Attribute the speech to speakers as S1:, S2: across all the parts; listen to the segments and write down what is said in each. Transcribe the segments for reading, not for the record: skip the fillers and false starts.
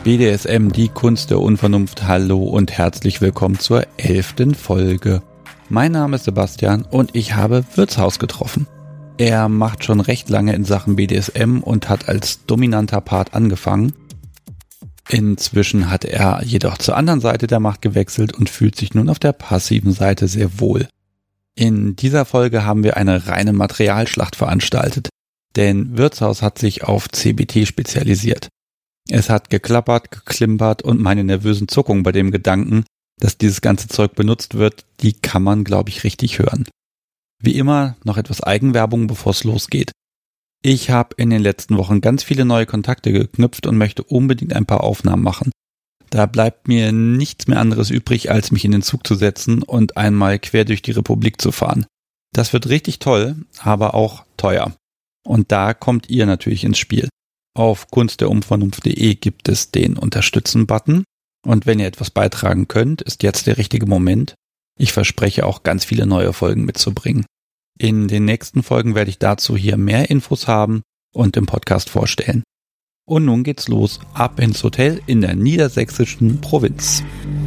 S1: BDSM, die Kunst der Unvernunft. Hallo und herzlich willkommen zur 11. Folge. Mein Name ist Sebastian und ich habe Wirtshaus getroffen. Er macht schon recht lange in Sachen BDSM und hat als dominanter Part angefangen. Inzwischen hat er jedoch zur anderen Seite der Macht gewechselt und fühlt sich nun auf der passiven Seite sehr wohl. In dieser Folge haben wir eine reine Materialschlacht veranstaltet, denn Wirtshaus hat sich auf CBT spezialisiert. Es hat geklappert, geklimpert und meine nervösen Zuckungen bei dem Gedanken, dass dieses ganze Zeug benutzt wird, die kann man, glaube ich, richtig hören. Wie immer noch etwas Eigenwerbung, bevor es losgeht. Ich habe in den letzten Wochen ganz viele neue Kontakte geknüpft und möchte unbedingt ein paar Aufnahmen machen. Da bleibt mir nichts mehr anderes übrig, als mich in den Zug zu setzen und einmal quer durch die Republik zu fahren. Das wird richtig toll, aber auch teuer. Und da kommt ihr natürlich ins Spiel. Auf kunstderunvernunft.de gibt es den Unterstützen-Button und wenn ihr etwas beitragen könnt, ist jetzt der richtige Moment. Ich verspreche auch ganz viele neue Folgen mitzubringen. In den nächsten Folgen werde ich dazu hier mehr Infos haben und im Podcast vorstellen. Und nun geht's los, ab ins Hotel in der niedersächsischen Provinz.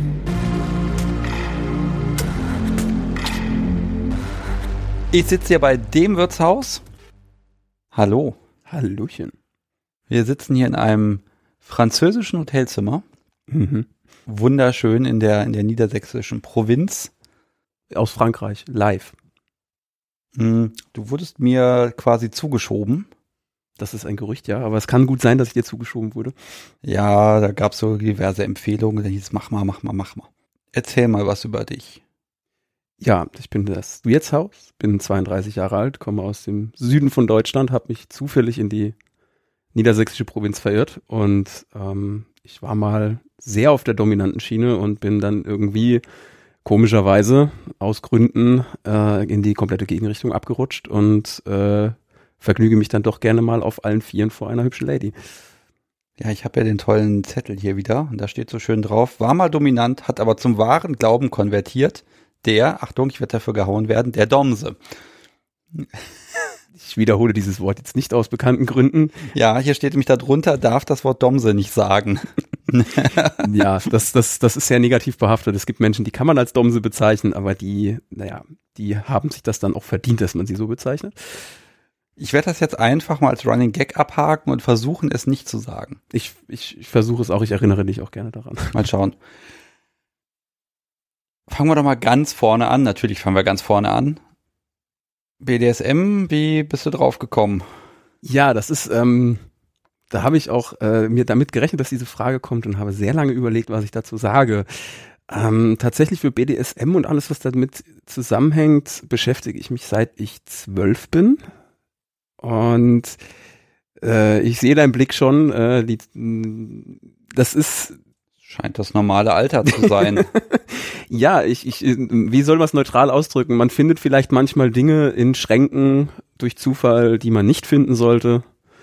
S1: Ich sitze hier bei dem Wirtshaus. Hallo.
S2: Hallöchen.
S1: Wir sitzen hier in einem französischen Hotelzimmer. Wunderschön in der niedersächsischen Provinz.
S2: Aus Frankreich, live.
S1: Du wurdest mir quasi zugeschoben.
S2: Das ist ein Gerücht, ja, aber es kann gut sein, dass ich dir zugeschoben wurde.
S1: Ja, da gab es so diverse Empfehlungen. Da hieß es, mach mal. Erzähl mal was über dich.
S2: Ja, ich bin das Wirtshaus, bin 32 Jahre alt, komme aus dem Süden von Deutschland, habe mich zufällig in die niedersächsische Provinz verirrt und ich war mal sehr auf der dominanten Schiene und bin dann irgendwie komischerweise aus Gründen in die komplette Gegenrichtung abgerutscht und vergnüge mich dann doch gerne mal auf allen Vieren vor einer hübschen Lady.
S1: Ja, ich habe ja den tollen Zettel hier wieder und da steht so schön drauf, war mal dominant, hat aber zum wahren Glauben konvertiert, der, Achtung, ich werde dafür gehauen werden, der Domse.
S2: Ich wiederhole dieses Wort jetzt nicht aus bekannten Gründen.
S1: Ja, hier steht nämlich darunter, darf das Wort Domse nicht sagen.
S2: Ja, das ist sehr negativ behaftet. Es gibt Menschen, die kann man als Domse bezeichnen, aber die haben sich das dann auch verdient, dass man sie so bezeichnet.
S1: Ich werde das jetzt einfach mal als Running Gag abhaken und versuchen, es nicht zu sagen.
S2: Ich versuche es auch, ich erinnere dich auch gerne daran.
S1: Mal schauen. Fangen wir doch mal ganz vorne an. Natürlich fangen wir ganz vorne an. BDSM, wie bist du drauf gekommen?
S2: Ja, das ist, da habe ich auch mir damit gerechnet, dass diese Frage kommt und habe sehr lange überlegt, was ich dazu sage. Tatsächlich für BDSM und alles, was damit zusammenhängt, beschäftige ich mich seit ich 12 bin. Und ich sehe deinen Blick schon, das ist...
S1: Scheint das normale Alter zu sein.
S2: Ja, wie soll man es neutral ausdrücken? Man findet vielleicht manchmal Dinge in Schränken durch Zufall, die man nicht finden sollte.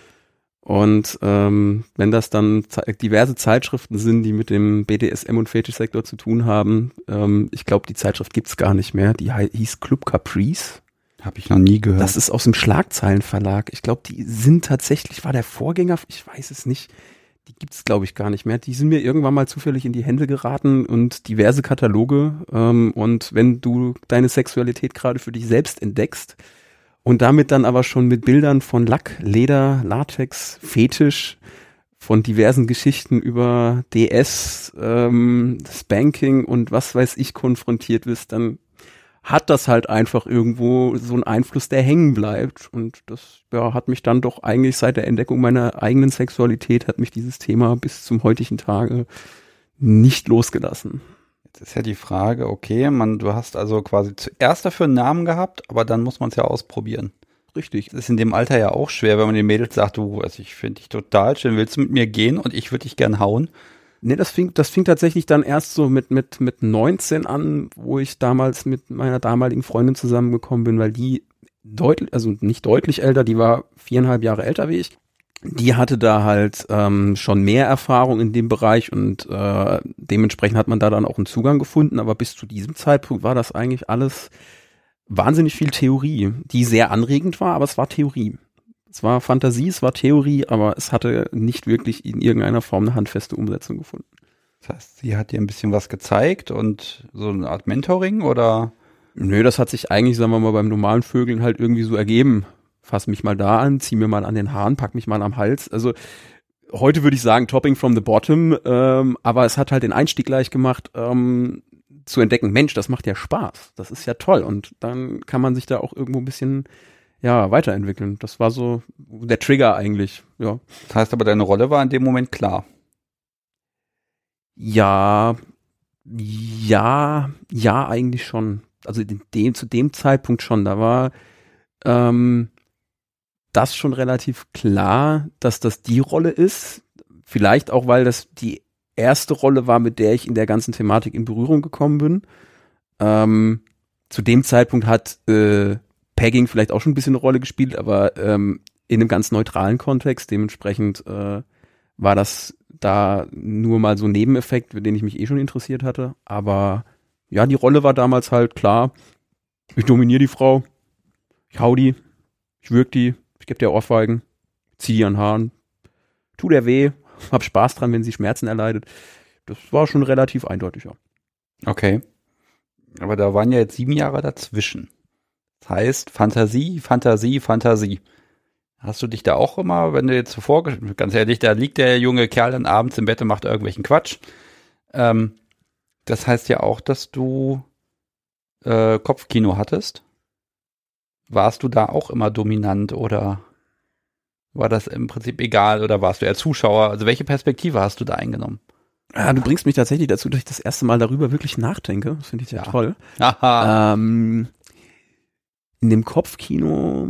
S2: Und wenn das dann diverse Zeitschriften sind, die mit dem BDSM und Fetischsektor zu tun haben, ich glaube, die Zeitschrift gibt's gar nicht mehr. Die hieß Club Caprice.
S1: Habe ich noch nie gehört.
S2: Das ist aus dem Schlagzeilenverlag. Ich glaube, die sind tatsächlich, war der Vorgänger, ich weiß es nicht. Die gibt's, glaube ich, gar nicht mehr. Die sind mir irgendwann mal zufällig in die Hände geraten und diverse Kataloge. Und wenn du deine Sexualität gerade für dich selbst entdeckst und damit dann aber schon mit Bildern von Lack, Leder, Latex, Fetisch, von diversen Geschichten über DS, Spanking und was weiß ich konfrontiert wirst, dann hat das halt einfach irgendwo so einen Einfluss, der hängen bleibt. Und das hat mich dann doch eigentlich seit der Entdeckung meiner eigenen Sexualität, hat mich dieses Thema bis zum heutigen Tage nicht losgelassen.
S1: Jetzt ist ja die Frage, okay, du hast also quasi zuerst dafür einen Namen gehabt, aber dann muss man es ja ausprobieren.
S2: Richtig.
S1: Das ist in dem Alter ja auch schwer, wenn man den Mädels sagt, ich finde dich total schön, willst du mit mir gehen und ich würde dich gern hauen?
S2: Nee, das fing tatsächlich dann erst so mit 19 an, wo ich damals mit meiner damaligen Freundin zusammengekommen bin, weil die nicht deutlich älter, die war 4,5 Jahre älter wie ich. Die hatte da halt schon mehr Erfahrung in dem Bereich und dementsprechend hat man da dann auch einen Zugang gefunden, aber bis zu diesem Zeitpunkt war das eigentlich alles wahnsinnig viel Theorie, die sehr anregend war, aber es war Theorie. Es war Fantasie, es war Theorie, aber es hatte nicht wirklich in irgendeiner Form eine handfeste Umsetzung gefunden.
S1: Das heißt, sie hat dir ein bisschen was gezeigt und so eine Art Mentoring oder?
S2: Nö, das hat sich eigentlich, sagen wir mal, beim normalen Vögeln halt irgendwie so ergeben. Fass mich mal da an, zieh mir mal an den Haaren, pack mich mal am Hals. Also heute würde ich sagen Topping from the bottom, aber es hat halt den Einstieg gleich gemacht, zu entdecken, Mensch, das macht ja Spaß. Das ist ja toll und dann kann man sich da auch irgendwo ein bisschen weiterentwickeln. Das war so der Trigger eigentlich, ja.
S1: Das heißt aber, deine Rolle war in dem Moment klar.
S2: Ja, eigentlich schon. Also zu dem Zeitpunkt schon. Da war das schon relativ klar, dass das die Rolle ist. Vielleicht auch, weil das die erste Rolle war, mit der ich in der ganzen Thematik in Berührung gekommen bin. Zu dem Zeitpunkt hat Pegging vielleicht auch schon ein bisschen eine Rolle gespielt, aber in einem ganz neutralen Kontext. Dementsprechend war das da nur mal so ein Nebeneffekt, für den ich mich schon interessiert hatte. Aber ja, die Rolle war damals halt klar. Ich dominiere die Frau, ich hau die, ich würg die, ich gebe der Ohrfeigen, zieh die an den Haaren, tu der weh, hab Spaß dran, wenn sie Schmerzen erleidet. Das war schon relativ eindeutig, ja.
S1: Okay. Aber da waren ja jetzt 7 Jahre dazwischen. Das heißt, Fantasie, Fantasie, Fantasie. Hast du dich da auch immer, wenn du jetzt zuvor, ganz ehrlich, da liegt der junge Kerl dann abends im Bett und macht irgendwelchen Quatsch. Das heißt ja auch, dass du Kopfkino hattest. Warst du da auch immer dominant oder war das im Prinzip egal oder warst du eher Zuschauer? Also welche Perspektive hast du da eingenommen?
S2: Ja, du bringst mich tatsächlich dazu, dass ich das erste Mal darüber wirklich nachdenke. Das finde ich sehr toll.
S1: Aha.
S2: In dem Kopfkino,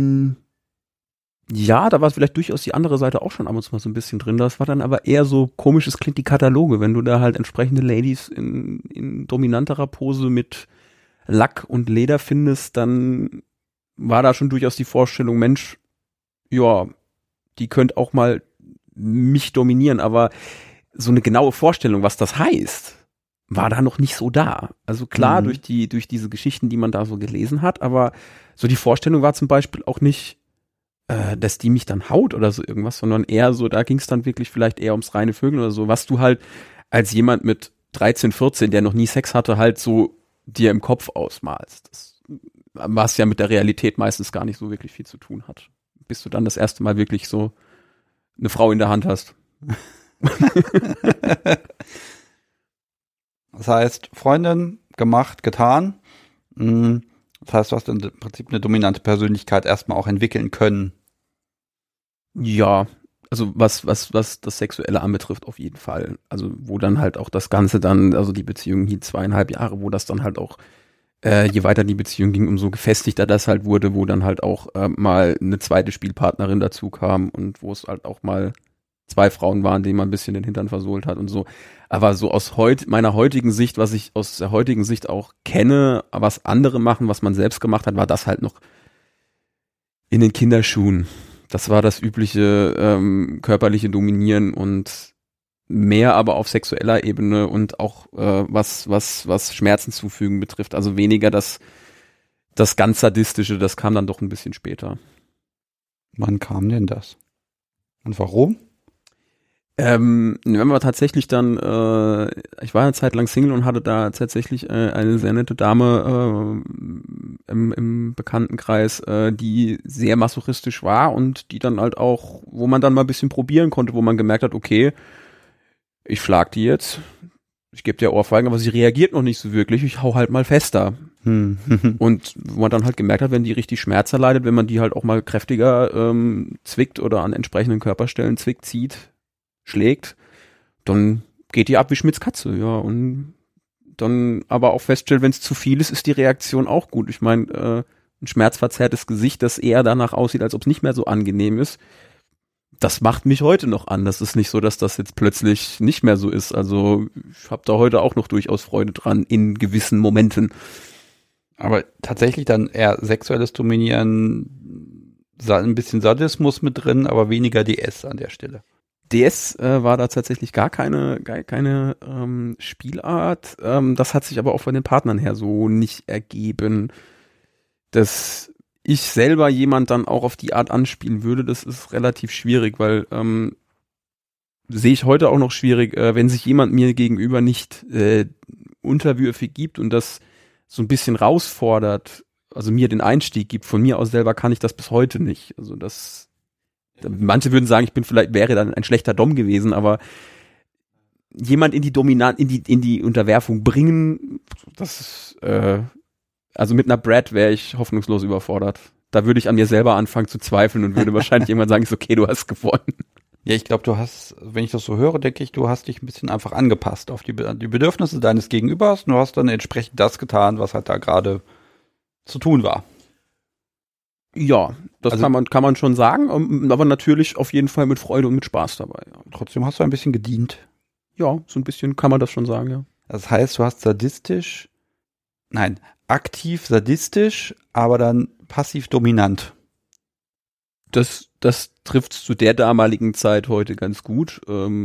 S2: ja, da war vielleicht durchaus die andere Seite auch schon ab und zu mal so ein bisschen drin. Das war dann aber eher so komisches klingt die Kataloge, wenn du da halt entsprechende Ladies in dominanterer Pose mit Lack und Leder findest, dann war da schon durchaus die Vorstellung, Mensch, ja, die könnte auch mal mich dominieren, aber so eine genaue Vorstellung, was das heißt, war da noch nicht so da. Also klar, durch diese Geschichten, die man da so gelesen hat, aber so die Vorstellung war zum Beispiel auch nicht, dass die mich dann haut oder so irgendwas, sondern eher so, da ging es dann wirklich vielleicht eher ums reine Vögeln oder so, was du halt als jemand mit 13, 14, der noch nie Sex hatte, halt so dir im Kopf ausmalst. Das, was ja mit der Realität meistens gar nicht so wirklich viel zu tun hat. Bis du dann das erste Mal wirklich so eine Frau in der Hand hast.
S1: Das heißt, Freundin, gemacht, getan. Das heißt, du hast im Prinzip eine dominante Persönlichkeit erstmal auch entwickeln können.
S2: Ja, also was das Sexuelle anbetrifft, auf jeden Fall. Also wo dann halt auch das Ganze dann, also die Beziehung hielt 2,5 Jahre, wo das dann halt auch, je weiter die Beziehung ging, umso gefestigter das halt wurde, wo dann halt auch mal eine zweite Spielpartnerin dazu kam und wo es halt auch mal 2 Frauen waren, denen man ein bisschen den Hintern versohlt hat und so. Aber so aus meiner heutigen Sicht, was ich aus der heutigen Sicht auch kenne, was andere machen, was man selbst gemacht hat, war das halt noch in den Kinderschuhen. Das war das übliche körperliche Dominieren und mehr aber auf sexueller Ebene und auch was Schmerzen zufügen betrifft. Also weniger das ganz Sadistische, das kam dann doch ein bisschen später.
S1: Wann kam denn das? Und warum?
S2: Wenn man tatsächlich dann, ich war eine Zeit lang Single und hatte da tatsächlich eine sehr nette Dame im Bekanntenkreis, die sehr masochistisch war und die dann halt auch, wo man dann mal ein bisschen probieren konnte, wo man gemerkt hat, okay, ich schlag die jetzt, ich gebe dir Ohrfeigen, aber sie reagiert noch nicht so wirklich, ich hau halt mal fester. Und wo man dann halt gemerkt hat, wenn die richtig Schmerz erleidet, wenn man die halt auch mal kräftiger zwickt oder an entsprechenden Körperstellen zwickt, zieht, schlägt, dann geht die ab wie Schmitz Katze, ja, und dann aber auch feststellt, wenn es zu viel ist, ist die Reaktion auch gut. Ich meine, ein schmerzverzerrtes Gesicht, das eher danach aussieht, als ob es nicht mehr so angenehm ist, das macht mich heute noch an. Das ist nicht so, dass das jetzt plötzlich nicht mehr so ist. Also ich habe da heute auch noch durchaus Freude dran in gewissen Momenten.
S1: Aber tatsächlich dann eher sexuelles Dominieren, ein bisschen Sadismus mit drin, aber weniger DS an der Stelle.
S2: DS war da tatsächlich gar keine Spielart. Das hat sich aber auch von den Partnern her so nicht ergeben. ich selber jemand dann auch auf die Art anspielen würde, das ist relativ schwierig, weil sehe ich heute auch noch schwierig, wenn sich jemand mir gegenüber nicht unterwürfig gibt und das so ein bisschen rausfordert, also mir den Einstieg gibt. Von mir aus selber kann ich das bis heute nicht. Also manche würden sagen, wäre dann ein schlechter Dom gewesen, aber jemand in die Unterwerfung bringen, das ist, also mit einer Brad wäre ich hoffnungslos überfordert. Da würde ich an mir selber anfangen zu zweifeln und würde wahrscheinlich irgendwann sagen, ist okay, du hast gewonnen.
S1: Ja, ich glaube, du hast, wenn ich das so höre, denke ich, du hast dich ein bisschen einfach angepasst auf die Bedürfnisse deines Gegenübers und du hast dann entsprechend das getan, was halt da gerade zu tun war.
S2: Ja, das also, kann man schon sagen, aber natürlich auf jeden Fall mit Freude und mit Spaß dabei. Ja.
S1: Trotzdem hast du ein bisschen gedient.
S2: Ja, so ein bisschen kann man das schon sagen, ja.
S1: Das heißt, du hast aktiv sadistisch, aber dann passiv dominant.
S2: Das trifft zu der damaligen Zeit heute ganz gut.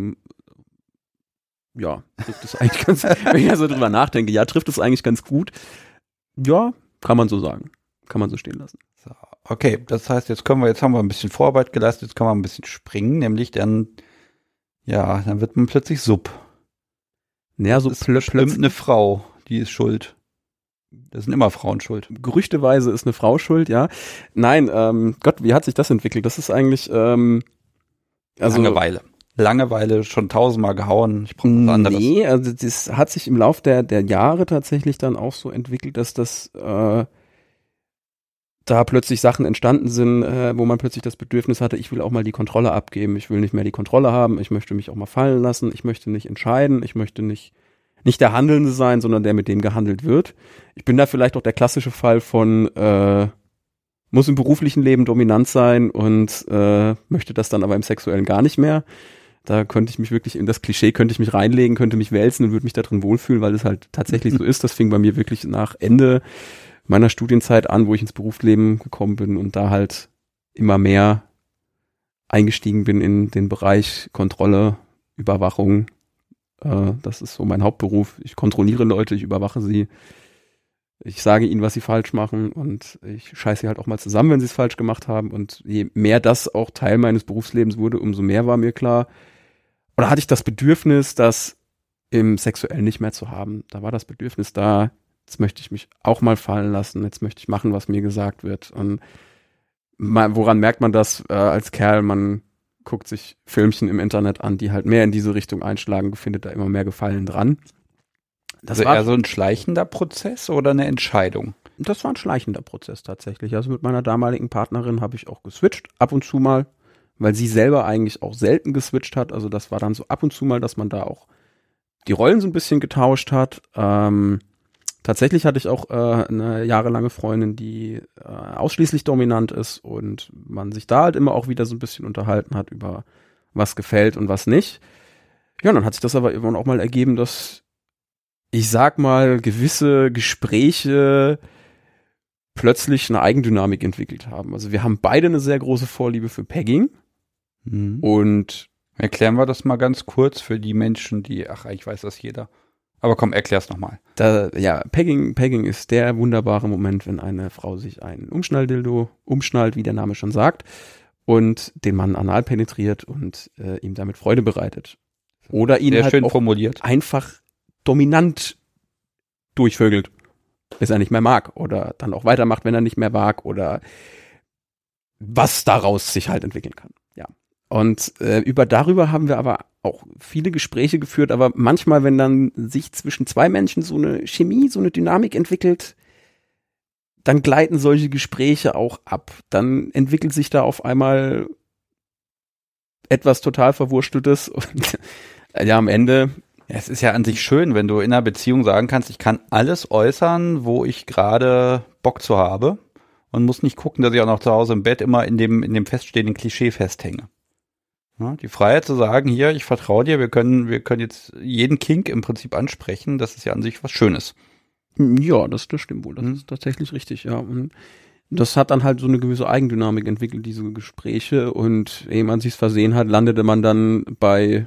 S2: Ja, trifft es eigentlich ganz, wenn ich so drüber nachdenke, ja, trifft es eigentlich ganz gut. Ja, kann man so sagen. Kann man so stehen lassen.
S1: So, okay, das heißt, jetzt haben wir ein bisschen Vorarbeit geleistet, jetzt können wir ein bisschen springen, nämlich dann wird man plötzlich Sub.
S2: Naja, so
S1: plötzlich eine Frau, die ist schuld. Das sind immer Frauen schuld.
S2: Gerüchteweise ist eine Frau schuld, ja. Nein, Gott, wie hat sich das entwickelt? Das ist eigentlich,
S1: Langeweile, schon 1000-mal gehauen. Ich brauche was anderes.
S2: Nee, also das hat sich im Lauf der Jahre tatsächlich dann auch so entwickelt, dass das da plötzlich Sachen entstanden sind, wo man plötzlich das Bedürfnis hatte, ich will auch mal die Kontrolle abgeben, ich will nicht mehr die Kontrolle haben, ich möchte mich auch mal fallen lassen, ich möchte nicht entscheiden, ich möchte nicht der Handelnde sein, sondern der, mit dem gehandelt wird. Ich bin da vielleicht auch der klassische Fall von muss im beruflichen Leben dominant sein und möchte das dann aber im Sexuellen gar nicht mehr. Da könnte ich mich wirklich in das Klischee reinlegen, könnte mich wälzen und würde mich da drin wohlfühlen, weil es halt tatsächlich so ist. Das fing bei mir wirklich nach Ende meiner Studienzeit an, wo ich ins Berufsleben gekommen bin und da halt immer mehr eingestiegen bin in den Bereich Kontrolle, Überwachung. Das ist so mein Hauptberuf. Ich kontrolliere Leute, ich überwache sie. Ich sage ihnen, was sie falsch machen und ich scheiße sie halt auch mal zusammen, wenn sie es falsch gemacht haben. Und je mehr das auch Teil meines Berufslebens wurde, umso mehr war mir klar, oder hatte ich das Bedürfnis, das im Sexuellen nicht mehr zu haben. Da war das Bedürfnis da, jetzt möchte ich mich auch mal fallen lassen, jetzt möchte ich machen, was mir gesagt wird. Und woran merkt man das als Kerl? Man guckt sich Filmchen im Internet an, die halt mehr in diese Richtung einschlagen, findet da immer mehr Gefallen dran.
S1: Das war eher so ein schleichender Prozess oder eine Entscheidung?
S2: Das war ein schleichender Prozess tatsächlich. Also mit meiner damaligen Partnerin habe ich auch geswitcht, ab und zu mal, weil sie selber eigentlich auch selten geswitcht hat. Also das war dann so ab und zu mal, dass man da auch die Rollen so ein bisschen getauscht hat. Tatsächlich hatte ich auch eine jahrelange Freundin, die ausschließlich dominant ist und man sich da halt immer auch wieder so ein bisschen unterhalten hat über was gefällt und was nicht. Ja, und dann hat sich das aber irgendwann auch mal ergeben, dass ich sag mal gewisse Gespräche plötzlich eine Eigendynamik entwickelt haben. Also wir haben beide eine sehr große Vorliebe für Pegging und
S1: erklären wir das mal ganz kurz für die Menschen, ich weiß das jeder. Aber komm, erklär's nochmal.
S2: Pegging ist der wunderbare Moment, wenn eine Frau sich einen Umschnalldildo umschnallt, wie der Name schon sagt, und den Mann anal penetriert und ihm damit Freude bereitet. Oder ihn
S1: sehr
S2: halt
S1: schön
S2: auch
S1: formuliert.
S2: Einfach dominant durchvögelt, bis er nicht mehr mag oder dann auch weitermacht, wenn er nicht mehr mag oder was daraus sich halt entwickeln kann. Ja. Und darüber haben wir aber auch viele Gespräche geführt, aber manchmal, wenn dann sich zwischen zwei Menschen so eine Chemie, so eine Dynamik entwickelt, dann gleiten solche Gespräche auch ab. Dann entwickelt sich da auf einmal etwas total Verwursteltes und ja, am Ende.
S1: Es ist ja an sich schön, wenn du in einer Beziehung sagen kannst, ich kann alles äußern, wo ich gerade Bock zu habe und muss nicht gucken, dass ich auch noch zu Hause im Bett immer in dem feststehenden Klischee festhänge. Ja, die Freiheit zu sagen, hier, ich vertraue dir, wir können jetzt jeden Kink im Prinzip ansprechen, das ist ja an sich was Schönes.
S2: Ja, das stimmt wohl, das ist tatsächlich richtig, ja. Und das hat dann halt so eine gewisse Eigendynamik entwickelt, diese Gespräche, und ehe man sich's versehen hat, landete man dann bei,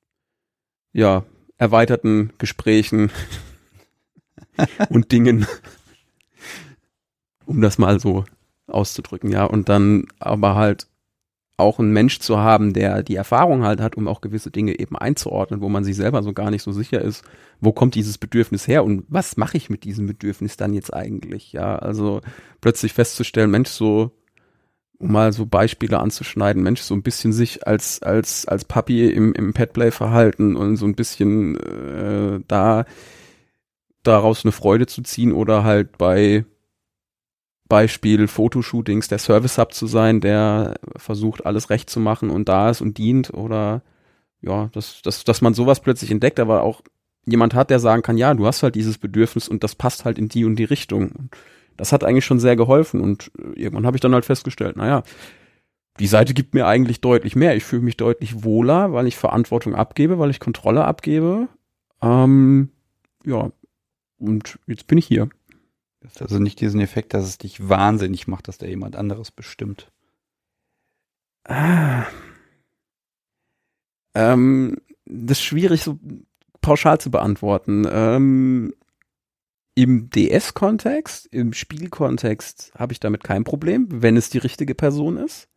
S2: ja, erweiterten Gesprächen und Dingen, um das mal so auszudrücken, ja. Und dann aber halt auch einen Mensch zu haben, der die Erfahrung halt hat, um auch gewisse Dinge eben einzuordnen, wo man sich selber so gar nicht so sicher ist, wo kommt dieses Bedürfnis her und was mache ich mit diesem Bedürfnis dann jetzt eigentlich, ja, also plötzlich festzustellen, Mensch, so, um mal so Beispiele anzuschneiden, Mensch, so ein bisschen sich als Papi im Petplay verhalten und so ein bisschen daraus eine Freude zu ziehen oder halt bei Beispiel Fotoshootings der Service-Hub zu sein, der versucht, alles recht zu machen und da ist und dient oder ja, dass man sowas plötzlich entdeckt, aber auch jemand hat, der sagen kann, ja, du hast halt dieses Bedürfnis und das passt halt in die und die Richtung. Das hat eigentlich schon sehr geholfen und irgendwann habe ich dann halt festgestellt, naja, die Seite gibt mir eigentlich deutlich mehr. Ich fühle mich deutlich wohler, weil ich Verantwortung abgebe, weil ich Kontrolle abgebe. Ja, und jetzt bin ich hier.
S1: Das ist also nicht diesen Effekt, dass es dich wahnsinnig macht, dass da jemand anderes bestimmt.
S2: Das ist schwierig so pauschal zu beantworten. Im DS-Kontext, im Spielkontext habe ich damit kein Problem, wenn es die richtige Person ist.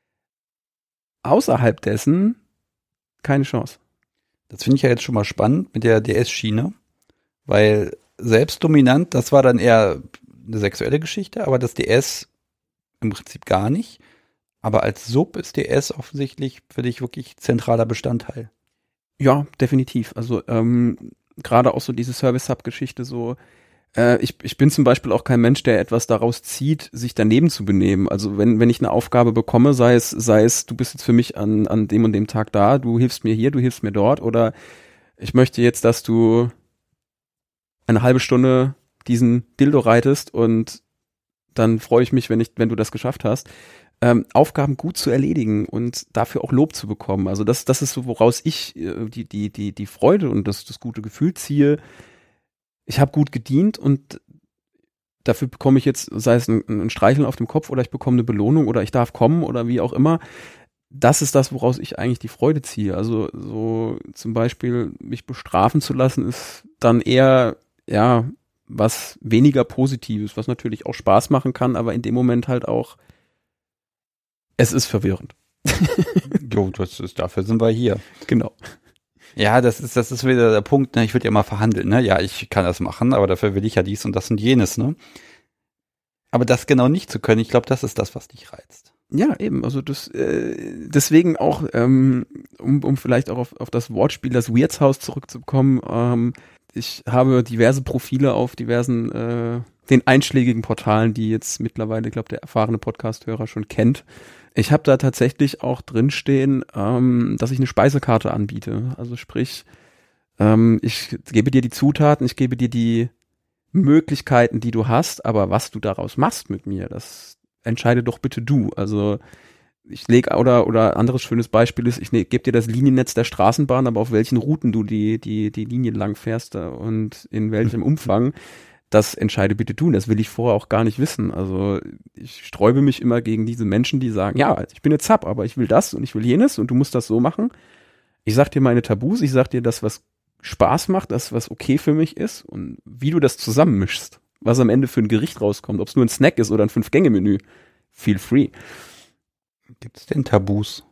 S2: Außerhalb dessen keine Chance.
S1: Das finde ich ja jetzt schon mal spannend mit der DS-Schiene, weil selbstdominant, das war dann eher eine sexuelle Geschichte, aber das DS im Prinzip gar nicht. Aber als Sub ist DS offensichtlich für dich wirklich zentraler Bestandteil.
S2: Ja, definitiv. Also gerade auch so diese Service-Hub-Geschichte so, ich bin zum Beispiel auch kein Mensch, der etwas daraus zieht, sich daneben zu benehmen. Also wenn ich eine Aufgabe bekomme, sei es, du bist jetzt für mich an dem und dem Tag da, du hilfst mir hier, du hilfst mir dort, oder ich möchte jetzt, dass du eine halbe Stunde diesen Dildo reitest und dann freue ich mich, wenn du das geschafft hast. Aufgaben gut zu erledigen und dafür auch Lob zu bekommen. Also das ist so, woraus ich die Freude und das gute Gefühl ziehe. Ich habe gut gedient und dafür bekomme ich jetzt, sei es ein Streicheln auf dem Kopf oder ich bekomme eine Belohnung oder ich darf kommen oder wie auch immer. Das ist das, woraus ich eigentlich die Freude ziehe. Also so zum Beispiel mich bestrafen zu lassen, ist dann eher, ja, was weniger Positives, was natürlich auch Spaß machen kann, aber in dem Moment halt auch, es ist verwirrend.
S1: Jo, dafür sind wir hier.
S2: Genau.
S1: Ja, das ist wieder der Punkt, ne? Ich würde ja mal verhandeln, ne? Ja, ich kann das machen, aber dafür will ich ja dies und das und jenes, ne? Aber das genau nicht zu können, ich glaube, das ist das, was dich reizt.
S2: Ja, eben, also deswegen auch, um vielleicht auch auf das Wortspiel, das Wirtshaus zurückzukommen, ich habe diverse Profile auf diversen, den einschlägigen Portalen, die jetzt mittlerweile, ich glaube, der erfahrene Podcast-Hörer schon kennt. Ich habe da tatsächlich auch drinstehen, dass ich eine Speisekarte anbiete. Also sprich, ich gebe dir die Zutaten, ich gebe dir die Möglichkeiten, die du hast, aber was du daraus machst mit mir, das entscheide doch bitte du. Also ich lege, oder anderes schönes Beispiel ist, ich gebe dir das Liniennetz der Straßenbahn, aber auf welchen Routen du die Linien lang fährst und in welchem Umfang, das entscheide bitte du. Und das will ich vorher auch gar nicht wissen. Also ich sträube mich immer gegen diese Menschen, die sagen, ja, ich bin jetzt Sub, aber ich will das und ich will jenes und du musst das so machen. Ich sag dir meine Tabus, ich sag dir das, was Spaß macht, das, was okay für mich ist und wie du das zusammenmischst, was am Ende für ein Gericht rauskommt, ob es nur ein Snack ist oder ein 5-Gänge-Menü. Feel free.
S1: Gibt es denn Tabus?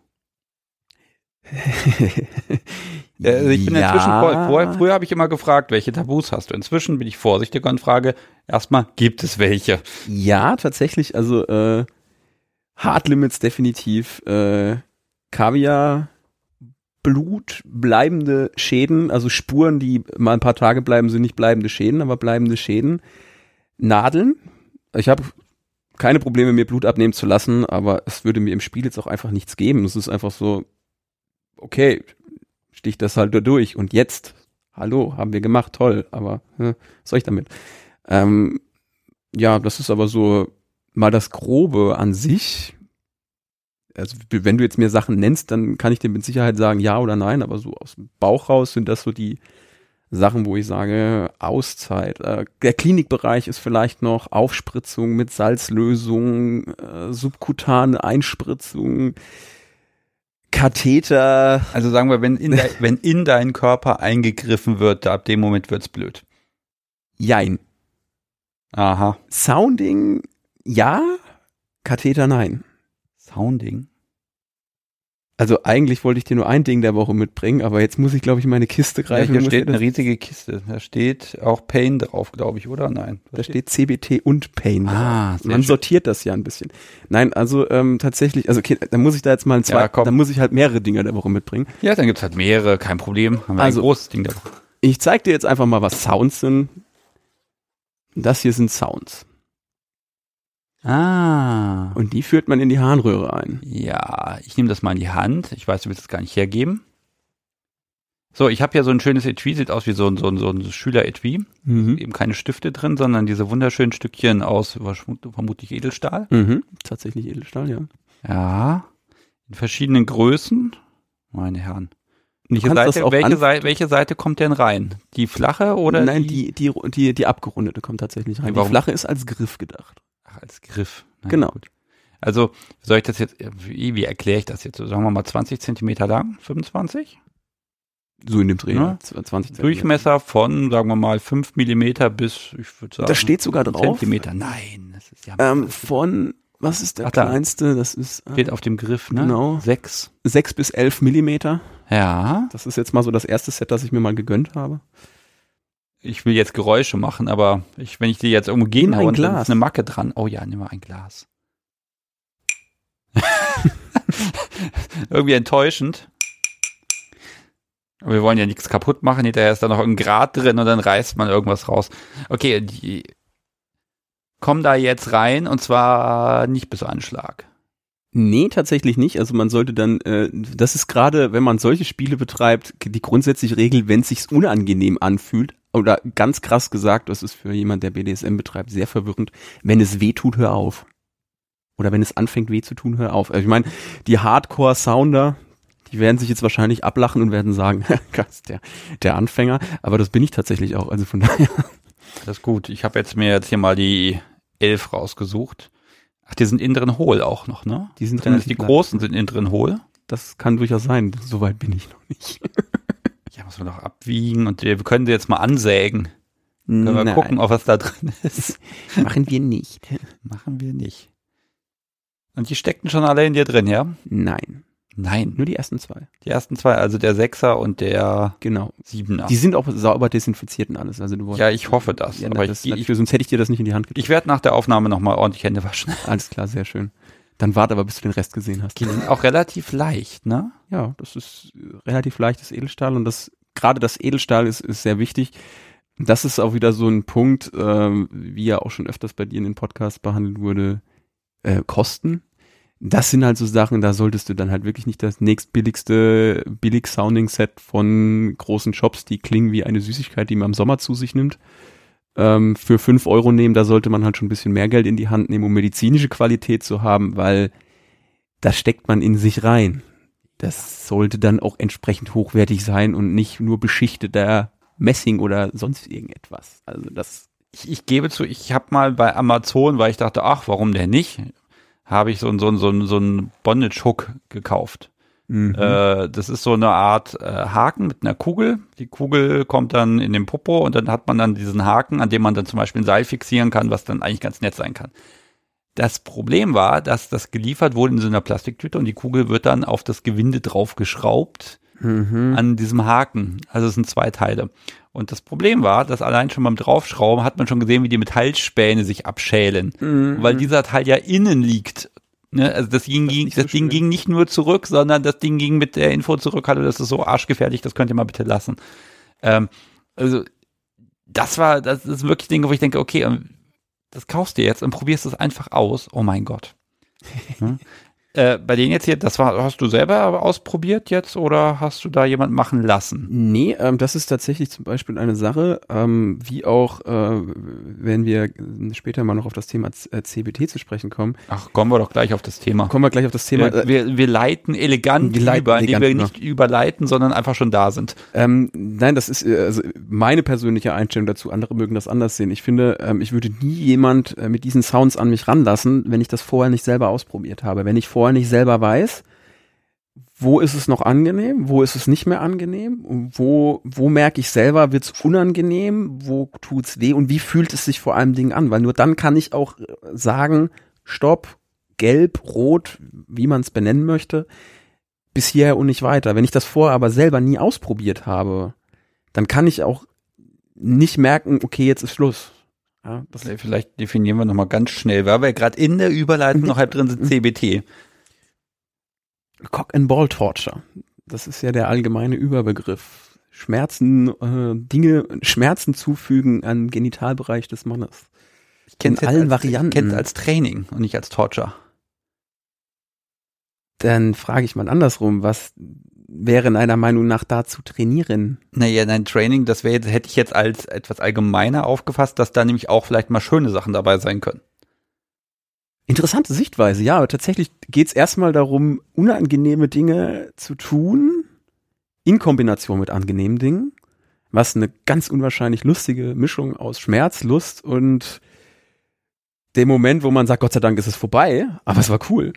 S1: Also ich bin inzwischen früher habe ich immer gefragt, welche Tabus hast du? Inzwischen bin ich vorsichtiger und frage erstmal, gibt es welche?
S2: Ja, tatsächlich, also Hard Limits definitiv, Kaviar, Blut, bleibende Schäden, also Spuren, die mal ein paar Tage bleiben, sind nicht bleibende Schäden, aber bleibende Schäden. Nadeln, ich habe keine Probleme, mir Blut abnehmen zu lassen, aber es würde mir im Spiel jetzt auch einfach nichts geben. Es ist einfach so, okay, stich das halt durch und jetzt, hallo, haben wir gemacht, toll, aber was soll ich damit? Ja, das ist aber so mal das Grobe an sich. Also wenn du jetzt mir Sachen nennst, dann kann ich dir mit Sicherheit sagen, ja oder nein, aber so aus dem Bauch raus sind das so die Sachen, wo ich sage, Auszeit. Der Klinikbereich ist vielleicht noch Aufspritzung mit Salzlösung, subkutane Einspritzung, Katheter.
S1: Also sagen wir, wenn in deinen Körper eingegriffen wird, ab dem Moment wird's blöd.
S2: Jein.
S1: Aha.
S2: Sounding, ja. Katheter nein.
S1: Sounding.
S2: Also eigentlich wollte ich dir nur ein Ding der Woche mitbringen, aber jetzt muss ich, glaube ich, in meine Kiste
S1: Ja,
S2: greifen.
S1: hier steht eine riesige Kiste. Da steht auch Pain drauf, glaube ich, oder? Nein.
S2: Da steht CBT und Pain.
S1: Ah,
S2: drauf. Man sortiert das ja ein bisschen. Nein, also tatsächlich, also okay, dann muss ich da jetzt mal dann muss ich halt mehrere Dinge der Woche mitbringen.
S1: Ja, dann gibt's halt mehrere, kein Problem. Haben wir
S2: Also,
S1: ein großes Ding der Woche.
S2: Ich zeig dir jetzt einfach mal, was Sounds sind. Das hier sind Sounds.
S1: Ah.
S2: Und die führt man in die Harnröhre ein.
S1: Ja, ich nehme das mal in die Hand. Ich weiß, du willst es gar nicht hergeben. So, ich habe hier so ein schönes Etui, sieht aus wie so ein Schüler-Etui. Eben keine Stifte drin, sondern diese wunderschönen Stückchen aus vermutlich Edelstahl.
S2: Tatsächlich Edelstahl, ja.
S1: Ja, in verschiedenen Größen. Meine Herren. Welche Seite kommt denn rein? Die flache oder?
S2: Nein, die abgerundete kommt tatsächlich rein.
S1: Warum?
S2: Die flache ist als Griff gedacht.
S1: Ach, als Griff. Na,
S2: genau.
S1: Gut. Also, soll ich das jetzt, wie erkläre ich das jetzt? Sagen wir mal 20 Zentimeter lang, 25?
S2: So in dem Dreh,
S1: Ja.
S2: 20 Zentimeter.
S1: Durchmesser von, sagen wir mal, 5 Millimeter bis, ich würde sagen.
S2: Das steht sogar drauf.
S1: Zentimeter. Nein, das ist ja.
S2: Von, was ist der
S1: Ach, da.
S2: kleinste? Das ist.
S1: Steht auf dem Griff, ne?
S2: Genau.
S1: 6.
S2: 6 bis 11 Millimeter.
S1: Ja.
S2: Das ist jetzt mal so das erste Set, das ich mir mal gegönnt habe.
S1: Ich will jetzt Geräusche machen, aber wenn ich die jetzt irgendwo gegenhaue und dann ist eine Macke dran. Oh ja, nimm mal ein Glas. Irgendwie enttäuschend. Aber wir wollen ja nichts kaputt machen. Hinterher ist da noch ein Grat drin und dann reißt man irgendwas raus. Okay, die kommen da jetzt rein und zwar nicht bis Anschlag.
S2: Nee, tatsächlich nicht. Also man sollte dann, das ist gerade, wenn man solche Spiele betreibt, die grundsätzliche Regel, wenn es sich unangenehm anfühlt, oder ganz krass gesagt, das ist für jemand, der BDSM betreibt, sehr verwirrend, wenn es weh tut, hör auf. Oder wenn es anfängt weh zu tun, hör auf. Also ich meine, die Hardcore-Sounder, die werden sich jetzt wahrscheinlich ablachen und werden sagen, Gast, der Anfänger, aber das bin ich tatsächlich auch, also von daher.
S1: Das ist gut. Ich habe jetzt mir hier mal die 11 rausgesucht. Ach, die sind innen drin hohl auch noch, ne?
S2: Die sind
S1: relativ die großen sind innen drin hohl.
S2: Das kann durchaus sein. Soweit bin ich noch nicht.
S1: Ja, muss man doch abwiegen und wir können sie jetzt mal ansägen. Können wir gucken, ob was da drin ist.
S2: Machen wir nicht.
S1: Machen wir nicht. Und die steckten schon alle in dir drin, ja?
S2: Nein.
S1: Nein.
S2: Nur die ersten zwei.
S1: Die ersten zwei, also der 6er und der
S2: genau.
S1: 7er.
S2: Die sind auch sauber desinfiziert und alles. Also
S1: ja, ich hoffe das.
S2: Ja,
S1: aber
S2: sonst hätte ich dir das nicht in die Hand gedrückt.
S1: Ich werde nach der Aufnahme nochmal ordentlich Hände waschen.
S2: Alles klar, sehr schön. Dann warte aber, bis du den Rest gesehen hast.
S1: Die sind auch relativ leicht, ne?
S2: Ja, das ist relativ leichtes Edelstahl und gerade das Edelstahl ist sehr wichtig. Das ist auch wieder so ein Punkt, wie ja auch schon öfters bei dir in den Podcasts behandelt wurde, Kosten. Das sind halt so Sachen, da solltest du dann halt wirklich nicht das nächstbilligste Billig-Sounding-Set von großen Shops, die klingen wie eine Süßigkeit, die man im Sommer zu sich nimmt, für 5 Euro nehmen. Da sollte man halt schon ein bisschen mehr Geld in die Hand nehmen, um medizinische Qualität zu haben, weil das steckt man in sich rein. Das sollte dann auch entsprechend hochwertig sein und nicht nur beschichteter Messing oder sonst irgendetwas. Also das.
S1: Ich gebe zu, ich habe mal bei Amazon, weil ich dachte, ach, warum denn nicht? Habe ich so einen Bondage-Hook gekauft. Das ist so eine Art Haken mit einer Kugel. Die Kugel kommt dann in den Popo und dann hat man dann diesen Haken, an dem man dann zum Beispiel ein Seil fixieren kann, was dann eigentlich ganz nett sein kann. Das Problem war, dass das geliefert wurde in so einer Plastiktüte und die Kugel wird dann auf das Gewinde draufgeschraubt an diesem Haken. Also es sind 2 Teile. Und das Problem war, dass allein schon beim Draufschrauben hat man schon gesehen, wie die Metallspäne sich abschälen, weil dieser Teil ja innen liegt. Ne? Also das Ding ging nicht nur zurück, sondern das Ding ging mit der Info zurück, hallo, das ist so arschgefährlich, das könnt ihr mal bitte lassen. Also das ist wirklich Dinge, wo ich denke, okay, das kaufst du jetzt und probierst es einfach aus. Oh mein Gott. Bei denen jetzt hier, hast du selber ausprobiert jetzt oder hast du da jemand machen lassen?
S2: Nee, das ist tatsächlich zum Beispiel eine Sache, wie auch, wenn wir später mal noch auf das Thema CBT zu sprechen kommen.
S1: Ach, kommen wir doch gleich auf das Thema.
S2: Wir
S1: leiten elegant über, indem wir nicht überleiten, sondern einfach schon da sind.
S2: Nein, das ist also meine persönliche Einstellung dazu. Andere mögen das anders sehen. Ich finde, ich würde nie jemand mit diesen Sounds an mich ranlassen, wenn ich das vorher nicht selber ausprobiert habe. Wenn ich vorher nicht selber weiß, wo ist es noch angenehm, wo ist es nicht mehr angenehm, und wo merke ich selber, wird es unangenehm, wo tut's weh und wie fühlt es sich vor allem Dingen an, weil nur dann kann ich auch sagen, stopp, gelb, rot, wie man es benennen möchte, bis hierher und nicht weiter. Wenn ich das vorher aber selber nie ausprobiert habe, dann kann ich auch nicht merken, okay, jetzt ist Schluss. Ja,
S1: vielleicht definieren wir nochmal ganz schnell, weil wir gerade in der Überleitung noch halb drin sind, CBT.
S2: Cock and Ball Torture. Das ist ja der allgemeine Überbegriff. Schmerzen zufügen am Genitalbereich des Mannes.
S1: Ich kenne es
S2: allen Varianten.
S1: Ich kenne es als Training und nicht als Torture.
S2: Dann frage ich mal andersrum, was wäre deiner Meinung nach da zu trainieren?
S1: Naja, nein, Training, hätte ich jetzt als etwas allgemeiner aufgefasst, dass da nämlich auch vielleicht mal schöne Sachen dabei sein können.
S2: Interessante Sichtweise, ja, aber tatsächlich geht es erstmal darum, unangenehme Dinge zu tun, in Kombination mit angenehmen Dingen, was eine ganz unwahrscheinlich lustige Mischung aus Schmerz, Lust und dem Moment, wo man sagt, Gott sei Dank ist es vorbei, aber es war cool.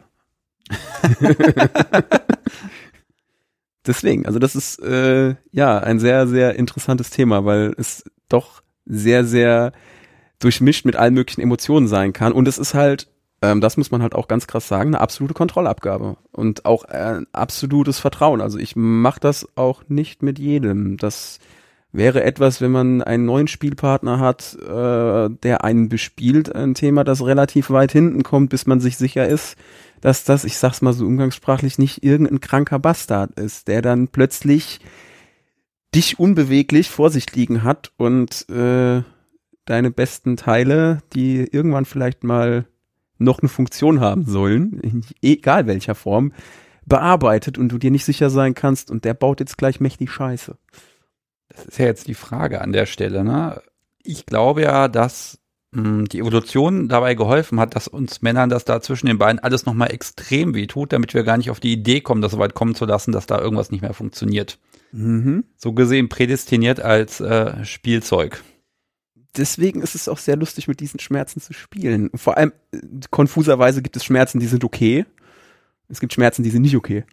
S2: Deswegen, also das ist ein sehr, sehr interessantes Thema, weil es doch sehr, sehr durchmischt mit allen möglichen Emotionen sein kann. Und es ist halt, das muss man halt auch ganz krass sagen, eine absolute Kontrollabgabe und auch ein absolutes Vertrauen. Also ich mache das auch nicht mit jedem. Das wäre etwas, wenn man einen neuen Spielpartner hat, der einen bespielt, ein Thema, das relativ weit hinten kommt, bis man sich sicher ist, dass das, ich sag's mal so umgangssprachlich, nicht irgendein kranker Bastard ist, der dann plötzlich dich unbeweglich vor sich liegen hat und deine besten Teile, die irgendwann vielleicht mal noch eine Funktion haben sollen, egal welcher Form, bearbeitet und du dir nicht sicher sein kannst und der baut jetzt gleich mächtig Scheiße.
S1: Das ist ja jetzt die Frage an der Stelle, ne? Ich glaube ja, dass die Evolution dabei geholfen hat, dass uns Männern das da zwischen den Beinen alles nochmal extrem wehtut, damit wir gar nicht auf die Idee kommen, das so weit kommen zu lassen, dass da irgendwas nicht mehr funktioniert.
S2: Mhm.
S1: So gesehen prädestiniert als Spielzeug.
S2: Deswegen ist es auch sehr lustig, mit diesen Schmerzen zu spielen. Vor allem, konfuserweise gibt es Schmerzen, die sind okay. Es gibt Schmerzen, die sind nicht okay.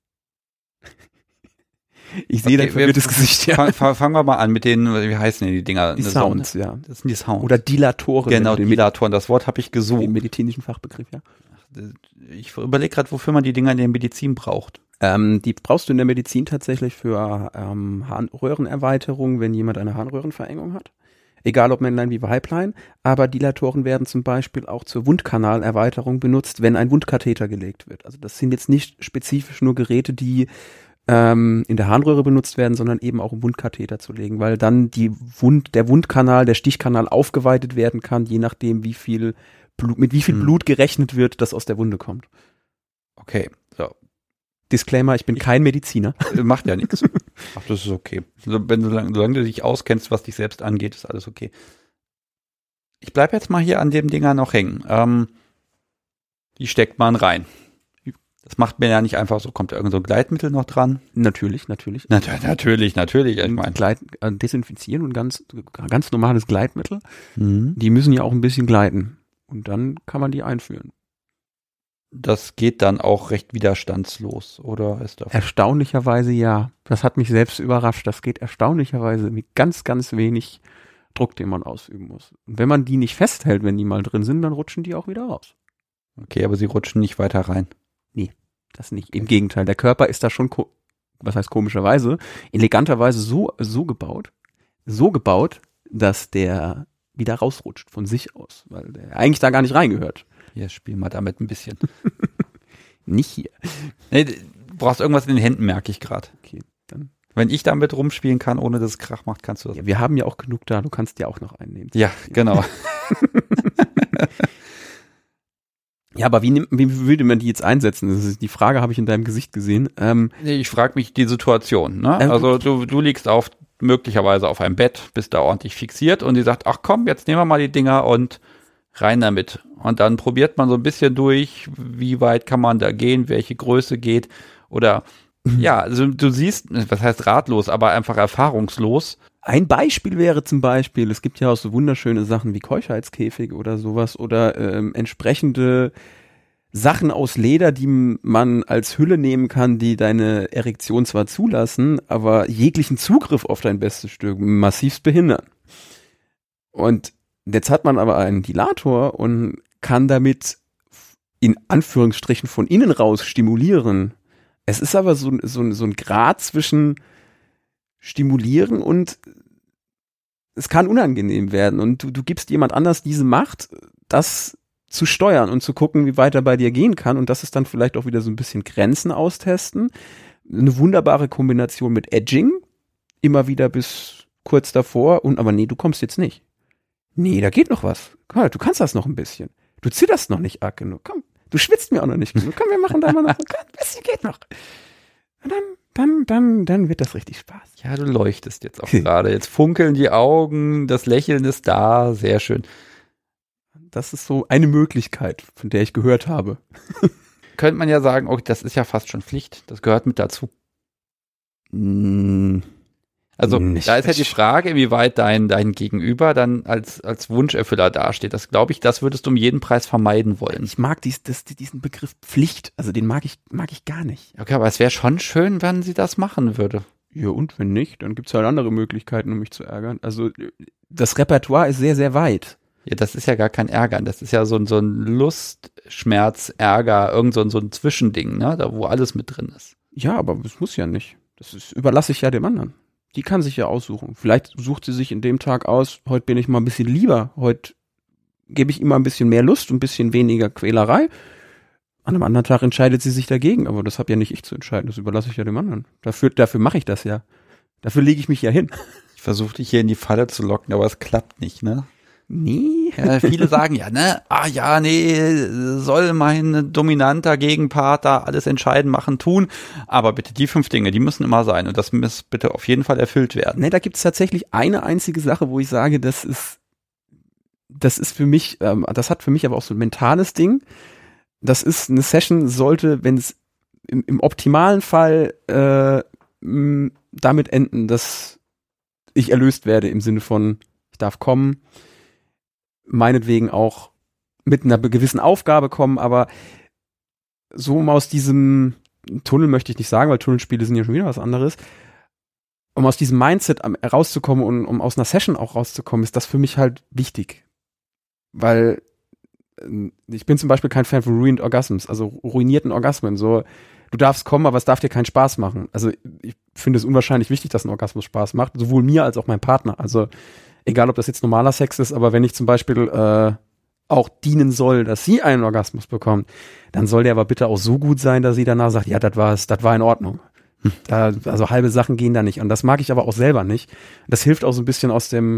S2: Ich sehe dein verwirrtes Gesicht, ja.
S1: Fangen wir mal an mit den, wie heißen denn die Dinger?
S2: Die Sounds, ja.
S1: Das sind die Sounds.
S2: Oder Dilatoren.
S1: Genau, Dilatoren, das Wort habe ich gesucht.
S2: Den medizinischen Fachbegriff, ja.
S1: Ich überlege gerade, wofür man die Dinger in der Medizin braucht.
S2: Die brauchst du in der Medizin tatsächlich für Harnröhrenerweiterung, wenn jemand eine Harnröhrenverengung hat. Egal ob Männlein wie Weiblein, aber Dilatoren werden zum Beispiel auch zur Wundkanalerweiterung benutzt, wenn ein Wundkatheter gelegt wird. Also das sind jetzt nicht spezifisch nur Geräte, die in der Harnröhre benutzt werden, sondern eben auch um Wundkatheter zu legen, weil dann der Wundkanal, der Stichkanal aufgeweitet werden kann, je nachdem mit wie viel Blut gerechnet wird, das aus der Wunde kommt.
S1: Okay, so.
S2: Disclaimer, ich bin kein Mediziner.
S1: Macht ja nichts. Ach, das ist okay. Solange du dich auskennst, was dich selbst angeht, ist alles okay. Ich bleib jetzt mal hier an dem Dinger noch hängen. Die steckt man rein. Das macht man ja nicht einfach so, kommt da irgend so ein Gleitmittel noch dran?
S2: Natürlich.
S1: Natürlich. Ich meine.
S2: Desinfizieren und ganz normales Gleitmittel. Die müssen ja auch ein bisschen gleiten. Und dann kann man die einführen.
S1: Das geht dann auch recht widerstandslos, oder ist das?
S2: Erstaunlicherweise ja. Das hat mich selbst überrascht. Das geht erstaunlicherweise mit ganz, ganz wenig Druck, den man ausüben muss. Und wenn man die nicht festhält, wenn die mal drin sind, dann rutschen die auch wieder raus.
S1: Okay, aber sie rutschen nicht weiter rein.
S2: Nee, das nicht. Im Gegenteil, der Körper ist da schon, was heißt komischerweise, eleganterweise so gebaut, dass der wieder rausrutscht von sich aus, weil der eigentlich da gar nicht reingehört.
S1: Hier, spiel mal damit ein bisschen.
S2: Nicht hier.
S1: Nee, du brauchst irgendwas in den Händen, merke ich gerade.
S2: Okay, dann.
S1: Wenn ich damit rumspielen kann, ohne dass es Krach macht, kannst du das.
S2: Ja, wir haben ja auch genug da, du kannst ja auch noch einnehmen.
S1: Ja, genau.
S2: Ja, aber wie würde man die jetzt einsetzen? Die Frage habe ich in deinem Gesicht gesehen.
S1: Ich frage mich die Situation. Ne? Also du liegst möglicherweise auf einem Bett, bist da ordentlich fixiert und die sagt, ach komm, jetzt nehmen wir mal die Dinger und rein damit. Und dann probiert man so ein bisschen durch, wie weit kann man da gehen, welche Größe geht. Oder ja, also du siehst, was heißt ratlos, aber einfach erfahrungslos.
S2: Ein Beispiel wäre zum Beispiel, es gibt ja auch so wunderschöne Sachen wie Keuschheitskäfige oder sowas oder entsprechende Sachen aus Leder, die man als Hülle nehmen kann, die deine Erektion zwar zulassen, aber jeglichen Zugriff auf dein bestes Stück massivst behindern. Und jetzt hat man aber einen Dilator und kann damit in Anführungsstrichen von innen raus stimulieren. Es ist aber so ein Grad zwischen stimulieren und es kann unangenehm werden und du gibst jemand anders diese Macht, das zu steuern und zu gucken, wie weit er bei dir gehen kann, und das ist dann vielleicht auch wieder so ein bisschen Grenzen austesten. Eine wunderbare Kombination mit Edging, immer wieder bis kurz davor, und aber nee, du kommst jetzt nicht. Nee, da geht noch was. Komm, du kannst das noch ein bisschen. Du zitterst noch nicht arg genug. Komm, du schwitzt mir auch noch nicht genug. Komm, wir machen da mal noch ein bisschen, geht noch. Und dann wird das richtig Spaß.
S1: Ja, du leuchtest jetzt auch gerade. Jetzt funkeln die Augen, das Lächeln ist da, sehr schön.
S2: Das ist so eine Möglichkeit, von der ich gehört habe.
S1: Könnte man ja sagen, okay, das ist ja fast schon Pflicht. Das gehört mit dazu. Also da ist ja die Frage, inwieweit dein Gegenüber dann als Wunscherfüller dasteht. Das glaube ich, das würdest du um jeden Preis vermeiden wollen.
S2: Ich mag diesen Begriff Pflicht, also den mag ich gar nicht.
S1: Okay, aber es wäre schon schön, wenn sie das machen würde.
S2: Ja, und wenn nicht, dann gibt es halt andere Möglichkeiten, um mich zu ärgern. Also das Repertoire ist sehr, sehr weit.
S1: Ja, das ist ja gar kein Ärgern. Das ist ja so ein Lust, Schmerz, Ärger, irgend so ein Zwischending, ne? Da wo alles mit drin ist.
S2: Ja, aber das muss ja nicht. Überlasse ich ja dem anderen. Die kann sich ja aussuchen. Vielleicht sucht sie sich in dem Tag aus, heute bin ich mal ein bisschen lieber, heute gebe ich ihm mal ein bisschen mehr Lust, ein bisschen weniger Quälerei. An einem anderen Tag entscheidet sie sich dagegen, aber das habe ja nicht ich zu entscheiden, das überlasse ich ja dem anderen. Dafür mache ich das ja. Dafür lege ich mich ja hin.
S1: Ich versuche dich hier in die Falle zu locken, aber es klappt nicht, ne?
S2: Nee.
S1: Ja, viele sagen ja, ne? Ah ja, nee, soll mein dominanter Gegenpart da alles entscheiden, machen, tun. Aber bitte, die 5 Dinge, die müssen immer sein. Und das muss bitte auf jeden Fall erfüllt werden.
S2: Nee, da gibt es tatsächlich eine einzige Sache, wo ich sage, das ist für mich, das hat für mich aber auch so ein mentales Ding. Das ist, eine Session sollte, wenn es im optimalen Fall damit enden, dass ich erlöst werde im Sinne von, ich darf kommen, meinetwegen auch mit einer gewissen Aufgabe kommen, aber so um aus diesem Tunnel möchte ich nicht sagen, weil Tunnelspiele sind ja schon wieder was anderes, um aus diesem Mindset rauszukommen und um aus einer Session auch rauszukommen, ist das für mich halt wichtig. Weil ich bin zum Beispiel kein Fan von Ruined Orgasms, also ruinierten Orgasmen, so du darfst kommen, aber es darf dir keinen Spaß machen. Also ich finde es unwahrscheinlich wichtig, dass ein Orgasmus Spaß macht, sowohl mir als auch meinem Partner. Also egal, ob das jetzt normaler Sex ist, aber wenn ich zum Beispiel auch dienen soll, dass sie einen Orgasmus bekommt, dann soll der aber bitte auch so gut sein, dass sie danach sagt, ja, das war in Ordnung. Also halbe Sachen gehen da nicht. Und das mag ich aber auch selber nicht. Das hilft auch so ein bisschen aus dem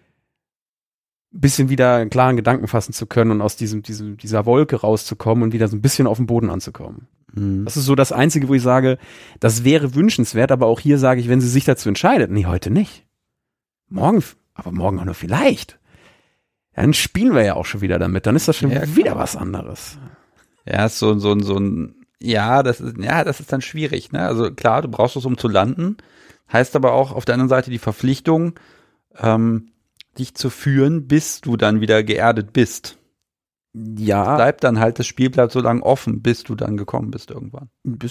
S2: bisschen wieder einen klaren Gedanken fassen zu können und aus dieser Wolke rauszukommen und wieder so ein bisschen auf den Boden anzukommen. Das ist so das Einzige, wo ich sage, das wäre wünschenswert, aber auch hier sage ich, wenn sie sich dazu entscheidet, nee, heute nicht. Morgen auch nur vielleicht. Dann spielen wir ja auch schon wieder damit, dann ist das schon wieder was anderes.
S1: Ja, ist so ein, das ist dann schwierig, ne? Also klar, du brauchst es, um zu landen, heißt aber auch auf der anderen Seite die Verpflichtung, dich zu führen, bis du dann wieder geerdet bist.
S2: Ja.
S1: Das Spiel bleibt so lange offen, bis du dann gekommen bist irgendwann.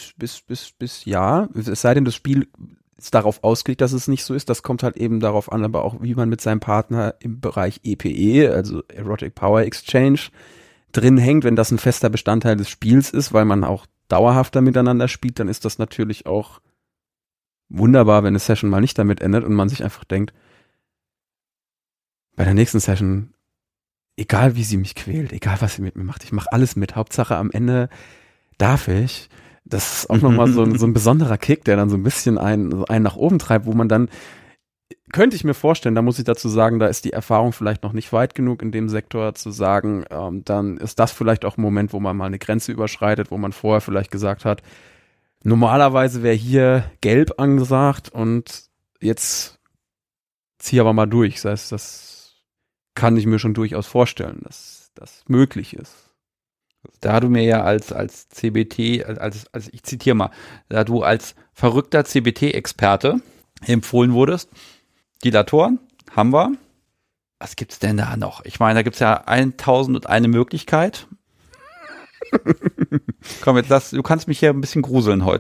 S2: Ja. Es sei denn, das Spiel ist darauf ausgelegt, dass es nicht so ist. Das kommt halt eben darauf an, aber auch, wie man mit seinem Partner im Bereich EPE, also Erotic Power Exchange, drin hängt. Wenn das ein fester Bestandteil des Spiels ist, weil man auch dauerhafter miteinander spielt, dann ist das natürlich auch wunderbar, wenn eine Session mal nicht damit endet und man sich einfach denkt, bei der nächsten Session, egal wie sie mich quält, egal was sie mit mir macht, ich mache alles mit. Hauptsache am Ende darf ich. Das ist auch nochmal so ein besonderer Kick, der dann so ein bisschen einen nach oben treibt, wo man dann, könnte ich mir vorstellen, da muss ich dazu sagen, da ist die Erfahrung vielleicht noch nicht weit genug in dem Sektor zu sagen, dann ist das vielleicht auch ein Moment, wo man mal eine Grenze überschreitet, wo man vorher vielleicht gesagt hat, normalerweise wäre hier gelb angesagt und jetzt zieh aber mal durch. Das heißt, das kann ich mir schon durchaus vorstellen, dass das möglich ist.
S1: Da du mir ja als CBT, ich zitiere mal, da du als verrückter CBT-Experte empfohlen wurdest, Dilatoren haben wir. Was gibt's denn da noch? Ich meine, da gibt's ja 1001 Möglichkeit. Komm, jetzt du kannst mich hier ein bisschen gruseln heute.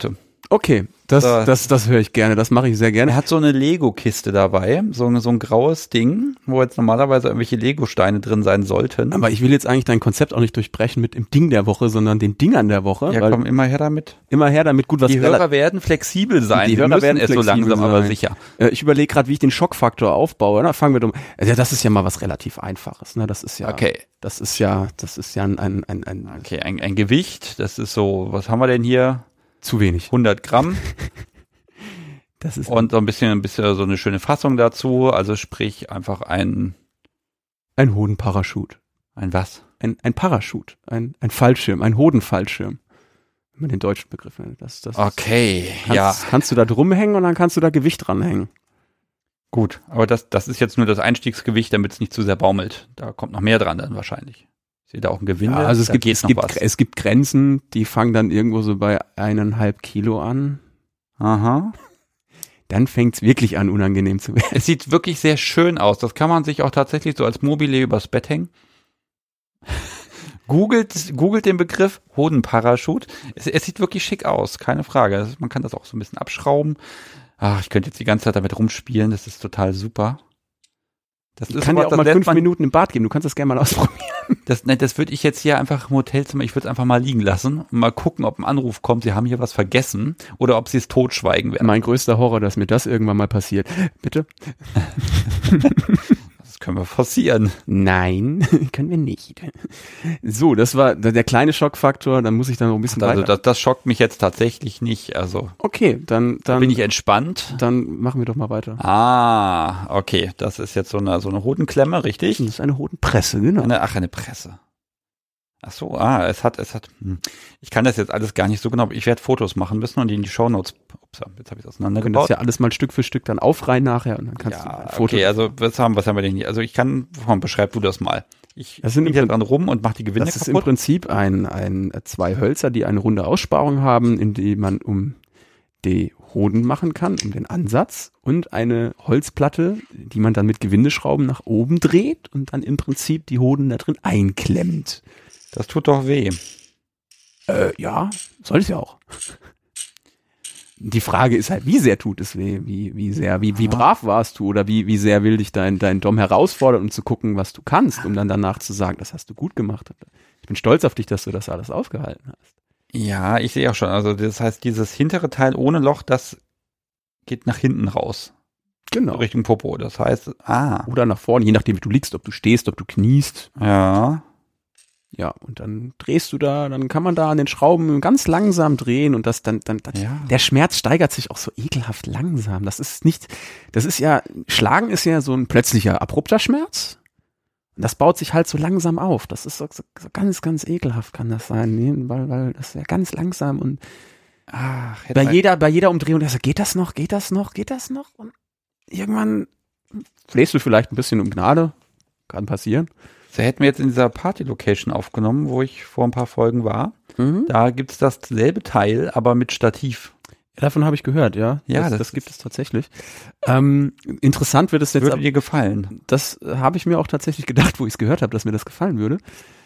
S2: Okay, das höre ich gerne, das mache ich sehr gerne.
S1: Er hat so eine Lego-Kiste dabei, so ein graues Ding, wo jetzt normalerweise irgendwelche Lego-Steine drin sein sollten.
S2: Aber ich will jetzt eigentlich dein Konzept auch nicht durchbrechen mit dem Ding der Woche, sondern den Dingern der Woche.
S1: Ja, komm, immer her damit.
S2: Immer her damit, gut, was
S1: die Hörer werden flexibel sein.
S2: Die Hörer werden es so langsam,
S1: aber sicher.
S2: Ich überlege gerade, wie ich den Schockfaktor aufbaue. Na, fangen wir doch. Ja, das ist ja mal was relativ Einfaches. Ne? Das ist ja.
S1: Okay.
S2: Das ist ja ein.
S1: Okay, ein Gewicht. Das ist so. Was haben wir denn hier?
S2: Zu wenig.
S1: 100 Gramm.
S2: Das ist
S1: und so ein bisschen so eine schöne Fassung dazu. Also sprich einfach ein
S2: Hodenparachut.
S1: Ein was?
S2: Ein Parachut. Ein Fallschirm. Ein Hodenfallschirm. Wenn man den deutschen Begriff nennt.
S1: Okay,
S2: Kannst du da drum hängen und dann kannst du da Gewicht dranhängen.
S1: Gut, aber das ist jetzt nur das Einstiegsgewicht, damit es nicht zu sehr baumelt. Da kommt noch mehr dran dann wahrscheinlich. Ich sehe da auch ein Gewinde.
S2: Ja, also es gibt Grenzen, die fangen dann irgendwo so bei 1,5 Kilo an.
S1: Aha.
S2: Dann fängt's wirklich an, unangenehm zu werden.
S1: Es sieht wirklich sehr schön aus. Das kann man sich auch tatsächlich so als Mobile übers Bett hängen. Googelt den Begriff Hodenparachut. Es sieht wirklich schick aus, keine Frage. Man kann das auch so ein bisschen abschrauben. Ach, ich könnte jetzt die ganze Zeit damit rumspielen. Das ist total super.
S2: Ich kann dir auch mal 5 Minuten im Bad geben. Du kannst das gerne mal ausprobieren.
S1: Das würde ich jetzt hier einfach im Hotelzimmer, ich würde es einfach mal liegen lassen und mal gucken, ob ein Anruf kommt, sie haben hier was vergessen oder ob sie es totschweigen werden.
S2: Mein größter Horror, dass mir das irgendwann mal passiert. Bitte?
S1: Das können wir forcieren.
S2: Nein, können wir nicht. So, das war der kleine Schockfaktor, dann muss ich dann noch ein bisschen weiter.
S1: Also das schockt mich jetzt tatsächlich nicht. Also
S2: okay, dann
S1: bin ich entspannt.
S2: Dann machen wir doch mal weiter.
S1: Ah, okay, das ist jetzt so eine Hodenklemme, richtig?
S2: Das ist eine Hodenpresse, genau.
S1: Eine Presse. Ach so, es hat. Ich kann das jetzt alles gar nicht so genau. Ich werde Fotos machen müssen und die in die Shownotes. Ups, jetzt habe ich es auseinandergebaut.
S2: Du kannst das ja alles mal Stück für Stück dann aufreihen nachher und dann kannst du ein Foto.
S1: Okay, also was haben wir denn hier? Also ich kann, beschreib du das mal. Ich
S2: bin
S1: hier dran rum und mache die Gewinde kaputt.
S2: Das ist im Prinzip zwei Hölzer, die eine runde Aussparung haben, in die man um die Hoden machen kann, um den Ansatz, und eine Holzplatte, die man dann mit Gewindeschrauben nach oben dreht und dann im Prinzip die Hoden da drin einklemmt.
S1: Das tut doch weh.
S2: Ja, soll es ja auch. Die Frage ist halt, wie sehr tut es weh? Wie brav warst du? Oder wie sehr will dich dein Dom herausfordern, um zu gucken, was du kannst, um dann danach zu sagen, das hast du gut gemacht. Ich bin stolz auf dich, dass du das alles ausgehalten hast.
S1: Ja, ich sehe auch schon. Also das heißt, dieses hintere Teil ohne Loch, das geht nach hinten raus.
S2: Genau.
S1: Richtung Popo. Das heißt,
S2: oder nach vorne, je nachdem, wie du liegst, ob du stehst, ob du kniest.
S1: Ja.
S2: Ja, und dann drehst du dann kann man da an den Schrauben ganz langsam drehen und das dann der Schmerz steigert sich auch so ekelhaft langsam. Schlagen ist ja so ein plötzlicher, abrupter Schmerz. Und das baut sich halt so langsam auf. Das ist so ganz, ganz ekelhaft kann das sein, weil das ist ja ganz langsam und bei jeder Umdrehung, geht das noch? Und irgendwann flehst du vielleicht ein bisschen um Gnade. Kann passieren.
S1: Da hätten wir jetzt in dieser Party-Location aufgenommen, wo ich vor ein paar Folgen war. Mhm. Da gibt es dasselbe Teil, aber mit Stativ.
S2: Ja, davon habe ich gehört, ja.
S1: Ja,
S2: das gibt es tatsächlich. Interessant wird es jetzt.
S1: Würde dir gefallen?
S2: Das habe ich mir auch tatsächlich gedacht, wo ich es gehört habe, dass mir das gefallen würde.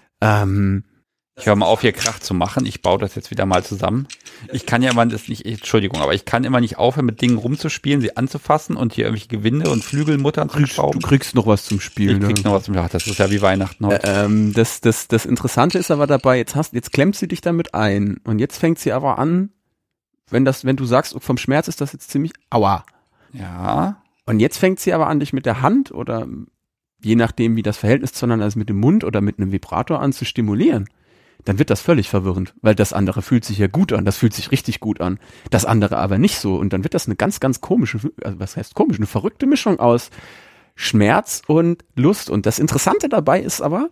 S1: Ich höre mal auf, hier Krach zu machen. Ich baue das jetzt wieder mal zusammen. Ich kann ja immer aber ich kann immer nicht aufhören, mit Dingen rumzuspielen, sie anzufassen und hier irgendwelche Gewinde und Flügelmuttern zu schrauben.
S2: Du kriegst noch was zum Spielen.
S1: Ich krieg noch was zum Spielen. Das ist ja wie Weihnachten heute.
S2: Das Interessante ist aber dabei, jetzt klemmt sie dich damit ein und jetzt fängt sie aber an, wenn du sagst, vom Schmerz ist das jetzt ziemlich aua.
S1: Ja.
S2: Und jetzt fängt sie aber an, dich mit der Hand oder je nachdem, wie das Verhältnis zueinander ist, mit dem Mund oder mit einem Vibrator an zu stimulieren. Dann wird das völlig verwirrend, weil das andere fühlt sich ja gut an, das fühlt sich richtig gut an, das andere aber nicht so und dann wird das eine ganz, ganz komische, also was heißt komisch, eine verrückte Mischung aus Schmerz und Lust und das Interessante dabei ist aber,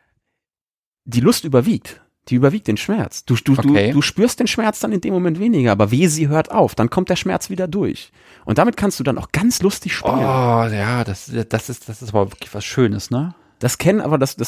S2: die Lust überwiegt den Schmerz. Du spürst den Schmerz dann in dem Moment weniger, aber wehe, sie hört auf, dann kommt der Schmerz wieder durch und damit kannst du dann auch ganz lustig spielen.
S1: Oh ja, das ist aber wirklich was Schönes, ne?
S2: Das kennt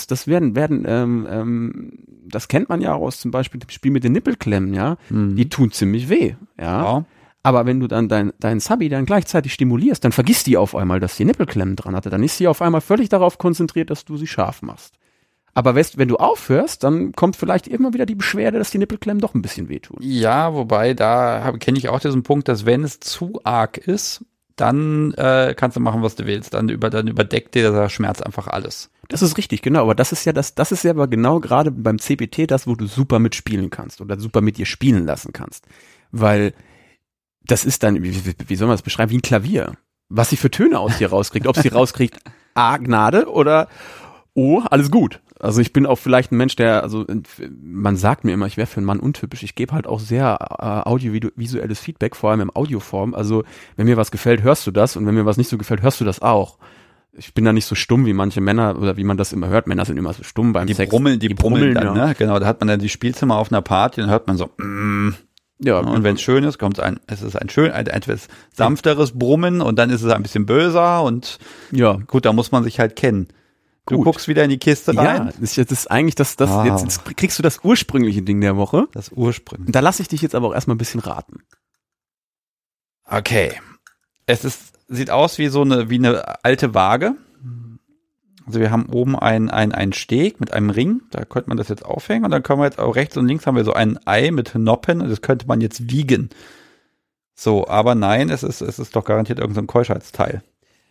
S2: man ja aus zum Beispiel dem Spiel mit den Nippelklemmen, ja. Mhm. Die tun ziemlich weh, ja. Aber wenn du dann deinen Subby dann gleichzeitig stimulierst, dann vergisst die auf einmal, dass die Nippelklemmen dran hatte. Dann ist sie auf einmal völlig darauf konzentriert, dass du sie scharf machst. Aber wenn du aufhörst, dann kommt vielleicht irgendwann wieder die Beschwerde, dass die Nippelklemmen doch ein bisschen wehtun.
S1: Ja, wobei, da kenne ich auch diesen Punkt, dass wenn es zu arg ist, dann kannst du machen, was du willst. Dann überdeckt dir der Schmerz einfach alles.
S2: Das ist richtig, genau. Aber das ist ja aber genau gerade beim CBT das, wo du super mitspielen kannst oder super mit dir spielen lassen kannst. Weil das ist dann, wie soll man das beschreiben, wie ein Klavier. Was sie für Töne aus dir rauskriegt. Ob sie rauskriegt, A, Gnade oder O, alles gut. Also ich bin auch vielleicht ein Mensch, man sagt mir immer, ich wäre für einen Mann untypisch. Ich gebe halt auch sehr audiovisuelles Feedback, vor allem im Audioform. Also wenn mir was gefällt, hörst du das und wenn mir was nicht so gefällt, hörst du das auch. Ich bin da nicht so stumm wie manche Männer oder wie man das immer hört. Männer sind immer so stumm beim Sex.
S1: Die brummeln dann, ja. Ne? Genau, da hat man dann die Spielzimmer auf einer Party und hört man so, Ja, und wenn es schön ist, es ist ein etwas sanfteres Brummen und dann ist es ein bisschen böser und ja, gut, da muss man sich halt kennen. Du guckst wieder in die Kiste rein.
S2: Ja, das ist eigentlich jetzt kriegst du das ursprüngliche Ding der Woche.
S1: Das ursprüngliche.
S2: Da lasse ich dich jetzt aber auch erstmal ein bisschen raten.
S1: Okay. Sieht aus wie eine alte Waage. Also wir haben oben einen Steg mit einem Ring, da könnte man das jetzt aufhängen und dann können wir jetzt auch rechts und links haben wir so ein Ei mit Noppen und das könnte man jetzt wiegen. So, aber nein, es ist doch garantiert irgendein Keuschheitsteil.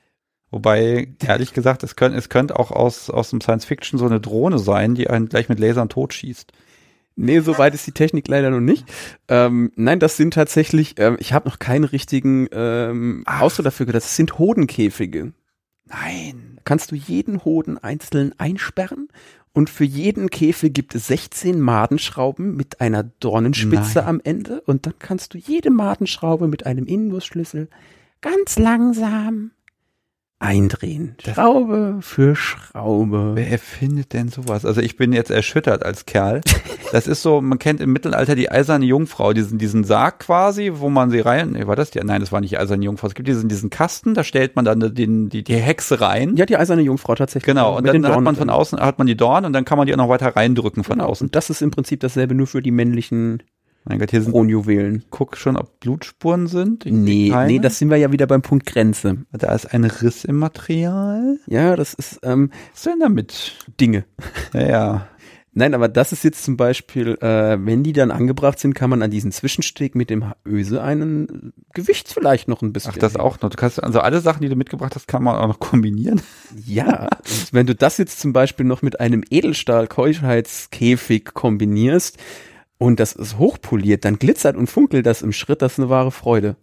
S1: Wobei, ehrlich gesagt, es könnte auch aus dem Science-Fiction so eine Drohne sein, die einen gleich mit Lasern totschießt.
S2: Nee, so weit ist die Technik leider noch nicht. Nein, das sind tatsächlich, ich habe noch keinen richtigen Ausdruck dafür gehört, das sind Hodenkäfige.
S1: Nein.
S2: Kannst du jeden Hoden einzeln einsperren und für jeden Käfig gibt es 16 Madenschrauben mit einer Dornenspitze am Ende und dann kannst du jede Madenschraube mit einem Inbusschlüssel ganz langsam eindrehen. Schraube für Schraube.
S1: Wer erfindet denn sowas? Also ich bin jetzt erschüttert als Kerl. Das ist so, man kennt im Mittelalter die eiserne Jungfrau, diesen Sarg quasi, wo man sie rein, war das die? Nein, das war nicht die eiserne Jungfrau. Es gibt diesen Kasten, da stellt man dann die Hexe rein.
S2: Ja, die eiserne Jungfrau tatsächlich.
S1: Genau, und dann hat man von außen, die Dornen und dann kann man die auch noch weiter reindrücken von außen.
S2: Und das ist im Prinzip dasselbe nur für die männlichen
S1: Mein Gott, hier sind Kronjuwelen. Guck schon, ob Blutspuren sind.
S2: Nee, das sind wir ja wieder beim Punkt Grenze.
S1: Da ist ein Riss im Material.
S2: Ja, das ist,
S1: was ist denn damit?
S2: Dinge.
S1: Ja.
S2: Nein, aber das ist jetzt zum Beispiel, wenn die dann angebracht sind, kann man an diesen Zwischensteg mit dem Öse einen Gewicht vielleicht noch ein bisschen.
S1: Ach, das auch noch. Du kannst, also alle Sachen, die du mitgebracht hast, kann man auch noch kombinieren.
S2: Ja, und wenn du das jetzt zum Beispiel noch mit einem Edelstahl-Keuschheitskäfig kombinierst, und das ist hochpoliert, dann glitzert und funkelt das im Schritt, das ist eine wahre Freude.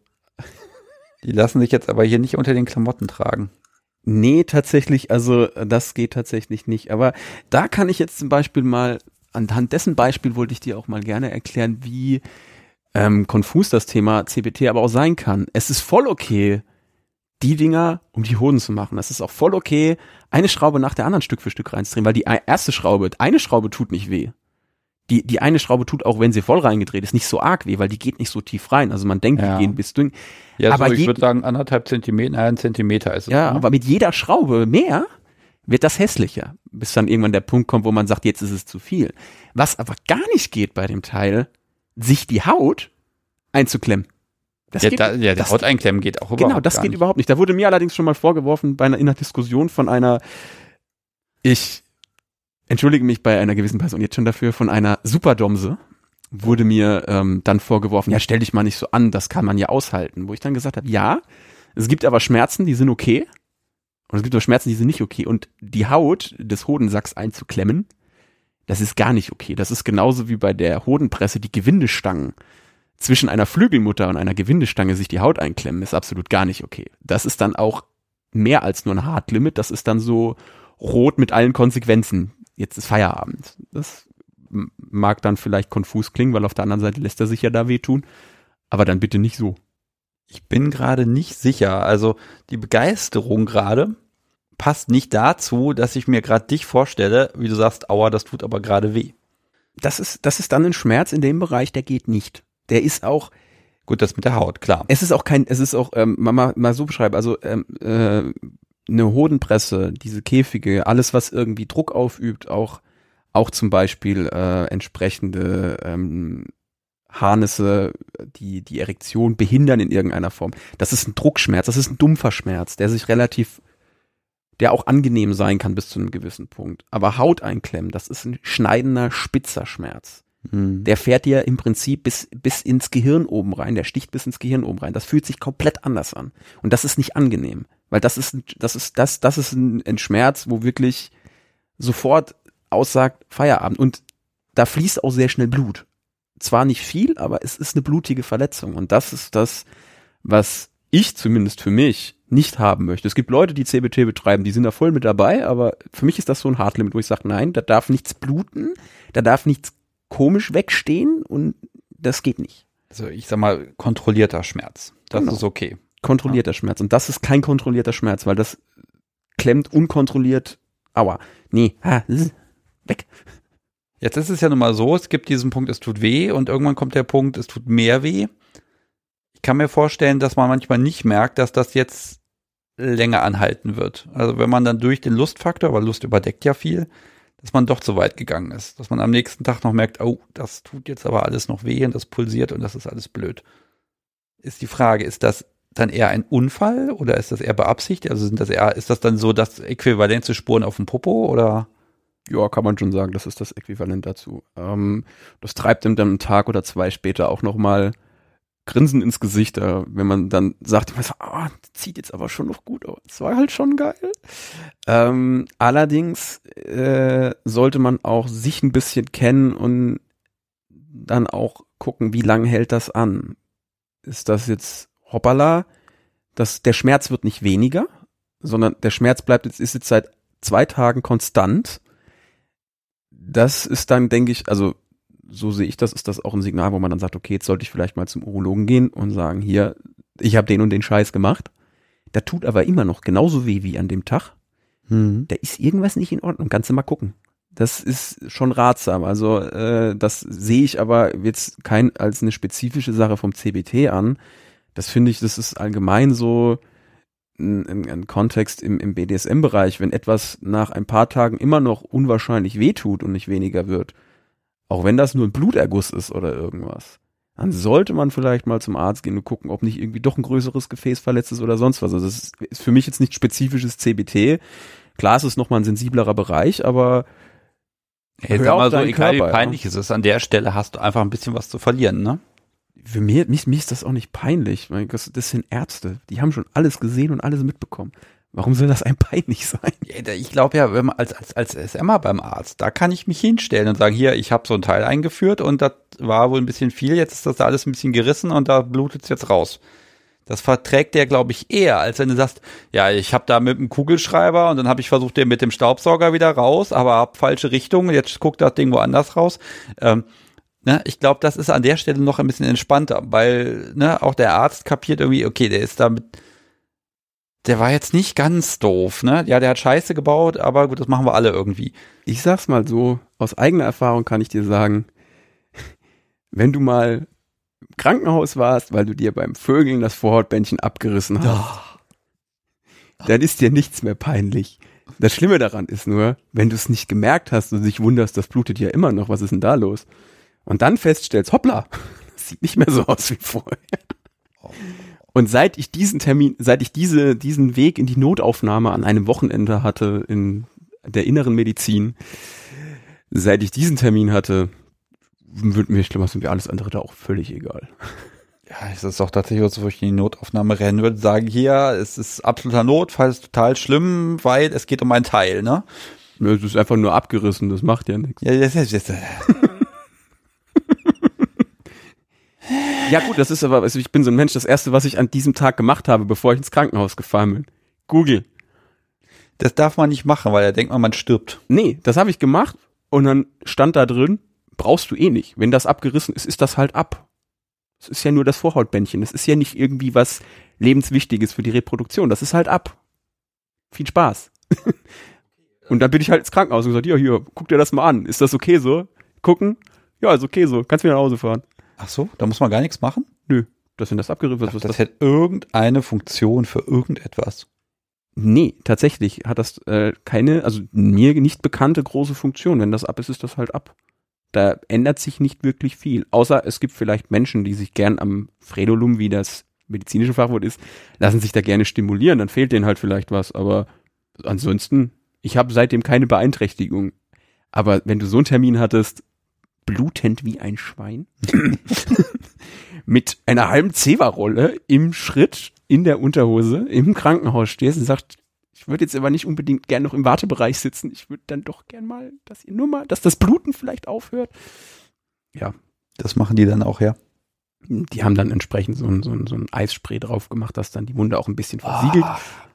S1: Die lassen sich jetzt aber hier nicht unter den Klamotten tragen.
S2: Nee, tatsächlich, also das geht tatsächlich nicht. Aber da kann ich jetzt zum Beispiel mal, anhand dessen Beispiel wollte ich dir auch mal gerne erklären, wie konfus das Thema CBT aber auch sein kann. Es ist voll okay, die Dinger um die Hoden zu machen. Es ist auch voll okay, eine Schraube nach der anderen Stück für Stück reinzudrehen, weil die erste Schraube, eine Schraube tut nicht weh. Die eine Schraube tut, auch wenn sie voll reingedreht ist, nicht so arg weh, weil die geht nicht so tief rein. Also man denkt, die gehen bis dünn.
S1: Ja, aber so, ich würde sagen 1,5 Zentimeter, 1 Zentimeter ist es.
S2: Ja, aber mit jeder Schraube mehr wird das hässlicher, bis dann irgendwann der Punkt kommt, wo man sagt, jetzt ist es zu viel. Was aber gar nicht geht bei dem Teil, sich die Haut einzuklemmen.
S1: Der Haut einklemmen geht auch überhaupt nicht.
S2: Genau, das geht überhaupt nicht. Da wurde mir allerdings schon mal vorgeworfen in einer Diskussion von einer, ich entschuldige mich bei einer gewissen Person jetzt schon dafür, von einer Superdomse wurde mir dann vorgeworfen, ja, stell dich mal nicht so an, das kann man ja aushalten. Wo ich dann gesagt habe, ja, es gibt aber Schmerzen, die sind okay und es gibt aber Schmerzen, die sind nicht okay. Und die Haut des Hodensacks einzuklemmen, das ist gar nicht okay. Das ist genauso wie bei der Hodenpresse die Gewindestangen. Zwischen einer Flügelmutter und einer Gewindestange sich die Haut einklemmen, ist absolut gar nicht okay. Das ist dann auch mehr als nur ein Hardlimit, das ist dann so rot mit allen Konsequenzen. Jetzt ist Feierabend. Das mag dann vielleicht konfus klingen, weil auf der anderen Seite lässt er sich ja da wehtun. Aber dann bitte nicht so.
S1: Ich bin gerade nicht sicher. Also die Begeisterung gerade passt nicht dazu, dass ich mir gerade dich vorstelle, wie du sagst, aua, das tut aber gerade weh.
S2: Das ist dann ein Schmerz in dem Bereich, der geht nicht. Der ist auch.
S1: Gut, das mit der Haut, klar.
S2: Es ist auch, mal so beschreiben, also eine Hodenpresse, diese Käfige, alles, was irgendwie Druck aufübt, auch zum Beispiel entsprechende Harnisse, die Erektion behindern in irgendeiner Form. Das ist ein Druckschmerz, das ist ein dumpfer Schmerz, der sich relativ der auch angenehm sein kann bis zu einem gewissen Punkt. Aber Haut einklemmen, das ist ein schneidender, spitzer Schmerz. Der fährt dir im Prinzip bis ins Gehirn oben rein, der sticht bis ins Gehirn oben rein. Das fühlt sich komplett anders an. Und das ist nicht angenehm, weil das ist ein Schmerz, wo wirklich sofort aussagt Feierabend. Und da fließt auch sehr schnell Blut. Zwar nicht viel, aber es ist eine blutige Verletzung. Und das ist das, was ich zumindest für mich nicht haben möchte. Es gibt Leute, die CBT betreiben, die sind da voll mit dabei, aber für mich ist das so ein Hardlimit, wo ich sage, nein, da darf nichts bluten, da darf nichts komisch wegstehen und das geht nicht.
S1: Also ich sag mal, kontrollierter Schmerz. Das
S2: Genau.
S1: ist okay.
S2: Kontrollierter Schmerz. Und das ist kein kontrollierter Schmerz, weil das klemmt unkontrolliert. Aua. Nee. Weg.
S1: Jetzt ist es ja nun mal so, es gibt diesen Punkt, es tut weh und irgendwann kommt der Punkt, es tut mehr weh. Ich kann mir vorstellen, dass man manchmal nicht merkt, dass das jetzt länger anhalten wird. Also wenn man dann durch den Lustfaktor, weil Lust überdeckt ja viel, dass man doch zu weit gegangen ist. Dass man am nächsten Tag noch merkt, oh, das tut jetzt aber alles noch weh und das pulsiert und das ist alles blöd. Ist die Frage, ist das dann eher ein Unfall oder ist das eher beabsichtigt? Also ist das dann so das Äquivalent zu Spuren auf dem Popo oder?
S2: Ja, kann man schon sagen, das ist das Äquivalent dazu. Das treibt ihm dann einen Tag oder zwei später auch nochmal Grinsen ins Gesicht, wenn man dann sagt, zieht jetzt aber schon noch gut aus. Das war halt schon geil. Allerdings sollte man auch sich ein bisschen kennen und dann auch gucken, wie lange hält das an. Ist das jetzt hoppala, der Schmerz wird nicht weniger, sondern der Schmerz ist jetzt seit 2 Tagen konstant. Das ist dann, denke ich, also so sehe ich das, ist das auch ein Signal, wo man dann sagt, okay, jetzt sollte ich vielleicht mal zum Urologen gehen und sagen, hier, ich habe den und den Scheiß gemacht. Da tut aber immer noch genauso weh wie an dem Tag. Da ist irgendwas nicht in Ordnung. Kannst du mal gucken. Das ist schon ratsam. Also das sehe ich aber jetzt als eine spezifische Sache vom CBT an. Das finde ich, das ist allgemein so ein Kontext im BDSM-Bereich. Wenn etwas nach ein paar Tagen immer noch unwahrscheinlich wehtut und nicht weniger wird, auch wenn das nur ein Bluterguss ist oder irgendwas, dann sollte man vielleicht mal zum Arzt gehen und gucken, ob nicht irgendwie doch ein größeres Gefäß verletzt ist oder sonst was. Also das ist für mich jetzt nicht spezifisches CBT. Klar, es ist nochmal ein sensiblerer Bereich, aber
S1: Hey, sag mal so, egal wie peinlich es ist, an der Stelle hast du einfach ein bisschen was zu verlieren, ne?
S2: Für mich ist das auch nicht peinlich. Das sind Ärzte, die haben schon alles gesehen und alles mitbekommen. Warum soll das einem peinlich sein?
S1: Ich glaube ja, wenn man als SMer beim Arzt, da kann ich mich hinstellen und sagen, hier, ich habe so ein Teil eingeführt und das war wohl ein bisschen viel, jetzt ist das da alles ein bisschen gerissen und da blutet es jetzt raus. Das verträgt der, glaube ich, eher, als wenn du sagst, ja, ich habe da mit dem Kugelschreiber und dann habe ich versucht, den mit dem Staubsauger wieder raus, aber ab falsche Richtung, jetzt guckt das Ding woanders raus. Ich glaube, das ist an der Stelle noch ein bisschen entspannter, weil auch der Arzt kapiert irgendwie, okay, der war jetzt nicht ganz doof, ne? Ja, der hat Scheiße gebaut, aber gut, das machen wir alle irgendwie.
S2: Ich sag's mal so, aus eigener Erfahrung kann ich dir sagen, wenn du mal im Krankenhaus warst, weil du dir beim Vögeln das Vorhautbändchen abgerissen hast, dann ist dir nichts mehr peinlich. Das Schlimme daran ist nur, wenn du es nicht gemerkt hast und dich wunderst, das blutet ja immer noch, was ist denn da los? Und dann feststellst, hoppla, das sieht nicht mehr so aus wie vorher. Und seit ich diesen Weg in die Notaufnahme an einem Wochenende hatte in der inneren Medizin, seit ich diesen Termin hatte, ich glaube, sind mir alles andere da auch völlig egal.
S1: Ja, es ist doch tatsächlich so, wo ich in die Notaufnahme rennen würde, sagen, hier, es ist absoluter Notfall, es ist total schlimm, weil es geht um ein Teil, ne?
S2: Es ist einfach nur abgerissen, das macht ja nichts.
S1: Ja, das ist
S2: Ja gut, das ist aber, also ich bin so ein Mensch, das Erste, was ich an diesem Tag gemacht habe, bevor ich ins Krankenhaus gefahren bin, Google.
S1: Das darf man nicht machen, weil da denkt man stirbt.
S2: Nee, das habe ich gemacht und dann stand da drin, brauchst du eh nicht. Wenn das abgerissen ist, ist das halt ab. Es ist ja nur das Vorhautbändchen. Es ist ja nicht irgendwie was Lebenswichtiges für die Reproduktion. Das ist halt ab. Viel Spaß. Und dann bin ich halt ins Krankenhaus und gesagt, ja, hier, guck dir das mal an. Ist das okay so? Gucken? Ja, ist okay so. Kannst wieder nach Hause fahren.
S1: Ach so, da muss man gar nichts machen?
S2: Nö, wenn das abgerissen wird.
S1: Das hätte irgendeine Funktion für irgendetwas.
S2: Nee, tatsächlich hat das keine, also mir nicht bekannte große Funktion. Wenn das ab ist, ist das halt ab. Da ändert sich nicht wirklich viel. Außer es gibt vielleicht Menschen, die sich gern am Frenulum, wie das medizinische Fachwort ist, lassen sich da gerne stimulieren. Dann fehlt denen halt vielleicht was. Aber ansonsten, ich habe seitdem keine Beeinträchtigung. Aber wenn du so einen Termin hattest, blutend wie ein Schwein, mit einer halben Zewa-Rolle im Schritt in der Unterhose im Krankenhaus stehst und sagst, ich würde jetzt aber nicht unbedingt gern noch im Wartebereich sitzen. Ich würde dann doch gern mal, dass das Bluten vielleicht aufhört. Ja.
S1: Das machen die dann auch, ja.
S2: Die haben dann entsprechend so ein Eisspray drauf gemacht, das dann die Wunde auch ein bisschen versiegelt.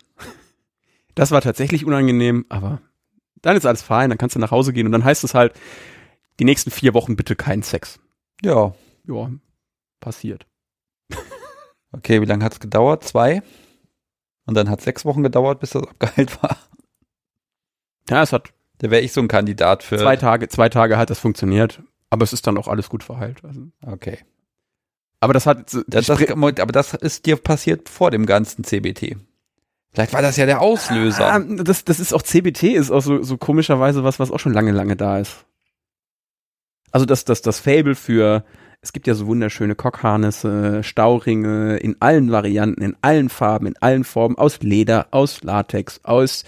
S2: Das war tatsächlich unangenehm, aber dann ist alles fein, dann kannst du nach Hause gehen und dann heißt es halt, die nächsten 4 Wochen bitte keinen Sex.
S1: Ja.
S2: Ja, passiert.
S1: Okay, wie lange hat es gedauert? 2? Und dann hat es 6 Wochen gedauert, bis das abgeheilt war.
S2: Ja, es hat.
S1: Da wäre ich so ein Kandidat für.
S2: 2 Tage hat das funktioniert, aber es ist dann auch alles gut verheilt. Also.
S1: Okay.
S2: Aber das hat.
S1: Aber das ist dir passiert vor dem ganzen CBT. Vielleicht war das ja der Auslöser.
S2: Das ist auch CBT, ist auch so komischerweise was auch schon lange da ist. Also das Faible für, es gibt ja so wunderschöne Cockharnisse, Stauringe in allen Varianten, in allen Farben, in allen Formen, aus Leder, aus Latex, aus,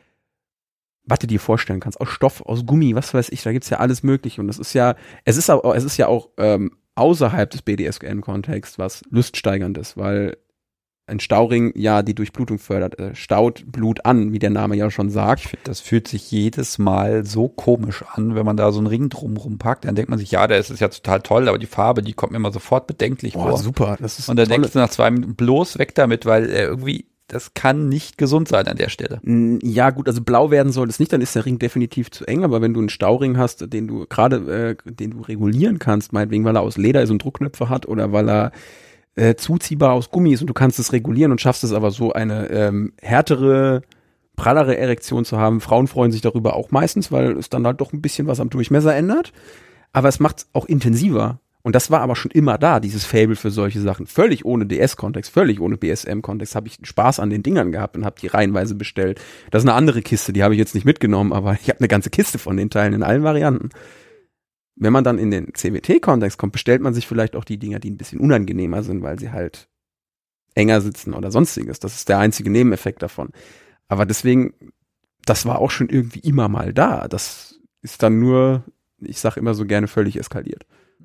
S2: was du dir vorstellen kannst, aus Stoff, aus Gummi, was weiß ich, da gibt's ja alles Mögliche. Und es ist ja auch außerhalb des BDSM-Kontexts was Luststeigerndes, weil ein Stauring ja die Durchblutung fördert, staut Blut an, wie der Name ja schon sagt.
S1: Ich finde, das fühlt sich jedes Mal so komisch an, wenn man da so einen Ring drumrum packt. Dann denkt man sich, ja, das ist ja total toll, aber die Farbe, die kommt mir immer sofort bedenklich vor.
S2: Super. Das ist
S1: und dann denkst du nach 2 Minuten bloß weg damit, weil irgendwie, das kann nicht gesund sein an der Stelle.
S2: Ja gut, also blau werden soll es nicht, dann ist der Ring definitiv zu eng, aber wenn du einen Stauring hast, den du regulieren kannst, meinetwegen, weil er aus Leder ist und Druckknöpfe hat oder weil er zuziehbar aus Gummi ist und du kannst es regulieren und schaffst es aber so eine härtere, prallere Erektion zu haben. Frauen freuen sich darüber auch meistens, weil es dann halt doch ein bisschen was am Durchmesser ändert. Aber es macht es auch intensiver. Und das war aber schon immer da, dieses Faible für solche Sachen. Völlig ohne DS-Kontext, völlig ohne BSM-Kontext habe ich Spaß an den Dingern gehabt und habe die reihenweise bestellt. Das ist eine andere Kiste, die habe ich jetzt nicht mitgenommen, aber ich habe eine ganze Kiste von den Teilen in allen Varianten. Wenn man dann in den CBT-Kontext kommt, bestellt man sich vielleicht auch die Dinger, die ein bisschen unangenehmer sind, weil sie halt enger sitzen oder sonstiges. Das ist der einzige Nebeneffekt davon. Aber deswegen, das war auch schon irgendwie immer mal da. Das ist dann nur, ich sage immer so gerne, völlig eskaliert.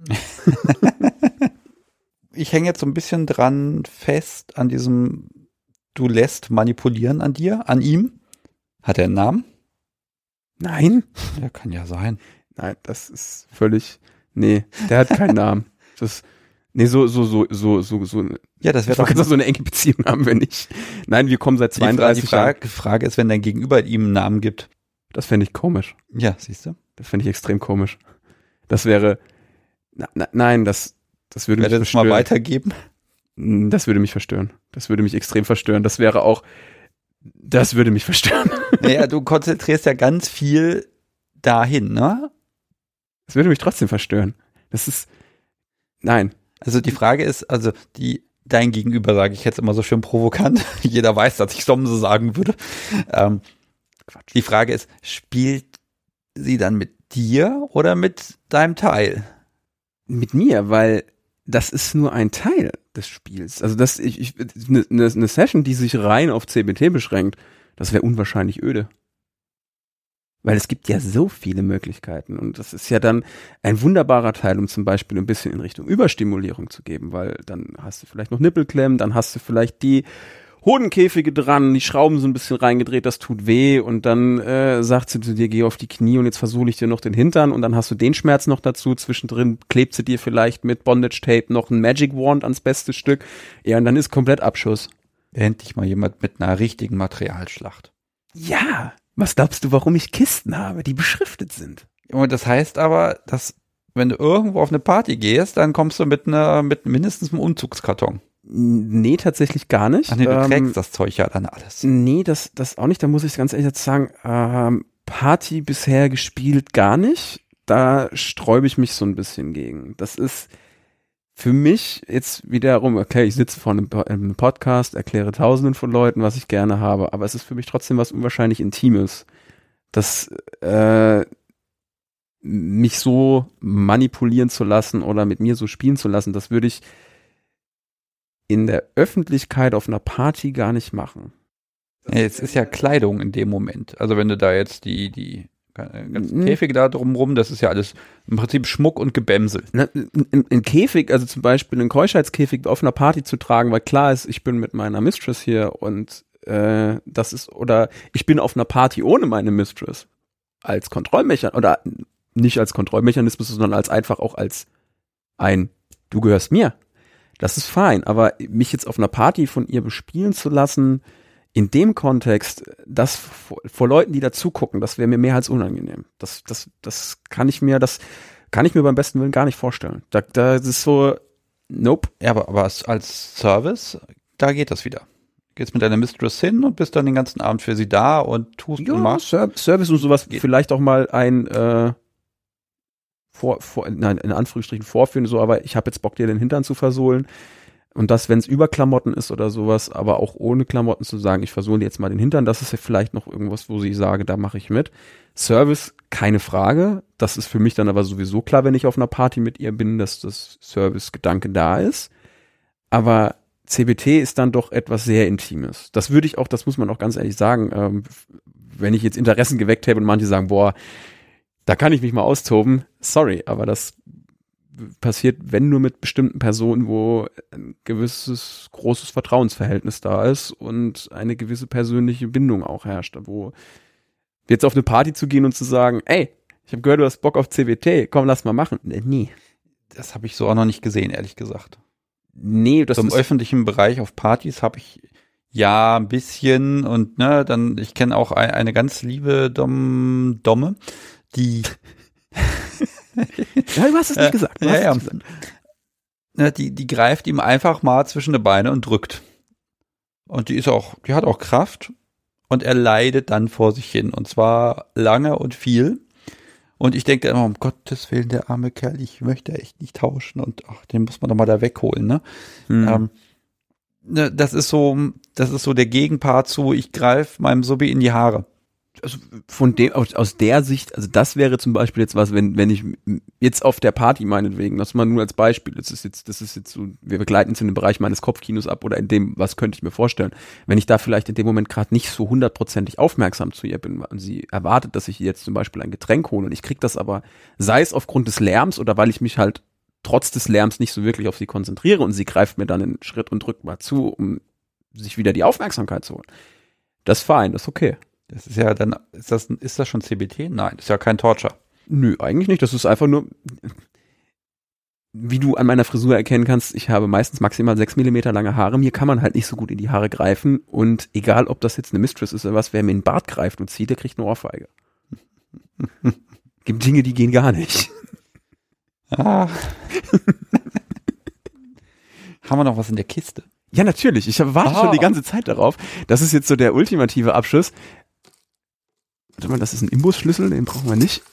S1: Ich hänge jetzt so ein bisschen dran fest an diesem, du lässt manipulieren an dir, an ihm. Hat er einen Namen?
S2: Nein.
S1: Ja, kann ja sein.
S2: Nein, das ist völlig, nee, der hat keinen Namen. So.
S1: Ja, das wäre
S2: doch so eine enge Beziehung haben wir nicht. Nein, wir kommen seit 32 Jahren.
S1: Die Frage ist, wenn dein Gegenüber ihm einen Namen gibt.
S2: Das fände ich komisch.
S1: Ja, siehst du?
S2: Das fände ich extrem komisch. Das wäre, nein, das würde mich verstören.
S1: Mal weitergeben?
S2: Das würde mich verstören. Das würde mich extrem verstören. Das würde mich verstören.
S1: Naja, du konzentrierst ja ganz viel dahin, ne?
S2: Das würde mich trotzdem verstören. Nein.
S1: Also die Frage ist, dein Gegenüber, sage ich jetzt immer so schön provokant, jeder weiß, dass ich so sagen würde. Quatsch. Die Frage ist, spielt sie dann mit dir oder mit deinem Teil?
S2: Mit mir, weil das ist nur ein Teil des Spiels. Also eine Session, die sich rein auf CBT beschränkt, das wäre unwahrscheinlich öde. Weil es gibt ja so viele Möglichkeiten und das ist ja dann ein wunderbarer Teil, um zum Beispiel ein bisschen in Richtung Überstimulierung zu geben, weil dann hast du vielleicht noch Nippelklemmen, dann hast du vielleicht die Hodenkäfige dran, die Schrauben so ein bisschen reingedreht, das tut weh und dann sagt sie zu dir, geh auf die Knie und jetzt versohle ich dir noch den Hintern und dann hast du den Schmerz noch dazu, zwischendrin klebt sie dir vielleicht mit Bondage Tape noch ein Magic Wand ans beste Stück, ja und dann ist komplett Abschuss.
S1: Endlich mal jemand mit einer richtigen Materialschlacht.
S2: Ja, was glaubst du, warum ich Kisten habe, die beschriftet sind?
S1: Und das heißt aber, dass wenn du irgendwo auf eine Party gehst, dann kommst du mit mindestens einem Umzugskarton.
S2: Nee, tatsächlich gar nicht.
S1: Ach nee, du trägst das Zeug ja dann alles.
S2: Nee, das auch nicht. Da muss ich ganz ehrlich jetzt sagen, Party bisher gespielt gar nicht. Da sträube ich mich so ein bisschen gegen. Das ist für mich jetzt wiederum, okay, ich sitze vor einem Podcast, erkläre Tausenden von Leuten, was ich gerne habe, aber es ist für mich trotzdem was unwahrscheinlich Intimes, das mich so manipulieren zu lassen oder mit mir so spielen zu lassen, das würde ich in der Öffentlichkeit auf einer Party gar nicht machen.
S1: Es ist ja Kleidung in dem Moment. Also wenn du da jetzt die ganzen Käfige da drumrum, das ist ja alles im Prinzip Schmuck und Gebämsel.
S2: Ein Käfig, also zum Beispiel einen Keuschheitskäfig auf einer Party zu tragen, weil klar ist, ich bin mit meiner Mistress hier und das ist, oder ich bin auf einer Party ohne meine Mistress als Kontrollmechanismus, oder nicht als Kontrollmechanismus, sondern als einfach auch als du gehörst mir. Das ist fein, aber mich jetzt auf einer Party von ihr bespielen zu lassen, in dem Kontext, das vor Leuten, die da zugucken, das wäre mir mehr als unangenehm. Das kann ich mir beim besten Willen gar nicht vorstellen. Da ist so, nope.
S1: Ja, aber als Service, da geht das wieder. Gehst mit deiner Mistress hin und bist dann den ganzen Abend für sie da und tust und machst.
S2: Service und sowas, vielleicht auch mal ein in Anführungsstrichen vorführen, so, aber ich habe jetzt Bock, dir den Hintern zu versohlen. Und das, wenn es über Klamotten ist oder sowas, aber auch ohne Klamotten zu sagen, ich versohle jetzt mal den Hintern, das ist ja vielleicht noch irgendwas, wo ich sage, da mache ich mit. Service, keine Frage. Das ist für mich dann aber sowieso klar, wenn ich auf einer Party mit ihr bin, dass das Service-Gedanke da ist. Aber CBT ist dann doch etwas sehr Intimes. Das würde ich auch, das muss man auch ganz ehrlich sagen, wenn ich jetzt Interessen geweckt habe und manche sagen, boah, da kann ich mich mal austoben. Sorry, aber das passiert, wenn nur mit bestimmten Personen, wo ein gewisses großes Vertrauensverhältnis da ist und eine gewisse persönliche Bindung auch herrscht, wo jetzt auf eine Party zu gehen und zu sagen, ey, ich habe gehört, du hast Bock auf CBT, komm, lass mal machen. Nee.
S1: Das habe ich so auch noch nicht gesehen, ehrlich gesagt.
S2: Nee, das
S1: so im öffentlichen Bereich auf Partys habe ich ja ein bisschen und dann, ich kenne auch eine ganz liebe Domme, die
S2: ja, du hast es nicht gesagt.
S1: Die greift ihm einfach mal zwischen die Beine und drückt. Und die hat auch Kraft und er leidet dann vor sich hin. Und zwar lange und viel. Und ich denke immer, um Gottes Willen, der arme Kerl, ich möchte echt nicht tauschen und den muss man doch mal da wegholen, ne? Das ist so der Gegenpart zu, ich greife meinem Subbi in die Haare.
S2: Also aus der Sicht, also das wäre zum Beispiel jetzt was, wenn ich jetzt auf der Party meinetwegen, das mal nur als Beispiel, das ist jetzt so, wir begleiten es in dem Bereich meines Kopfkinos ab oder in dem, was könnte ich mir vorstellen, wenn ich da vielleicht in dem Moment gerade nicht so 100%ig aufmerksam zu ihr bin und sie erwartet, dass ich ihr jetzt zum Beispiel ein Getränk hole und ich krieg das aber, sei es aufgrund des Lärms oder weil ich mich halt trotz des Lärms nicht so wirklich auf sie konzentriere und sie greift mir dann einen Schritt und drückt mal zu, um sich wieder die Aufmerksamkeit zu holen. Das ist fein, das ist okay.
S1: Das ist ja dann, ist das schon CBT? Nein, das ist ja kein Torture.
S2: Nö, eigentlich nicht. Das ist einfach nur, wie du an meiner Frisur erkennen kannst, ich habe meistens maximal 6 Millimeter lange Haare. Mir kann man halt nicht so gut in die Haare greifen. Und egal, ob das jetzt eine Mistress ist oder was, wer mir in den Bart greift und zieht, der kriegt eine Ohrfeige. Gibt Dinge, die gehen gar nicht.
S1: Ah. Haben wir noch was in der Kiste?
S2: Ja, natürlich. Ich warte schon die ganze Zeit darauf. Das ist jetzt so der ultimative Abschluss. Warte mal, das ist ein Imbusschlüssel, den brauchen wir nicht.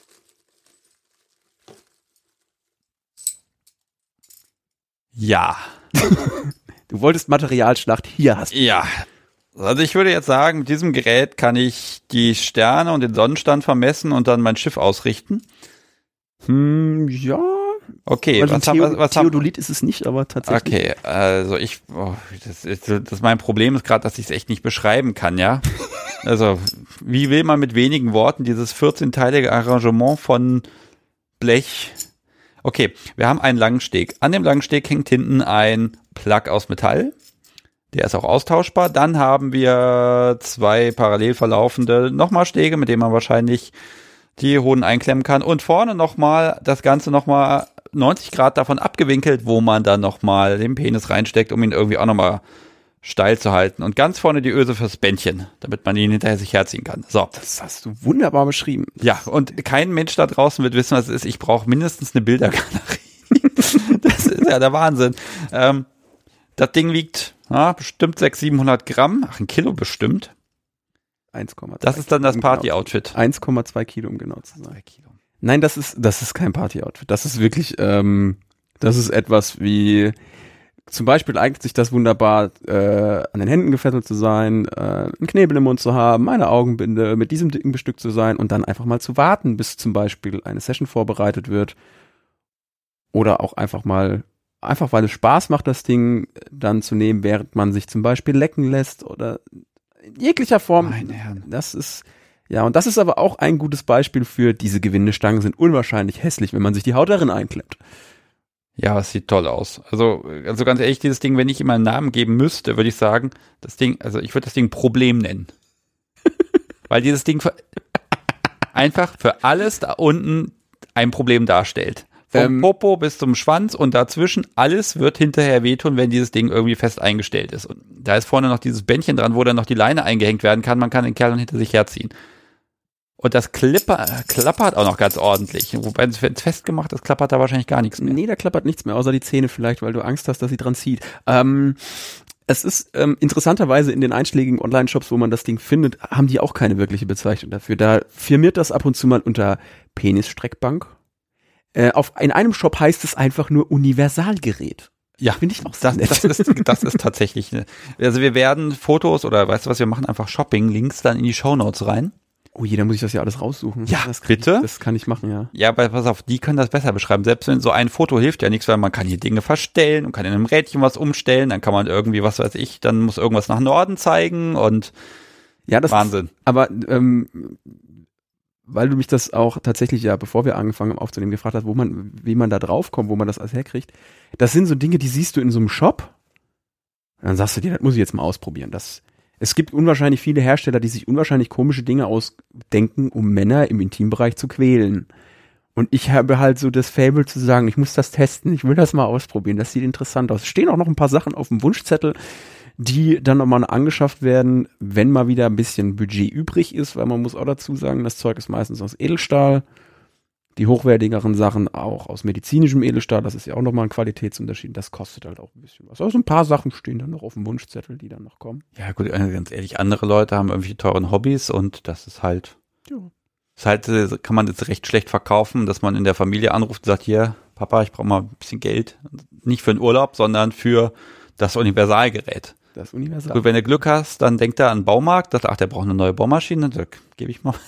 S1: Ja.
S2: Du wolltest Materialschlacht, hier hast du.
S1: Ja. Also ich würde jetzt sagen, mit diesem Gerät kann ich die Sterne und den Sonnenstand vermessen und dann mein Schiff ausrichten.
S2: Ja.
S1: Okay,
S2: was Theodolit ist es nicht, aber tatsächlich.
S1: Okay, also mein Problem ist gerade, dass ich es echt nicht beschreiben kann, ja. Also, wie will man mit wenigen Worten dieses 14-teilige Arrangement von Blech? Okay, wir haben einen langen Steg. An dem langen Steg hängt hinten ein Plug aus Metall. Der ist auch austauschbar. Dann haben wir 2 parallel verlaufende nochmal Stege, mit denen man wahrscheinlich die Hoden einklemmen kann. Und vorne nochmal, das Ganze nochmal 90 Grad davon abgewinkelt, wo man dann nochmal den Penis reinsteckt, um ihn irgendwie auch nochmal steil zu halten. Und ganz vorne die Öse fürs Bändchen, damit man ihn hinterher sich herziehen kann. So.
S2: Das hast du wunderbar beschrieben.
S1: Ja, und kein Mensch da draußen wird wissen, was es ist. Ich brauche mindestens eine Bildergalerie. Das ist ja der Wahnsinn. Das Ding wiegt bestimmt 600-700 Gramm. Ach, 1 Kilo bestimmt.
S2: 1,2.
S1: Das ist dann das Party-Outfit.
S2: 1,2 Kilo, um genau zu sein. Nein, das ist kein Party-Outfit. Das ist wirklich, das ist etwas wie, zum Beispiel eignet sich das wunderbar, an den Händen gefesselt zu sein, einen Knebel im Mund zu haben, eine Augenbinde, mit diesem Dicken bestückt zu sein und dann einfach mal zu warten, bis zum Beispiel eine Session vorbereitet wird. Oder auch einfach weil es Spaß macht, das Ding dann zu nehmen, während man sich zum Beispiel lecken lässt oder in jeglicher Form.
S1: Meine Herren.
S2: Das ist, ja, und das ist aber auch ein gutes Beispiel für, diese Gewindestangen sind unwahrscheinlich hässlich, wenn man sich die Haut darin einklemmt.
S1: Ja, es sieht toll aus. Also ganz ehrlich, dieses Ding, wenn ich ihm einen Namen geben müsste, würde ich sagen, ich würde das Ding Problem nennen. Weil dieses Ding einfach für alles da unten ein Problem darstellt. Vom Popo bis zum Schwanz und dazwischen, alles wird hinterher wehtun, wenn dieses Ding irgendwie fest eingestellt ist. Und da ist vorne noch dieses Bändchen dran, wo dann noch die Leine eingehängt werden kann. Man kann den Kerl dann hinter sich herziehen. Und das klappert auch noch ganz ordentlich. Wobei, wenn es festgemacht ist, klappert da wahrscheinlich gar nichts mehr.
S2: Nee, da klappert nichts mehr, außer die Zähne vielleicht, weil du Angst hast, dass sie dran zieht. Es ist interessanterweise in den einschlägigen Online-Shops, wo man das Ding findet, haben die auch keine wirkliche Bezeichnung dafür. Da firmiert das ab und zu mal unter Penisstreckbank. In einem Shop heißt es einfach nur Universalgerät.
S1: Ja,
S2: finde ich auch
S1: das ist tatsächlich. Also wir werden Fotos oder weißt du was, wir machen einfach Shopping-Links dann in die Shownotes rein.
S2: Oh je, da muss ich das ja alles raussuchen.
S1: Ja, bitte?
S2: Das kann ich machen, ja.
S1: Ja, aber pass auf, die können das besser beschreiben. Selbst wenn so ein Foto hilft ja nichts, weil man kann hier Dinge verstellen und kann in einem Rädchen was umstellen, dann kann man irgendwie, was weiß ich, dann muss irgendwas nach Norden zeigen und
S2: ja, das
S1: Wahnsinn.
S2: Aber weil du mich das auch tatsächlich ja, bevor wir angefangen haben aufzunehmen, gefragt hast, wie man da draufkommt, wo man das alles herkriegt. Das sind so Dinge, die siehst du in so einem Shop. Und dann sagst du dir, das muss ich jetzt mal ausprobieren. Es gibt unwahrscheinlich viele Hersteller, die sich unwahrscheinlich komische Dinge ausdenken, um Männer im Intimbereich zu quälen. Und ich habe halt so das Faible zu sagen, ich muss das testen, ich will das mal ausprobieren, das sieht interessant aus. Es stehen auch noch ein paar Sachen auf dem Wunschzettel, die dann nochmal angeschafft werden, wenn mal wieder ein bisschen Budget übrig ist, weil man muss auch dazu sagen, das Zeug ist meistens aus Edelstahl, die hochwertigeren Sachen auch aus medizinischem Edelstahl, das ist ja auch nochmal ein Qualitätsunterschied, das kostet halt auch ein bisschen was. Also ein paar Sachen stehen dann noch auf dem Wunschzettel, die dann noch kommen.
S1: Ja gut, ganz ehrlich, andere Leute haben irgendwie teuren Hobbys und das ist halt, kann man jetzt recht schlecht verkaufen, dass man in der Familie anruft und sagt, hier, Papa, ich brauche mal ein bisschen Geld, nicht für den Urlaub, sondern für das Universalgerät.
S2: Das Universal.
S1: Gut, wenn du Glück hast, dann denkt er an den Baumarkt, sagt, ach, der braucht eine neue Bohrmaschine, dann gebe ich mal.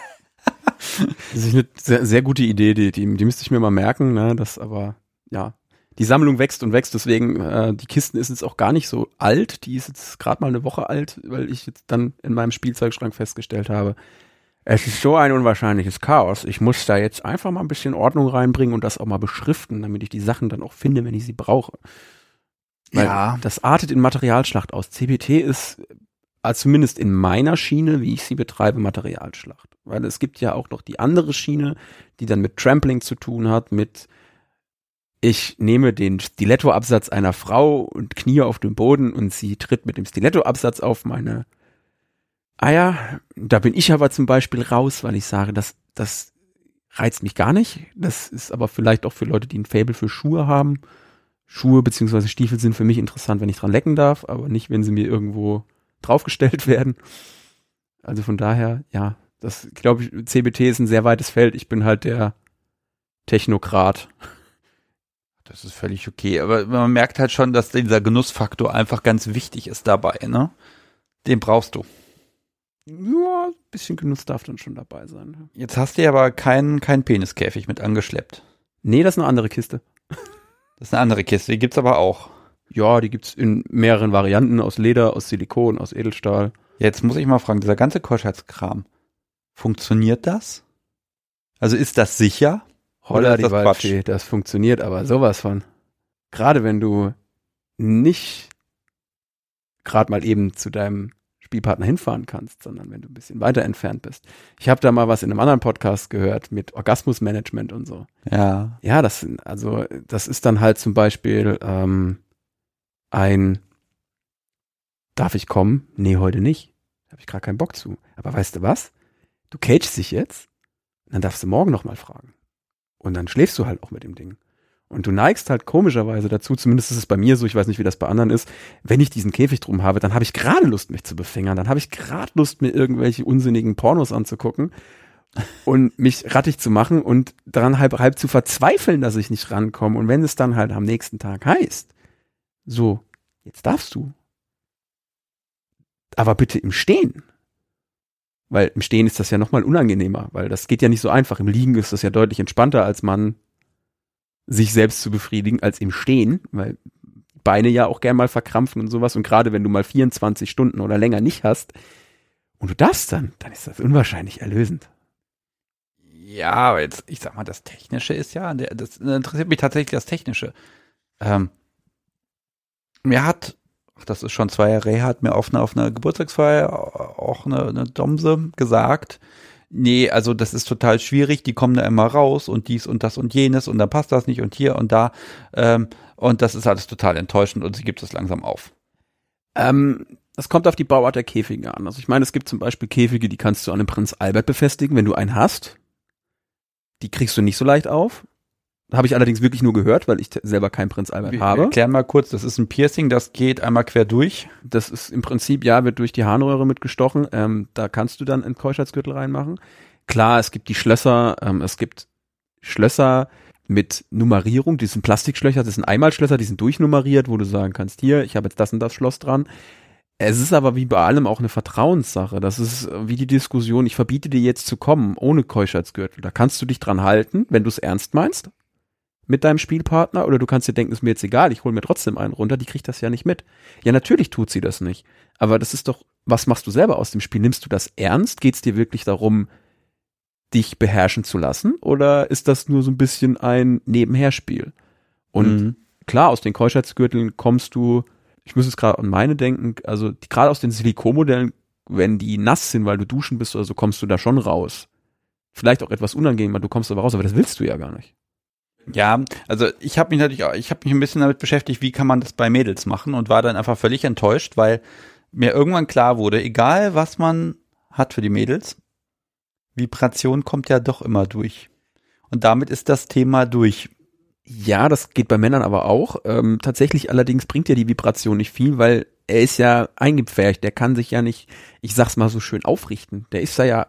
S2: Das ist eine sehr, sehr gute Idee, die müsste ich mir mal merken, ne, aber, ja. Die Sammlung wächst und wächst, deswegen, die Kisten ist jetzt auch gar nicht so alt, die ist jetzt gerade mal eine Woche alt, weil ich jetzt dann in meinem Spielzeugschrank festgestellt habe, es ist so ein unwahrscheinliches Chaos, ich muss da jetzt einfach mal ein bisschen Ordnung reinbringen und das auch mal beschriften, damit ich die Sachen dann auch finde, wenn ich sie brauche. Weil das artet in Materialschlacht aus. CBT ist, also zumindest in meiner Schiene, wie ich sie betreibe, Materialschlacht. Weil es gibt ja auch noch die andere Schiene, die dann mit Trampling zu tun hat, ich nehme den Stilettoabsatz einer Frau und knie auf den Boden und sie tritt mit dem Stilettoabsatz auf meine Eier. Da bin ich aber zum Beispiel raus, weil ich sage, das reizt mich gar nicht. Das ist aber vielleicht auch für Leute, die ein Faible für Schuhe haben. Schuhe bzw. Stiefel sind für mich interessant, wenn ich dran lecken darf, aber nicht, wenn sie mir irgendwo draufgestellt werden. Also von daher, ja, das glaube ich, CBT ist ein sehr weites Feld. Ich bin halt der Technokrat.
S1: Das ist völlig okay, aber man merkt halt schon, dass dieser Genussfaktor einfach ganz wichtig ist dabei, ne? Den brauchst du.
S2: Ja, ein bisschen Genuss darf dann schon dabei sein.
S1: Jetzt hast du ja aber keinen Peniskäfig mit angeschleppt.
S2: Nee, das ist eine andere Kiste.
S1: Das ist eine andere Kiste, die gibt's aber auch.
S2: Ja, die gibt's in mehreren Varianten, aus Leder, aus Silikon, aus Edelstahl.
S1: Jetzt muss ich mal fragen, dieser ganze Keuschheitskram, funktioniert das? Also ist das sicher?
S2: Holla die Waldfee, das funktioniert aber sowas von. Gerade wenn du nicht gerade mal eben zu deinem Spielpartner hinfahren kannst, sondern wenn du ein bisschen weiter entfernt bist. Ich habe da mal was in einem anderen Podcast gehört mit Orgasmusmanagement und so.
S1: Ja.
S2: Ja, das ist dann halt zum Beispiel darf ich kommen? Nee, heute nicht. Da habe ich gerade keinen Bock zu. Aber weißt du was? Du cagest dich jetzt, dann darfst du morgen nochmal fragen. Und dann schläfst du halt auch mit dem Ding. Und du neigst halt komischerweise dazu, zumindest ist es bei mir so, ich weiß nicht, wie das bei anderen ist, wenn ich diesen Käfig drum habe, dann habe ich gerade Lust, mich zu befingern, dann habe ich gerade Lust, mir irgendwelche unsinnigen Pornos anzugucken und mich rattig zu machen und daran halb zu verzweifeln, dass ich nicht rankomme. Und wenn es dann halt am nächsten Tag heißt, so, jetzt darfst du, aber bitte im Stehen. Weil im Stehen ist das ja nochmal unangenehmer, weil das geht ja nicht so einfach. Im Liegen ist das ja deutlich entspannter, als man sich selbst zu befriedigen, als im Stehen, weil Beine ja auch gern mal verkrampfen und sowas. Und gerade wenn du mal 24 Stunden oder länger nicht hast und du das dann ist das unwahrscheinlich erlösend.
S1: Ja, aber jetzt, ich sag mal, das Technische ist ja, das interessiert mich tatsächlich das Technische. Das ist schon 2 Jahre her, hat mir auf einer Geburtstagsfeier auch eine Domse gesagt, nee, also das ist total schwierig, die kommen da immer raus und dies und das und jenes und dann passt das nicht und hier und da und das ist alles total enttäuschend und sie gibt es langsam auf.
S2: Das kommt auf die Bauart der Käfige an. Also ich meine, es gibt zum Beispiel Käfige, die kannst du an dem Prinz Albert befestigen, wenn du einen hast. Die kriegst du nicht so leicht auf. Habe ich allerdings wirklich nur gehört, weil ich selber keinen Prinz Albert habe.
S1: Erklär mal kurz, das ist ein Piercing, das geht einmal quer durch.
S2: Das ist im Prinzip, ja, wird durch die Harnröhre mitgestochen. Da kannst du dann einen Keuschheitsgürtel reinmachen. Klar, es gibt die Schlösser, es gibt Schlösser mit Nummerierung, die sind Plastikschlösser, das sind Einmalschlösser, die sind durchnummeriert, wo du sagen kannst, hier, ich habe jetzt das und das Schloss dran. Es ist aber wie bei allem auch eine Vertrauenssache. Das ist wie die Diskussion, ich verbiete dir jetzt zu kommen ohne Keuschheitsgürtel. Da kannst du dich dran halten, wenn du es ernst meinst mit deinem Spielpartner, oder du kannst dir denken, ist mir jetzt egal, ich hole mir trotzdem einen runter, die kriegt das ja nicht mit. Ja, natürlich tut sie das nicht. Aber das ist doch, was machst du selber aus dem Spiel? Nimmst du das ernst? Geht es dir wirklich darum, dich beherrschen zu lassen? Oder ist das nur so ein bisschen ein Nebenherspiel? Und klar, aus den Keuschheitsgürteln kommst du, ich muss jetzt gerade an meine denken, also gerade aus den Silikonmodellen, wenn die nass sind, weil du duschen bist oder so, kommst du da schon raus. Vielleicht auch etwas unangenehm, du kommst aber raus, aber das willst du ja gar nicht.
S1: Ja, also ich habe mich ein bisschen damit beschäftigt, wie kann man das bei Mädels machen und war dann einfach völlig enttäuscht, weil mir irgendwann klar wurde, egal was man hat für die Mädels, Vibration kommt ja doch immer durch. Und damit ist das Thema durch.
S2: Ja, das geht bei Männern aber auch. Tatsächlich allerdings bringt ja die Vibration nicht viel, weil er ist ja eingepfercht, der kann sich ja nicht, ich sag's mal so schön, aufrichten. Der ist da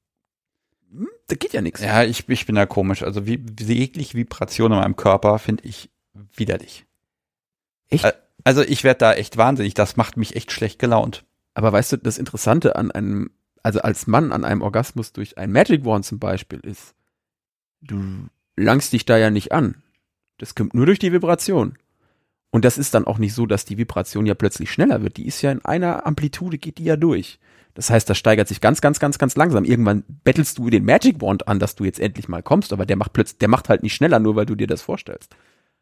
S2: geht ja nichts.
S1: Ja, ich bin da komisch. Also jegliche Vibration in meinem Körper finde ich widerlich.
S2: Echt?
S1: Also ich werde da echt wahnsinnig. Das macht mich echt schlecht gelaunt.
S2: Aber weißt du, das Interessante also als Mann an einem Orgasmus durch ein Magic Wand zum Beispiel ist, du langst dich da ja nicht an. Das kommt nur durch die Vibration. Und das ist dann auch nicht so, dass die Vibration ja plötzlich schneller wird. Die ist ja in einer Amplitude, geht die ja durch. Das heißt, das steigert sich ganz, ganz, ganz, ganz langsam. Irgendwann bettelst du den Magic Wand an, dass du jetzt endlich mal kommst, aber der macht halt nicht schneller, nur weil du dir das vorstellst.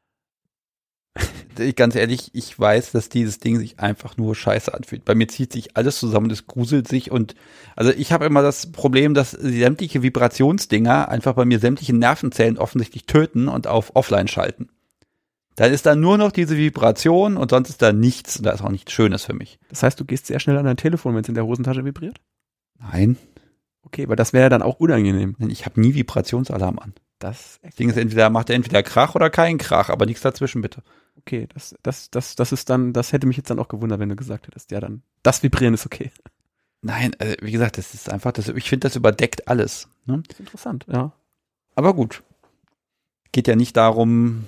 S1: Ganz ehrlich, ich weiß, dass dieses Ding sich einfach nur scheiße anfühlt. Bei mir zieht sich alles zusammen, es gruselt sich und also ich habe immer das Problem, dass sämtliche Vibrationsdinger einfach bei mir sämtliche Nervenzellen offensichtlich töten und auf Offline schalten. Dann ist da nur noch diese Vibration und sonst ist da nichts und da ist auch nichts Schönes für mich.
S2: Das heißt, du gehst sehr schnell an dein Telefon, wenn es in der Hosentasche vibriert?
S1: Nein.
S2: Okay, weil das wäre ja dann auch unangenehm.
S1: Ich habe nie Vibrationsalarm an.
S2: Das
S1: Ding ist, macht er entweder Krach oder keinen Krach, aber nichts dazwischen, bitte.
S2: Okay, das ist dann, das hätte mich jetzt dann auch gewundert, wenn du gesagt hättest, ja dann, das Vibrieren ist okay.
S1: Nein, also wie gesagt, das ist einfach, ich finde, das überdeckt alles. Ne?
S2: Das ist interessant, ja.
S1: Aber gut. Geht ja nicht darum,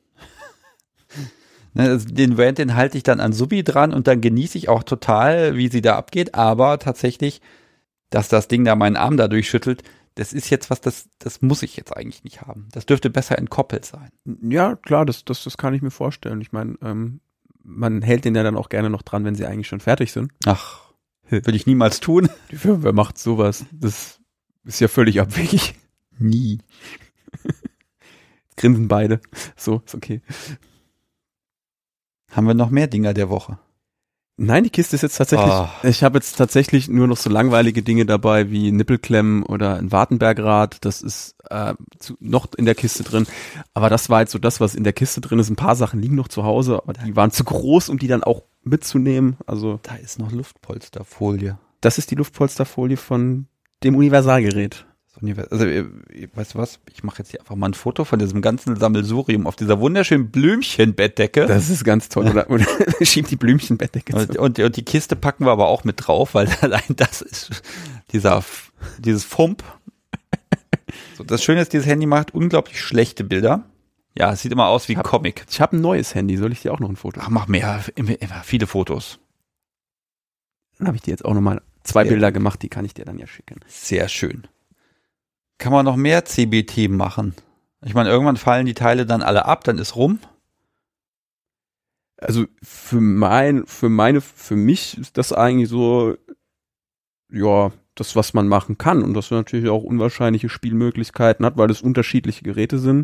S1: ne, also den Rant, den halte ich dann an Subi dran und dann genieße ich auch total, wie sie da abgeht, aber tatsächlich, dass das Ding da meinen Arm da durchschüttelt, das ist jetzt was, das muss ich jetzt eigentlich nicht haben. Das dürfte besser entkoppelt sein.
S2: Ja, klar, das kann ich mir vorstellen. Ich meine, man hält den ja dann auch gerne noch dran, wenn sie eigentlich schon fertig sind.
S1: Ach, würde ich niemals tun.
S2: Wer macht sowas? Das ist ja völlig abwegig.
S1: Nie.
S2: Grinsen beide. So, ist okay.
S1: Haben wir noch mehr Dinger der Woche?
S2: Nein, die Kiste ist jetzt tatsächlich, ich habe jetzt tatsächlich nur noch so langweilige Dinge dabei wie Nippelklemmen oder ein Wartenbergrad, das ist noch in der Kiste drin, aber das war jetzt so das, was in der Kiste drin ist. Ein paar Sachen liegen noch zu Hause, aber die waren zu groß, um die dann auch mitzunehmen. Also
S1: da ist noch Luftpolsterfolie.
S2: Das ist die Luftpolsterfolie von dem Universalgerät.
S1: Also, weißt du was? Ich mache jetzt hier einfach mal ein Foto von diesem ganzen Sammelsurium auf dieser wunderschönen Blümchenbettdecke.
S2: Das ist ganz toll. Oder schiebt die Blümchenbettdecke zu.
S1: Und die Kiste packen wir aber auch mit drauf, weil allein das ist dieses Fump. So, das Schöne ist, dieses Handy macht unglaublich schlechte Bilder. Ja, es sieht immer aus wie Comic.
S2: Ich habe ein neues Handy. Soll ich dir auch noch ein Foto machen?
S1: Ach, mach mehr. Immer viele Fotos.
S2: Dann habe ich dir jetzt auch nochmal 2 Bilder gemacht. Die kann ich dir dann ja schicken.
S1: Sehr schön. Kann man noch mehr CBT machen? Ich meine, irgendwann fallen die Teile dann alle ab, dann ist rum.
S2: Also für mich ist das eigentlich so, ja, das, was man machen kann und dass man natürlich auch unwahrscheinliche Spielmöglichkeiten hat, weil es unterschiedliche Geräte sind.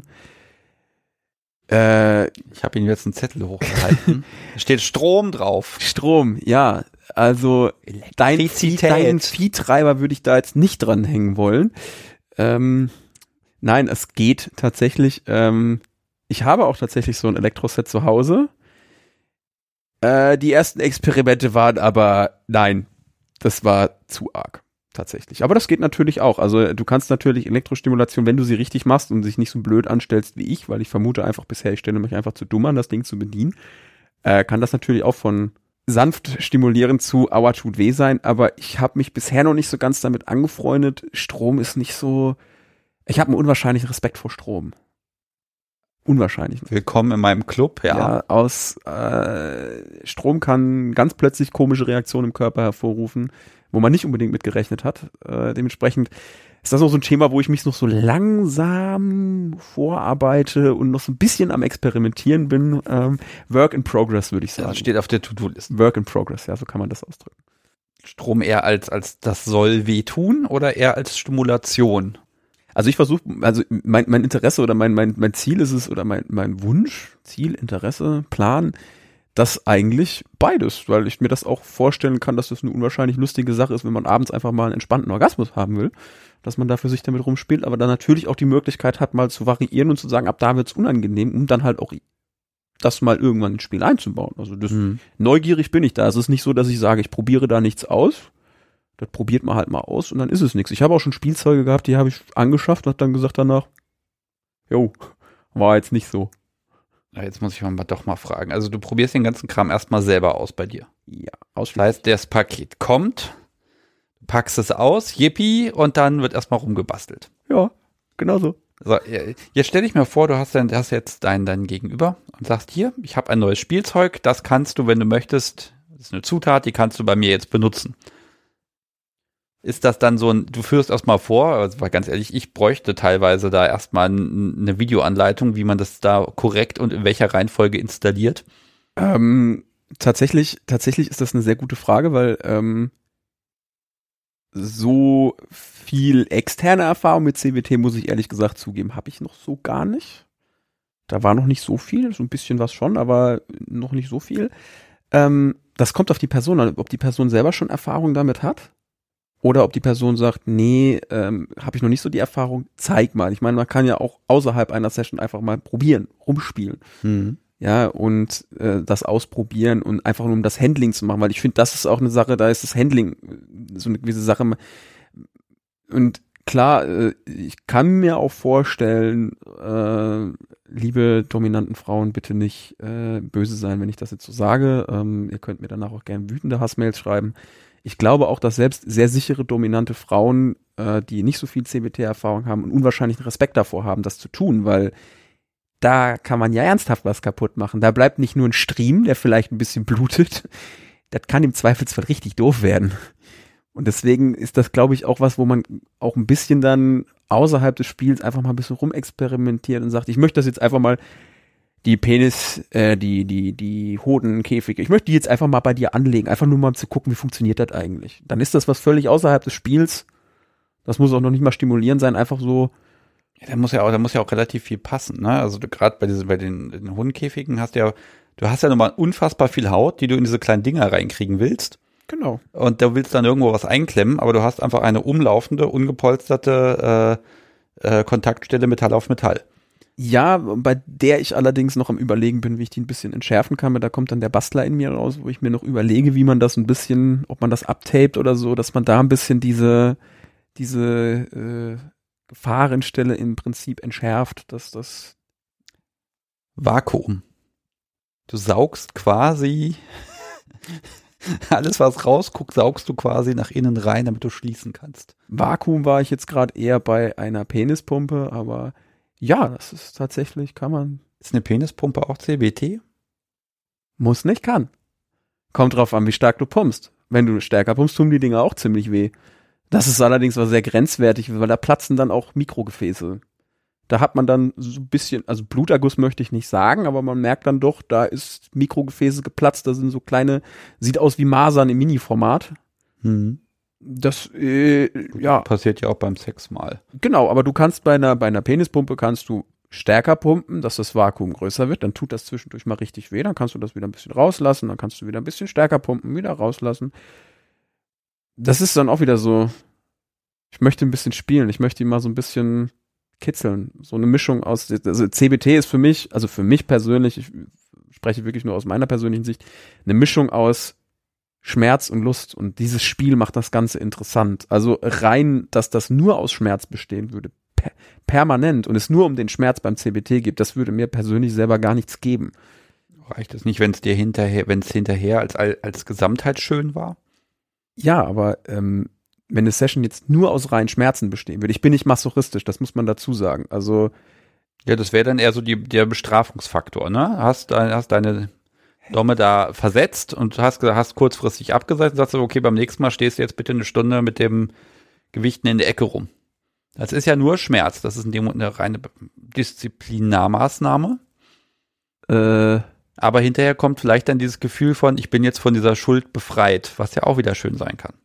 S1: Ich habe Ihnen jetzt einen Zettel hochgehalten. Da steht Strom drauf.
S2: Strom, ja. Also dein Viehtreiber würde ich da jetzt nicht dranhängen wollen. Nein, es geht tatsächlich. Ich habe auch tatsächlich so ein Elektroset zu Hause. Die ersten Experimente waren aber, nein, das war zu arg. Tatsächlich. Aber das geht natürlich auch. Also du kannst natürlich Elektrostimulation, wenn du sie richtig machst und dich nicht so blöd anstellst wie ich, weil ich vermute einfach bisher, ich stelle mich einfach zu dumm an, das Ding zu bedienen, kann das natürlich auch von sanft stimulieren zu aua tut weh sein, aber ich habe mich bisher noch nicht so ganz damit angefreundet. Strom ist nicht so, ich habe einen unwahrscheinlichen Respekt vor Strom. Unwahrscheinlich.
S1: Willkommen in meinem Club, ja.
S2: Aus Strom kann ganz plötzlich komische Reaktionen im Körper hervorrufen, wo man nicht unbedingt mit gerechnet hat. Dementsprechend ist das auch so ein Thema, wo ich mich noch so langsam vorarbeite und noch so ein bisschen am Experimentieren bin. Work in Progress, würde ich sagen.
S1: Das steht auf der To-Do-Liste.
S2: Work in Progress, ja, so kann man das ausdrücken.
S1: Strom eher als das soll wehtun oder eher als Stimulation?
S2: Also ich versuche, also mein Interesse oder mein Ziel ist es, oder mein Wunsch, Ziel, Interesse, Plan, das eigentlich beides, weil ich mir das auch vorstellen kann, dass das eine unwahrscheinlich lustige Sache ist, wenn man abends einfach mal einen entspannten Orgasmus haben will, dass man da für sich damit rumspielt, aber dann natürlich auch die Möglichkeit hat, mal zu variieren und zu sagen, ab da wird's unangenehm, um dann halt auch das mal irgendwann ins Spiel einzubauen. Also das neugierig bin ich da. Es ist nicht so, dass ich sage, ich probiere da nichts aus. Das probiert man halt mal aus und dann ist es nichts. Ich habe auch schon Spielzeuge gehabt, die habe ich angeschafft und habe dann gesagt danach, jo, war jetzt nicht so.
S1: Ja, jetzt muss ich doch mal fragen. Also du probierst den ganzen Kram erstmal selber aus bei dir.
S2: Ja,
S1: das heißt, das Paket kommt, du packst es aus, yippie, und dann wird erstmal rumgebastelt.
S2: Ja, genau so.
S1: So, jetzt stell dich mal vor, du hast jetzt dein Gegenüber und sagst, hier, ich habe ein neues Spielzeug, das kannst du, wenn du möchtest, das ist eine Zutat, die kannst du bei mir jetzt benutzen. Ist das dann so du führst erstmal vor, also ganz ehrlich, ich bräuchte teilweise da erstmal eine Videoanleitung, wie man das da korrekt und in welcher Reihenfolge installiert?
S2: Tatsächlich ist das eine sehr gute Frage, weil so viel externe Erfahrung mit CWT, muss ich ehrlich gesagt zugeben, habe ich noch so gar nicht. Da war noch nicht so viel, so ein bisschen was schon, aber noch nicht so viel. Das kommt auf die Person an, ob die Person selber schon Erfahrung damit hat. Oder ob die Person sagt, nee, habe ich noch nicht so die Erfahrung, zeig mal. Ich meine, man kann ja auch außerhalb einer Session einfach mal probieren, rumspielen.
S1: Mhm.
S2: Ja, und das ausprobieren und einfach nur um das Handling zu machen, weil ich finde, das ist auch eine Sache, da ist das Handling so eine gewisse Sache. Und klar, ich kann mir auch vorstellen, liebe dominanten Frauen, bitte nicht böse sein, wenn ich das jetzt so sage. Ihr könnt mir danach auch gerne wütende Hassmails schreiben. Ich glaube auch, dass selbst sehr sichere, dominante Frauen, die nicht so viel CBT-Erfahrung haben, einen unwahrscheinlichen Respekt davor haben, das zu tun, weil da kann man ja ernsthaft was kaputt machen. Da bleibt nicht nur ein Striemen, der vielleicht ein bisschen blutet. Das kann im Zweifelsfall richtig doof werden. Und deswegen ist das, glaube ich, auch was, wo man auch ein bisschen dann außerhalb des Spiels einfach mal ein bisschen rumexperimentiert und sagt, ich möchte das jetzt einfach mal die Hodenkäfige, ich möchte die jetzt einfach mal bei dir anlegen, einfach nur mal zu gucken, wie funktioniert das eigentlich. Dann ist das was völlig außerhalb des Spiels. Das muss auch noch nicht mal stimulieren sein, einfach so.
S1: Ja, da muss ja auch relativ viel passen, ne? Also gerade bei den Hodenkäfigen du hast ja nochmal unfassbar viel Haut, die du in diese kleinen Dinger reinkriegen willst.
S2: Genau.
S1: Und da willst dann irgendwo was einklemmen, aber du hast einfach eine umlaufende, ungepolsterte Kontaktstelle Metall auf Metall.
S2: Ja, bei der ich allerdings noch am Überlegen bin, wie ich die ein bisschen entschärfen kann. Da kommt dann der Bastler in mir raus, wo ich mir noch überlege, wie man das ein bisschen, ob man das abtaped oder so, dass man da ein bisschen diese Gefahrenstelle im Prinzip entschärft, dass das
S1: Vakuum. Du saugst quasi alles, was rausguckt, saugst du quasi nach innen rein, damit du schließen kannst.
S2: Vakuum war ich jetzt gerade eher bei einer Penispumpe, aber ja, das ist tatsächlich, kann man.
S1: Ist eine Penispumpe auch CBT?
S2: Muss nicht, kann. Kommt drauf an, wie stark du pumpst. Wenn du stärker pumpst, tun die Dinger auch ziemlich weh. Das ist allerdings was sehr grenzwertig, weil da platzen dann auch Mikrogefäße. Da hat man dann so ein bisschen, also Bluterguss möchte ich nicht sagen, aber man merkt dann doch, da ist Mikrogefäße geplatzt, da sind so kleine, sieht aus wie Masern im Mini-Format. Das, ja.
S1: Passiert ja auch beim Sex mal.
S2: Genau, aber du kannst bei einer Penispumpe kannst du stärker pumpen, dass das Vakuum größer wird, dann tut das zwischendurch mal richtig weh, dann kannst du das wieder ein bisschen rauslassen, dann kannst du wieder ein bisschen stärker pumpen, wieder rauslassen. Das ist dann auch wieder so, ich möchte ein bisschen spielen, ich möchte ihn mal so ein bisschen kitzeln. So eine Mischung aus, also CBT ist für mich persönlich, ich spreche wirklich nur aus meiner persönlichen Sicht, eine Mischung aus Schmerz und Lust. Und dieses Spiel macht das Ganze interessant. Also rein, dass das nur aus Schmerz bestehen würde, permanent, und es nur um den Schmerz beim CBT geht, das würde mir persönlich selber gar nichts geben.
S1: Reicht es nicht, wenn es hinterher als Gesamtheit schön war?
S2: Ja, aber wenn eine Session jetzt nur aus reinen Schmerzen bestehen würde, ich bin nicht masochistisch, das muss man dazu sagen. Also
S1: ja, das wäre dann eher so der Bestrafungsfaktor, ne? Hast deine Domme da versetzt und hast kurzfristig abgesetzt und sagst, okay, beim nächsten Mal stehst du jetzt bitte eine Stunde mit dem Gewichten in der Ecke rum. Das ist ja nur Schmerz, das ist in dem Moment eine reine Disziplinarmaßnahme. Aber hinterher kommt vielleicht dann dieses Gefühl von, ich bin jetzt von dieser Schuld befreit, was ja auch wieder schön sein kann.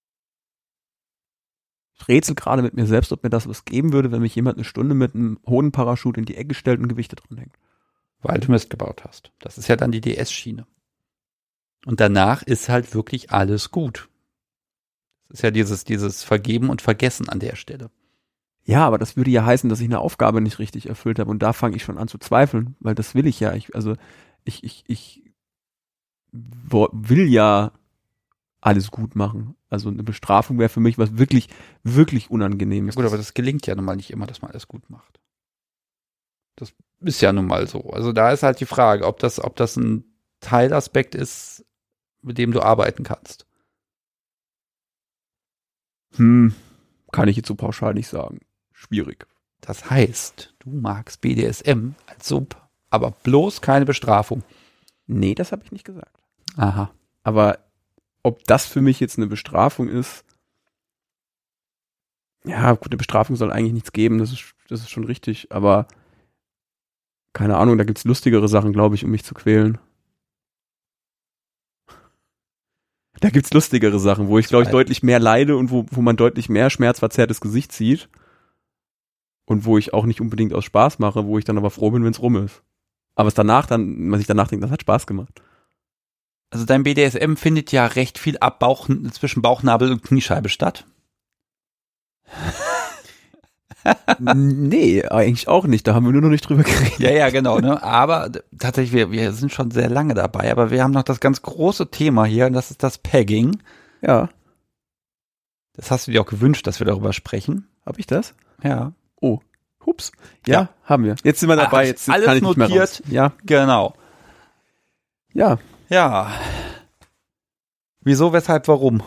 S2: Ich rätsel gerade mit mir selbst, ob mir das was geben würde, wenn mich jemand eine Stunde mit einem Hodenparachut in die Ecke stellt und Gewichte dranhängt.
S1: Weil du Mist gebaut hast. Das ist ja dann die DS-Schiene. Und danach ist halt wirklich alles gut. Das ist ja dieses Vergeben und Vergessen an der Stelle.
S2: Ja, aber das würde ja heißen, dass ich eine Aufgabe nicht richtig erfüllt habe, und da fange ich schon an zu zweifeln, weil das will ich ja. Ich will ja alles gut machen. Also eine Bestrafung wäre für mich was wirklich, wirklich Unangenehmes.
S1: Ja gut, aber das gelingt ja nun mal nicht immer, dass man alles gut macht. Das ist ja nun mal so. Also da ist halt die Frage, ob das ein Teilaspekt ist, mit dem du arbeiten kannst.
S2: Kann ich jetzt so pauschal nicht sagen. Schwierig.
S1: Das heißt, du magst BDSM als Sub, aber bloß keine Bestrafung.
S2: Nee, das habe ich nicht gesagt.
S1: Aha.
S2: Aber ob das für mich jetzt eine Bestrafung ist, ja, gut, eine Bestrafung soll eigentlich nichts geben, das ist schon richtig, aber keine Ahnung, da gibt's lustigere Sachen, glaube ich, um mich zu quälen. Da gibt's lustigere Sachen, wo ich, glaube ich, deutlich mehr leide und wo man deutlich mehr schmerzverzerrtes Gesicht sieht und wo ich auch nicht unbedingt aus Spaß mache, wo ich dann aber froh bin, wenn's rum ist. Aber man sich danach denkt, das hat Spaß gemacht.
S1: Also dein BDSM findet ja recht viel zwischen Bauchnabel und Kniescheibe statt.
S2: Nee, eigentlich auch nicht. Da haben wir nur noch nicht drüber geredet.
S1: Ja, genau. Ne? Aber tatsächlich, wir sind schon sehr lange dabei. Aber wir haben noch das ganz große Thema hier, und das ist das Pegging.
S2: Ja.
S1: Das hast du dir auch gewünscht, dass wir darüber sprechen.
S2: Hab ich das?
S1: Ja.
S2: Oh, hups. Ja, haben wir. Jetzt sind wir dabei. Jetzt
S1: alles
S2: kann ich
S1: notiert.
S2: Nicht mehr raus. Ja,
S1: Genau.
S2: ja.
S1: Ja. Wieso, weshalb, warum?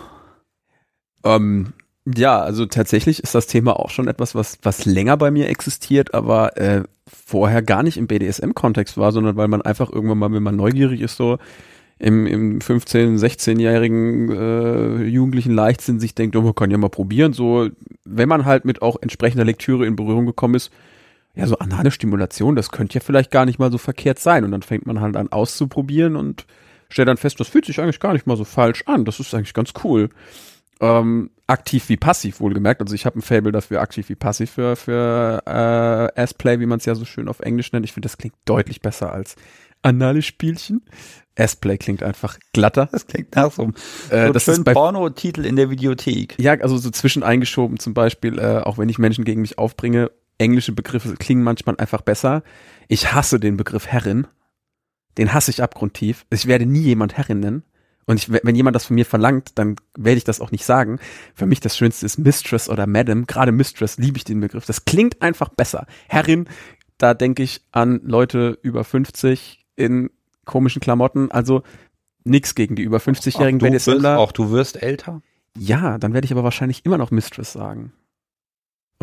S2: Ja, also tatsächlich ist das Thema auch schon etwas, was länger bei mir existiert, aber vorher gar nicht im BDSM-Kontext war, sondern weil man einfach irgendwann mal, wenn man neugierig ist, so im 15-, 16-jährigen jugendlichen Leichtsinn sich denkt, oh, man kann ja mal probieren, so, wenn man halt mit auch entsprechender Lektüre in Berührung gekommen ist, ja, so anale Stimulation, das könnte ja vielleicht gar nicht mal so verkehrt sein, und dann fängt man halt an auszuprobieren und stellt dann fest, das fühlt sich eigentlich gar nicht mal so falsch an, das ist eigentlich ganz cool. Aktiv wie passiv, wohlgemerkt. Also ich habe ein Faible dafür, aktiv wie passiv für Assplay, wie man es ja so schön auf Englisch nennt. Ich finde, das klingt deutlich besser als anale Spielchen. Assplay klingt einfach glatter.
S1: Das klingt nach so einem
S2: das
S1: schönen
S2: ist bei
S1: Porno-Titel in der Videothek.
S2: Ja, also so zwischen eingeschoben zum Beispiel, auch wenn ich Menschen gegen mich aufbringe, englische Begriffe klingen manchmal einfach besser. Ich hasse den Begriff Herrin. Den hasse ich abgrundtief. Ich werde nie jemand Herrin nennen. Und wenn jemand das von mir verlangt, dann werde ich das auch nicht sagen. Für mich das Schönste ist Mistress oder Madam. Gerade Mistress liebe ich den Begriff. Das klingt einfach besser. Herrin, da denke ich an Leute über 50 in komischen Klamotten. Also nix gegen die über 50-jährigen BDSMler.
S1: Auch du wirst älter?
S2: Ja, dann werde ich aber wahrscheinlich immer noch Mistress sagen.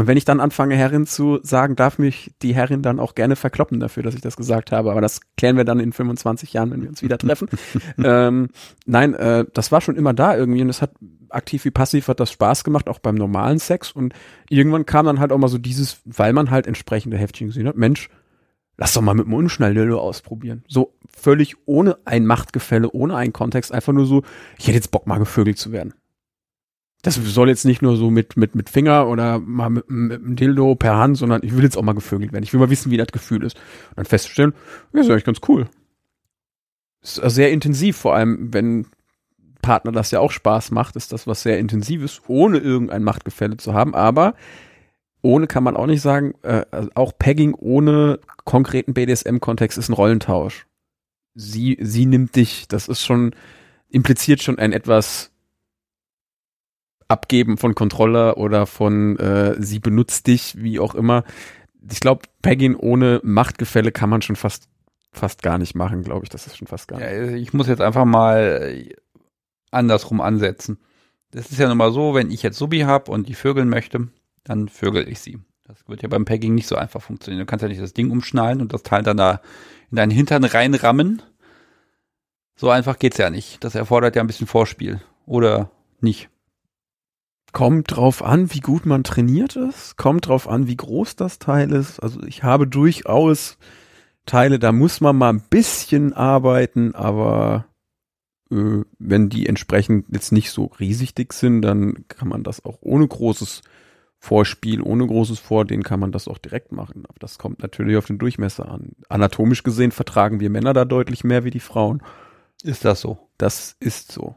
S2: Und wenn ich dann anfange, Herrin zu sagen, darf mich die Herrin dann auch gerne verkloppen dafür, dass ich das gesagt habe. Aber das klären wir dann in 25 Jahren, wenn wir uns wieder treffen. Nein, das war schon immer da irgendwie und es hat aktiv wie passiv hat das Spaß gemacht, auch beim normalen Sex. Und irgendwann kam dann halt auch mal so dieses, weil man halt entsprechende Heftchen gesehen hat, Mensch, lass doch mal mit dem Unschnell-Dildo ausprobieren. So völlig ohne ein Machtgefälle, ohne einen Kontext, einfach nur so, ich hätte jetzt Bock mal gevögelt zu werden. Das soll jetzt nicht nur so mit Finger oder mal mit einem Dildo per Hand, sondern ich will jetzt auch mal gevögelt werden. Ich will mal wissen, wie das Gefühl ist. Und dann festzustellen, ja, ist eigentlich ganz cool. Ist sehr intensiv, vor allem, wenn Partner das ja auch Spaß macht, ist das was sehr Intensives, ohne irgendein Machtgefälle zu haben. Aber ohne kann man auch nicht sagen, auch Pegging ohne konkreten BDSM-Kontext ist ein Rollentausch. Sie nimmt dich, das ist schon, impliziert schon ein etwas Abgeben von Kontrolle oder von sie benutzt dich, wie auch immer. Ich glaube, Pegging ohne Machtgefälle kann man schon fast gar nicht machen, glaube ich. Das ist schon fast gar nicht.
S1: Ja, ich muss jetzt einfach mal andersrum ansetzen. Das ist ja nun mal so, wenn ich jetzt Subi habe und die vögeln möchte, dann vögel ich sie. Das wird ja beim Pegging nicht so einfach funktionieren. Du kannst ja nicht das Ding umschnallen und das Teil dann da in deinen Hintern reinrammen. So einfach geht's ja nicht. Das erfordert ja ein bisschen Vorspiel. Oder nicht?
S2: Kommt drauf an, wie gut man trainiert ist. Kommt drauf an, wie groß das Teil ist. Also ich habe durchaus Teile, da muss man mal ein bisschen arbeiten, aber wenn die entsprechend jetzt nicht so riesig dick sind, dann kann man das auch ohne großes Vorspiel, ohne großes Vordehnen kann man das auch direkt machen. Aber das kommt natürlich auf den Durchmesser an. Anatomisch gesehen vertragen wir Männer da deutlich mehr wie die Frauen.
S1: Ist das so?
S2: Das ist so.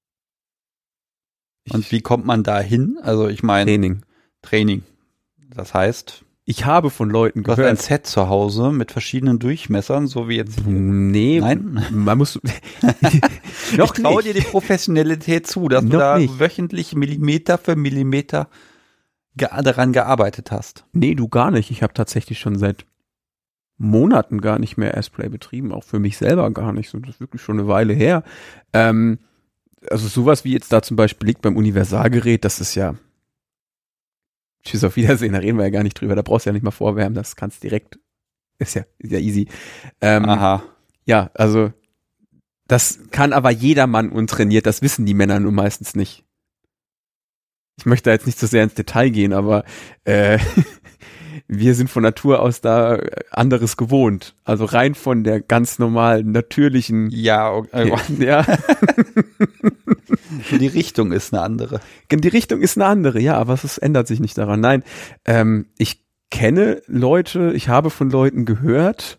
S1: Und wie kommt man da hin? Also ich meine Training. Das heißt,
S2: ich habe von Leuten
S1: du hast
S2: gehört.
S1: ein Set zu Hause mit verschiedenen Durchmessern, so wie jetzt hier.
S2: Nee,
S1: Nein?
S2: Man muss
S1: Ich traue dir die Professionalität zu, dass du da
S2: nicht
S1: wöchentlich Millimeter für Millimeter daran gearbeitet hast.
S2: Nee, du gar nicht. Ich habe tatsächlich schon seit Monaten gar nicht mehr Assplay betrieben, auch für mich selber gar nicht. So, das ist wirklich schon eine Weile her. Also sowas wie jetzt da zum Beispiel liegt beim Universalgerät, das ist ja Tschüss, auf Wiedersehen, da reden wir ja gar nicht drüber, da brauchst du ja nicht mal vorwärmen, das kannst direkt, ist ja easy.
S1: Aha.
S2: Ja, also das kann aber jeder Mann untrainiert, das wissen die Männer nur meistens nicht. Ich möchte da jetzt nicht so sehr ins Detail gehen, aber wir sind von Natur aus da anderes gewohnt. Also rein von der ganz normalen, natürlichen.
S1: Ja, okay.
S2: Ja.
S1: Die Richtung ist eine andere.
S2: Die Richtung ist eine andere, ja, aber es ändert sich nicht daran. Nein, ich kenne Leute, ich habe von Leuten gehört,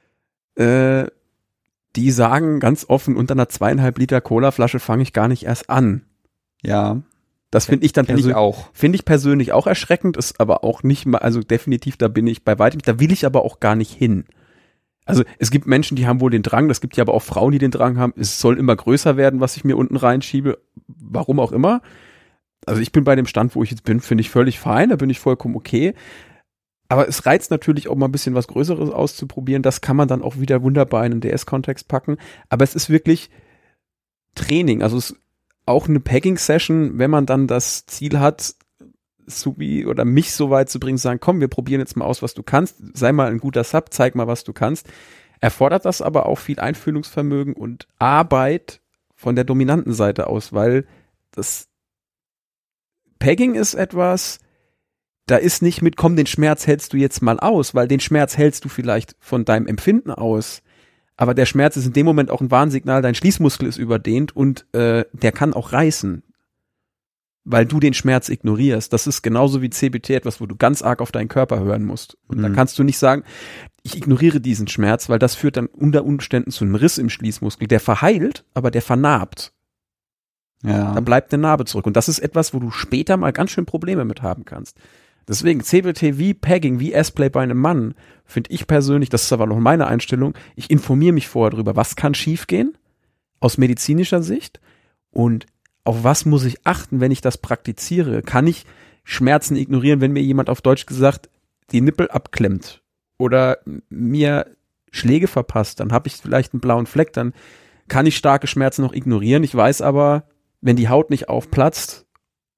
S2: die sagen ganz offen, unter einer 2,5 Liter Colaflasche fange ich gar nicht erst an.
S1: Ja.
S2: Das finde ich dann finde ich persönlich auch erschreckend, ist aber auch nicht mal, also definitiv, da bin ich bei weitem, da will ich aber auch gar nicht hin. Also es gibt Menschen, die haben wohl den Drang, es gibt ja aber auch Frauen, die den Drang haben, es soll immer größer werden, was ich mir unten reinschiebe, warum auch immer. Also ich bin bei dem Stand, wo ich jetzt bin, finde ich völlig fein, da bin ich vollkommen okay. Aber es reizt natürlich auch mal ein bisschen was Größeres auszuprobieren, das kann man dann auch wieder wunderbar in einen DS-Kontext packen. Aber es ist wirklich Training, also es auch eine Pegging-Session, wenn man dann das Ziel hat, Subi oder mich so weit zu bringen, zu sagen, komm, wir probieren jetzt mal aus, was du kannst, sei mal ein guter Sub, zeig mal, was du kannst, erfordert das aber auch viel Einfühlungsvermögen und Arbeit von der dominanten Seite aus, weil das Pegging ist etwas, da ist nicht mit, komm, den Schmerz hältst du jetzt mal aus, weil den Schmerz hältst du vielleicht von deinem Empfinden aus, aber der Schmerz ist in dem Moment auch ein Warnsignal, dein Schließmuskel ist überdehnt und der kann auch reißen, weil du den Schmerz ignorierst. Das ist genauso wie CBT etwas, wo du ganz arg auf deinen Körper hören musst. Und da kannst du nicht sagen, ich ignoriere diesen Schmerz, weil das führt dann unter Umständen zu einem Riss im Schließmuskel. Der verheilt, aber der vernarbt.
S1: Ja.
S2: Da bleibt eine Narbe zurück. Und das ist etwas, wo du später mal ganz schön Probleme mit haben kannst. Deswegen CBT wie Pegging, wie S-Play bei einem Mann, finde ich persönlich, das ist aber noch meine Einstellung, ich informiere mich vorher drüber, was kann schiefgehen aus medizinischer Sicht und auf was muss ich achten, wenn ich das praktiziere? Kann ich Schmerzen ignorieren, wenn mir jemand auf Deutsch gesagt die Nippel abklemmt oder mir Schläge verpasst, dann habe ich vielleicht einen blauen Fleck, dann kann ich starke Schmerzen noch ignorieren. Ich weiß aber, wenn die Haut nicht aufplatzt,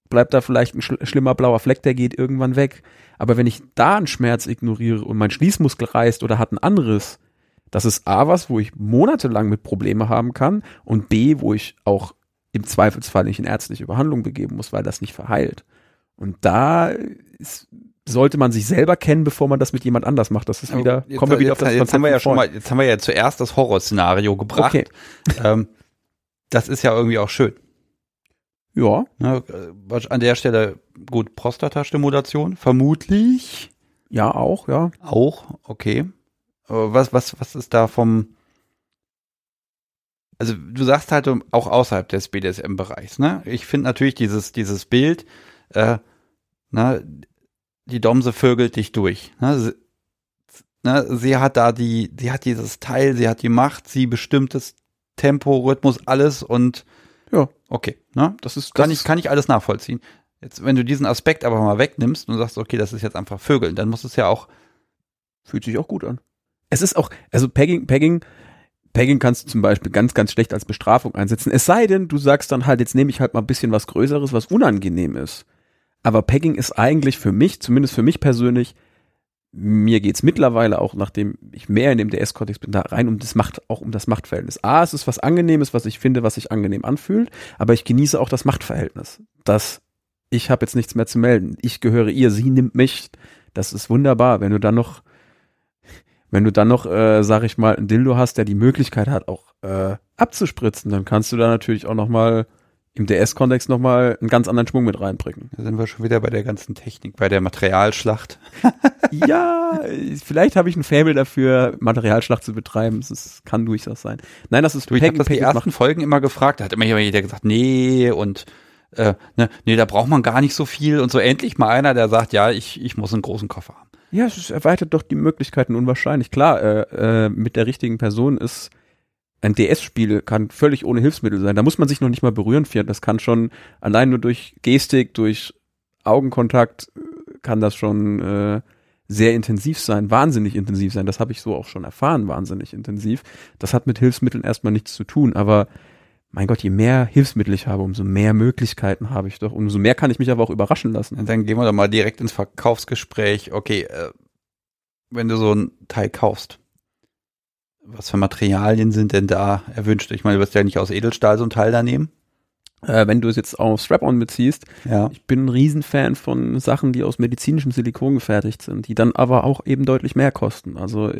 S2: bleibt da vielleicht ein schlimmer blauer Fleck, der geht irgendwann weg. Aber wenn ich da einen Schmerz ignoriere und mein Schließmuskel reißt oder hat einen Anriss, das ist A, was, wo ich monatelang mit Probleme haben kann und B, wo ich auch im Zweifelsfall nicht in ärztliche Behandlung begeben muss, weil das nicht verheilt. Und da sollte man sich selber kennen, bevor man das mit jemand anders macht. Das ist wieder, kommen wir wieder auf das Konzept.
S1: Jetzt haben wir ja zuerst das Horrorszenario gebracht.
S2: Okay.
S1: Das ist ja irgendwie auch schön.
S2: Ja.
S1: An der Stelle, gut, Prostatastimulation, vermutlich.
S2: Ja, auch, ja.
S1: Auch, okay. Aber was ist da also du sagst halt auch außerhalb des BDSM-Bereichs, ne? Ich finde natürlich dieses Bild, die Domse vögelt dich durch. Sie hat dieses Teil, sie hat die Macht, sie bestimmt das Tempo, Rhythmus, alles und
S2: ja,
S1: okay, ne? Kann ich alles nachvollziehen. Jetzt, wenn du diesen Aspekt aber mal wegnimmst und sagst, okay, das ist jetzt einfach Vögeln, dann muss es ja auch,
S2: fühlt sich auch gut an. Es ist auch, also Pegging kannst du zum Beispiel ganz, ganz schlecht als Bestrafung einsetzen. Es sei denn, du sagst dann halt, jetzt nehme ich halt mal ein bisschen was Größeres, was unangenehm ist. Aber Pegging ist eigentlich für mich, zumindest für mich persönlich, mir geht's mittlerweile auch, nachdem ich mehr in dem DS-Kontext bin, da rein um das Machtverhältnis. A, es ist was Angenehmes, was ich finde, was sich angenehm anfühlt, aber ich genieße auch das Machtverhältnis. Ich habe jetzt nichts mehr zu melden. Ich gehöre ihr, sie nimmt mich. Das ist wunderbar. Wenn du dann noch, sag ich mal, ein Dildo hast, der die Möglichkeit hat, auch abzuspritzen, dann kannst du da natürlich auch nochmal im DS-Kontext nochmal einen ganz anderen Schwung mit reinbringen.
S1: Da sind wir schon wieder bei der ganzen Technik, bei der Materialschlacht.
S2: Ja, vielleicht habe ich ein Faible dafür, Materialschlacht zu betreiben. Das kann durchaus sein. Nein, das ist
S1: ich habe das die ersten Folgen immer gefragt, da hat immer jeder gesagt, nee, und nee, da braucht man gar nicht so viel und so endlich mal einer, der sagt, ja, ich muss einen großen Koffer haben.
S2: Ja, es erweitert doch die Möglichkeiten unwahrscheinlich. Klar, mit der richtigen Person ist ein DS-Spiel kann völlig ohne Hilfsmittel sein. Da muss man sich noch nicht mal berühren. Das kann schon allein nur durch Gestik, durch Augenkontakt kann das schon sehr intensiv sein, wahnsinnig intensiv sein. Das habe ich so auch schon erfahren, wahnsinnig intensiv. Das hat mit Hilfsmitteln erstmal nichts zu tun, aber mein Gott, je mehr Hilfsmittel ich habe, umso mehr Möglichkeiten habe ich doch. Umso mehr kann ich mich aber auch überraschen lassen.
S1: Und dann gehen wir doch mal direkt ins Verkaufsgespräch. Okay, wenn du so ein Teil kaufst, was für Materialien sind denn da erwünscht? Ich meine, du wirst ja nicht aus Edelstahl so ein Teil da nehmen.
S2: Wenn du es jetzt auf Strap-on beziehst,
S1: ja.
S2: Ich bin ein Riesenfan von Sachen, die aus medizinischem Silikon gefertigt sind, die dann aber auch eben deutlich mehr kosten. Also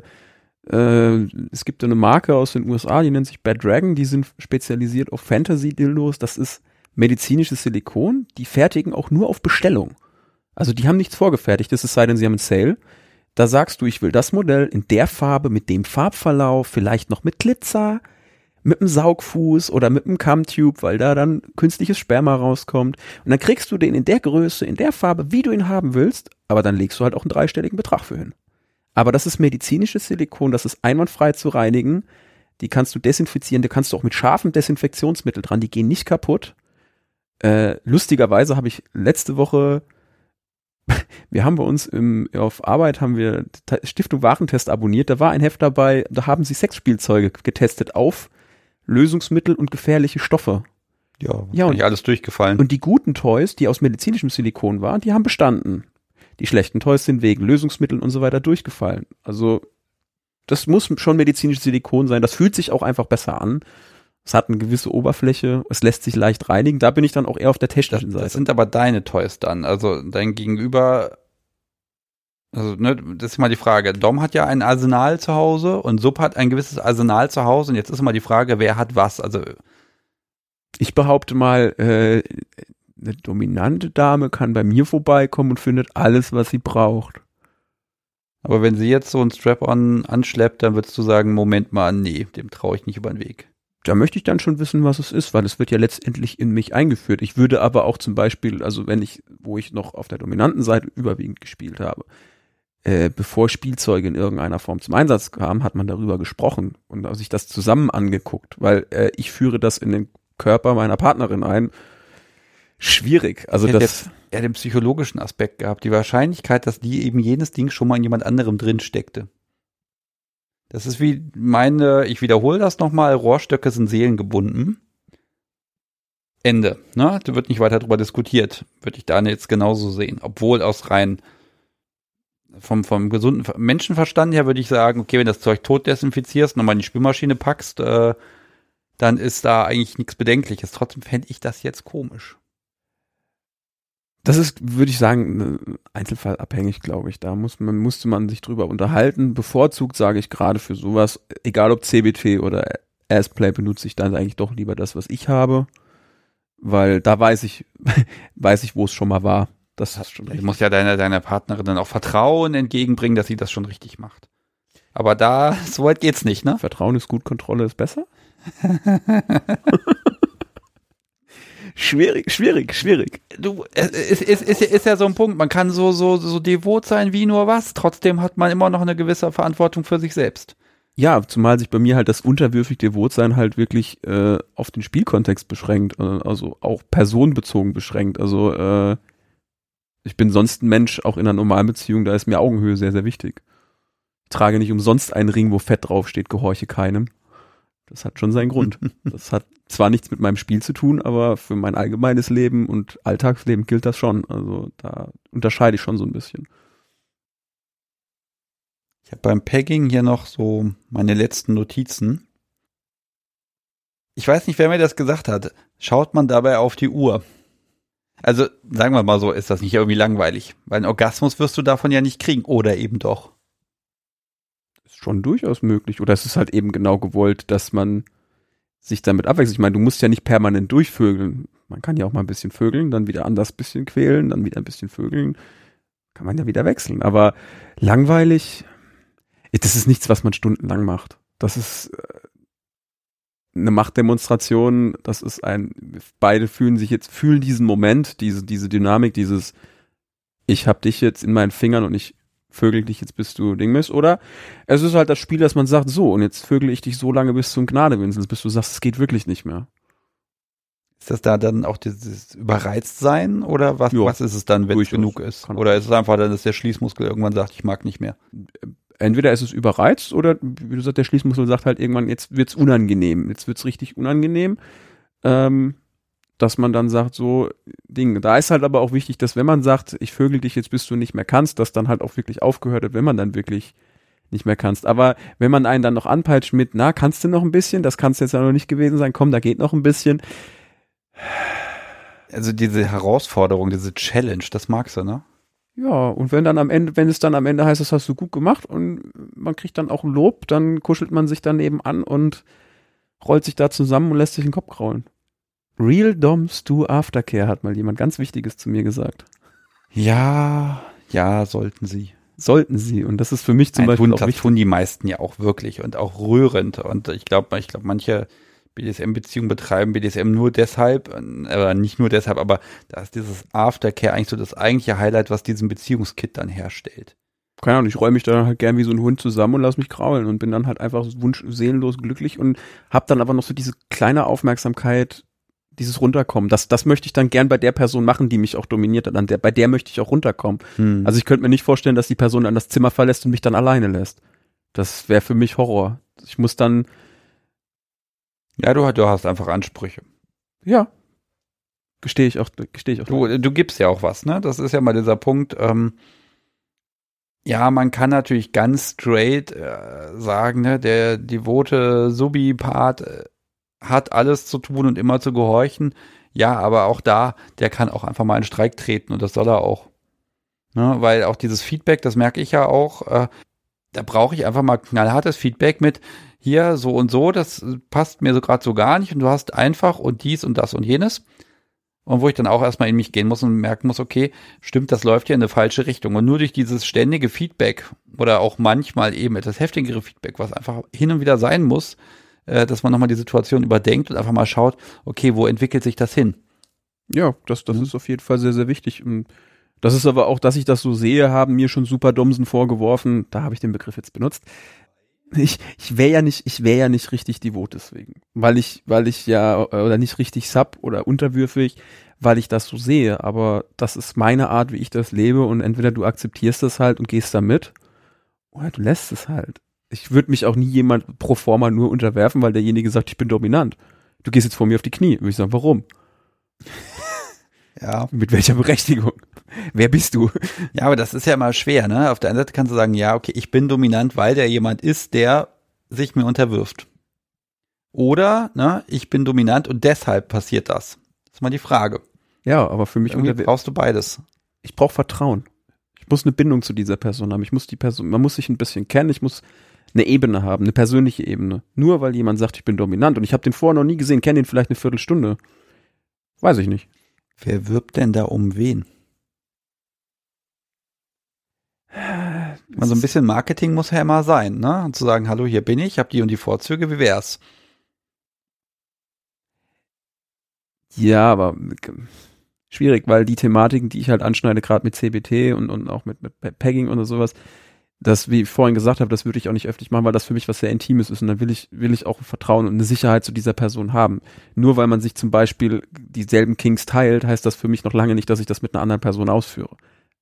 S2: es gibt eine Marke aus den USA, die nennt sich Bad Dragon, die sind spezialisiert auf Fantasy-Dildos. Das ist medizinisches Silikon, die fertigen auch nur auf Bestellung. Also die haben nichts vorgefertigt, es sei denn, sie haben einen Sale. Da sagst du, ich will das Modell in der Farbe, mit dem Farbverlauf, vielleicht noch mit Glitzer, mit einem Saugfuß oder mit einem Cumtube, weil da dann künstliches Sperma rauskommt. Und dann kriegst du den in der Größe, in der Farbe, wie du ihn haben willst, aber dann legst du halt auch einen dreistelligen Betrag für hin. Aber das ist medizinisches Silikon, das ist einwandfrei zu reinigen. Die kannst du desinfizieren, da kannst du auch mit scharfem Desinfektionsmittel dran, die gehen nicht kaputt. Lustigerweise habe ich letzte Woche wir haben bei uns auf Arbeit haben wir Stiftung Warentest abonniert, da war ein Heft dabei, da haben sie Sexspielzeuge getestet auf Lösungsmittel und gefährliche Stoffe.
S1: Ja, und alles durchgefallen.
S2: Und die guten Toys, die aus medizinischem Silikon waren, die haben bestanden. Die schlechten Toys sind wegen Lösungsmitteln und so weiter durchgefallen. Also das muss schon medizinisches Silikon sein, das fühlt sich auch einfach besser an. Es hat eine gewisse Oberfläche, es lässt sich leicht reinigen. Da bin ich dann auch eher auf der technischen Seite.
S1: Das sind aber deine Toys dann. Also dein Gegenüber, also ne, das ist mal die Frage. Dom hat ja ein Arsenal zu Hause und Sub hat ein gewisses Arsenal zu Hause. Und jetzt ist mal die Frage, wer hat was? Also
S2: ich behaupte mal, eine dominante Dame kann bei mir vorbeikommen und findet alles, was sie braucht.
S1: Aber wenn sie jetzt so ein Strap-on anschleppt, dann würdest du sagen, Moment mal, nee, dem traue ich nicht über den Weg.
S2: Da möchte ich dann schon wissen, was es ist, weil es wird ja letztendlich in mich eingeführt. Ich würde aber auch zum Beispiel, also wo ich noch auf der dominanten Seite überwiegend gespielt habe, bevor Spielzeuge in irgendeiner Form zum Einsatz kamen, hat man darüber gesprochen und sich das zusammen angeguckt, weil ich führe das in den Körper meiner Partnerin ein. Schwierig. Also das
S1: er den psychologischen Aspekt gehabt, die Wahrscheinlichkeit, dass die eben jenes Ding schon mal in jemand anderem drin steckte. Das ist wie ich wiederhole das nochmal, Rohrstöcke sind seelengebunden. Ende. Ne? Da wird nicht weiter drüber diskutiert. Würde ich da jetzt genauso sehen. Obwohl aus rein vom gesunden Menschenverstand her würde ich sagen, okay, wenn das Zeug tot desinfizierst, nochmal in die Spülmaschine packst, dann ist da eigentlich nichts Bedenkliches. Trotzdem fände ich das jetzt komisch.
S2: Das ist, würde ich sagen, einzelfallabhängig, glaube ich. Da musste man sich drüber unterhalten. Bevorzugt sage ich gerade für sowas, egal ob CBT oder Assplay, benutze ich dann eigentlich doch lieber das, was ich habe. Weil da weiß ich, wo es schon mal war. Das hast schon.
S1: Du musst ja deiner Partnerin dann auch Vertrauen entgegenbringen, dass sie das schon richtig macht. Aber so weit geht's nicht, ne?
S2: Vertrauen ist gut, Kontrolle ist besser. Schwierig.
S1: Du, ist ja so ein Punkt, man kann so devot sein wie nur was, trotzdem hat man immer noch eine gewisse Verantwortung für sich selbst.
S2: Ja, zumal sich bei mir halt das unterwürfig Devotsein halt wirklich auf den Spielkontext beschränkt, also auch personenbezogen beschränkt. Also ich bin sonst ein Mensch, auch in einer normalen Beziehung, da ist mir Augenhöhe sehr, sehr wichtig. Ich trage nicht umsonst einen Ring, wo Fett draufsteht, gehorche keinem. Das hat schon seinen Grund. Das hat zwar nichts mit meinem Spiel zu tun, aber für mein allgemeines Leben und Alltagsleben gilt das schon. Also da unterscheide ich schon so ein bisschen.
S1: Ich habe beim Pegging hier noch so meine letzten Notizen. Ich weiß nicht, wer mir das gesagt hat. Schaut man dabei auf die Uhr? Also, sagen wir mal so, ist das nicht irgendwie langweilig? Weil einen Orgasmus wirst du davon ja nicht kriegen. Oder eben doch.
S2: Ist schon durchaus möglich. Oder es ist halt eben genau gewollt, dass man sich damit abwechselt. Ich meine, du musst ja nicht permanent durchvögeln. Man kann ja auch mal ein bisschen vögeln, dann wieder anders ein bisschen quälen, dann wieder ein bisschen vögeln. Kann man ja wieder wechseln. Aber langweilig, das ist nichts, was man stundenlang macht. Das ist eine Machtdemonstration. Das ist beide fühlen diesen Moment, diese Dynamik, ich hab dich jetzt in meinen Fingern und ich vögel dich jetzt, bis du Ding bist. Oder es ist halt das Spiel, dass man sagt, so, und jetzt vögel ich dich so lange, bis du in Gnade winselst, bis du sagst, es geht wirklich nicht mehr.
S1: Ist das da dann auch dieses Überreiztsein oder was ist es dann, wenn es genug ist? Oder ist es einfach dann, dass der Schließmuskel irgendwann sagt, ich mag nicht mehr?
S2: Entweder ist es überreizt oder, wie du sagst, der Schließmuskel sagt halt irgendwann, jetzt wird's unangenehm, jetzt wird's richtig unangenehm, dass man dann sagt, so, Ding. Da ist halt aber auch wichtig, dass wenn man sagt, ich vögel dich jetzt, bis du nicht mehr kannst, dass dann halt auch wirklich aufgehört wird, wenn man dann wirklich nicht mehr kannst. Aber wenn man einen dann noch anpeitscht mit, na, kannst du noch ein bisschen? Das kannst jetzt ja noch nicht gewesen sein, komm, da geht noch ein bisschen.
S1: Also diese Herausforderung, diese Challenge, das magst du, ne?
S2: Ja, und wenn es dann am Ende heißt, das hast du gut gemacht und man kriegt dann auch ein Lob, dann kuschelt man sich daneben an und rollt sich da zusammen und lässt sich den Kopf kraulen. Real Doms do Aftercare, hat mal jemand ganz Wichtiges zu mir gesagt.
S1: Ja, sollten sie.
S2: Sollten sie. Und das ist für mich zum Beispiel auch wichtig. Das
S1: tun die meisten ja auch wirklich und auch rührend. Und ich glaube, manche BDSM-Beziehungen betreiben BDSM nur deshalb, aber nicht nur deshalb, aber da ist dieses Aftercare eigentlich so das eigentliche Highlight, was diesen Beziehungskit dann herstellt.
S2: Keine Ahnung, ich räume mich dann halt gern wie so ein Hund zusammen und lass mich kraulen und bin dann halt einfach seelenlos glücklich und hab dann aber noch so diese kleine Aufmerksamkeit, dieses Runterkommen. Das möchte ich dann gern bei der Person machen, die mich auch dominiert hat. Bei der möchte ich auch runterkommen. Also ich könnte mir nicht vorstellen, dass die Person dann das Zimmer verlässt und mich dann alleine lässt. Das wäre für mich Horror. Ich muss dann.
S1: Ja, du hast einfach Ansprüche.
S2: Ja. Gestehe ich auch.
S1: Du gibst ja auch was, ne? Das ist ja mal dieser Punkt. Ja, man kann natürlich ganz straight sagen, ne, der devote Subi-Part hat alles zu tun und immer zu gehorchen. Ja, aber auch der kann auch einfach mal in Streik treten und das soll er auch. Ne, weil auch dieses Feedback, das merke ich ja auch, da brauche ich einfach mal knallhartes Feedback mit, hier so und so, das passt mir so gerade so gar nicht und du hast einfach und dies und das und jenes. Und wo ich dann auch erstmal in mich gehen muss und merken muss, okay, stimmt, das läuft ja in eine falsche Richtung. Und nur durch dieses ständige Feedback oder auch manchmal eben etwas heftigere Feedback, was einfach hin und wieder sein muss, dass man nochmal die Situation überdenkt und einfach mal schaut, okay, wo entwickelt sich das hin?
S2: Ja, das ist auf jeden Fall sehr, sehr wichtig. Und das ist aber auch, dass ich das so sehe, haben mir schon Superdomsen vorgeworfen. Da habe ich den Begriff jetzt benutzt. Ich wäre ja nicht richtig devot deswegen. Weil ich ja, oder nicht richtig sub oder unterwürfig, weil ich das so sehe. Aber das ist meine Art, wie ich das lebe und entweder du akzeptierst das halt und gehst da mit oder du lässt es halt. Ich würde mich auch nie jemand pro forma nur unterwerfen, weil derjenige sagt, ich bin dominant. Du gehst jetzt vor mir auf die Knie. Würde ich sagen, warum?
S1: Ja.
S2: Mit welcher Berechtigung? Wer bist du?
S1: Ja, aber das ist ja immer schwer, ne? Auf der einen Seite kannst du sagen, ja, okay, ich bin dominant, weil der jemand ist, der sich mir unterwirft. Oder, ne, ich bin dominant und deshalb passiert das. Das ist mal die Frage.
S2: Ja, aber für mich
S1: brauchst du beides.
S2: Ich brauche Vertrauen. Ich muss eine Bindung zu dieser Person haben. Man muss sich ein bisschen kennen, ich muss eine Ebene haben, eine persönliche Ebene. Nur weil jemand sagt, ich bin dominant und ich habe den vorher noch nie gesehen, kenne ihn vielleicht eine Viertelstunde. Weiß ich nicht.
S1: Wer wirbt denn da um wen? Also ein bisschen Marketing muss ja immer sein, ne? Und zu sagen, hallo, hier bin ich, habe die und die Vorzüge, wie wär's?
S2: Ja, aber schwierig, weil die Thematiken, die ich halt anschneide, gerade mit CBT und auch mit Pegging oder sowas, das, wie ich vorhin gesagt habe, das würde ich auch nicht öffentlich machen, weil das für mich was sehr Intimes ist und dann will ich auch Vertrauen und eine Sicherheit zu dieser Person haben. Nur weil man sich zum Beispiel dieselben Kings teilt, heißt das für mich noch lange nicht, dass ich das mit einer anderen Person ausführe.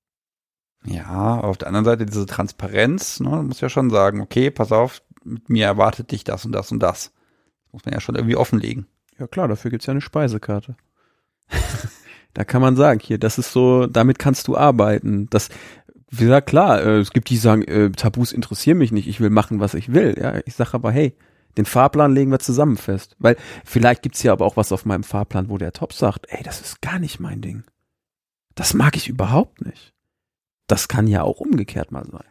S1: Ja, auf der anderen Seite diese Transparenz, ne, muss ja schon sagen, okay, pass auf, mit mir erwartet dich das und das und das. Das muss man ja schon irgendwie offenlegen.
S2: Ja klar, dafür gibt's ja eine Speisekarte. Da kann man sagen, hier, das ist so, damit kannst du arbeiten. Das, wie gesagt, klar, es gibt die, die sagen, Tabus interessieren mich nicht, ich will machen, was ich will. Ja, ich sage aber, hey, den Fahrplan legen wir zusammen fest. Weil vielleicht gibt's ja aber auch was auf meinem Fahrplan, wo der Top sagt, ey, das ist gar nicht mein Ding. Das mag ich überhaupt nicht. Das kann ja auch umgekehrt mal sein.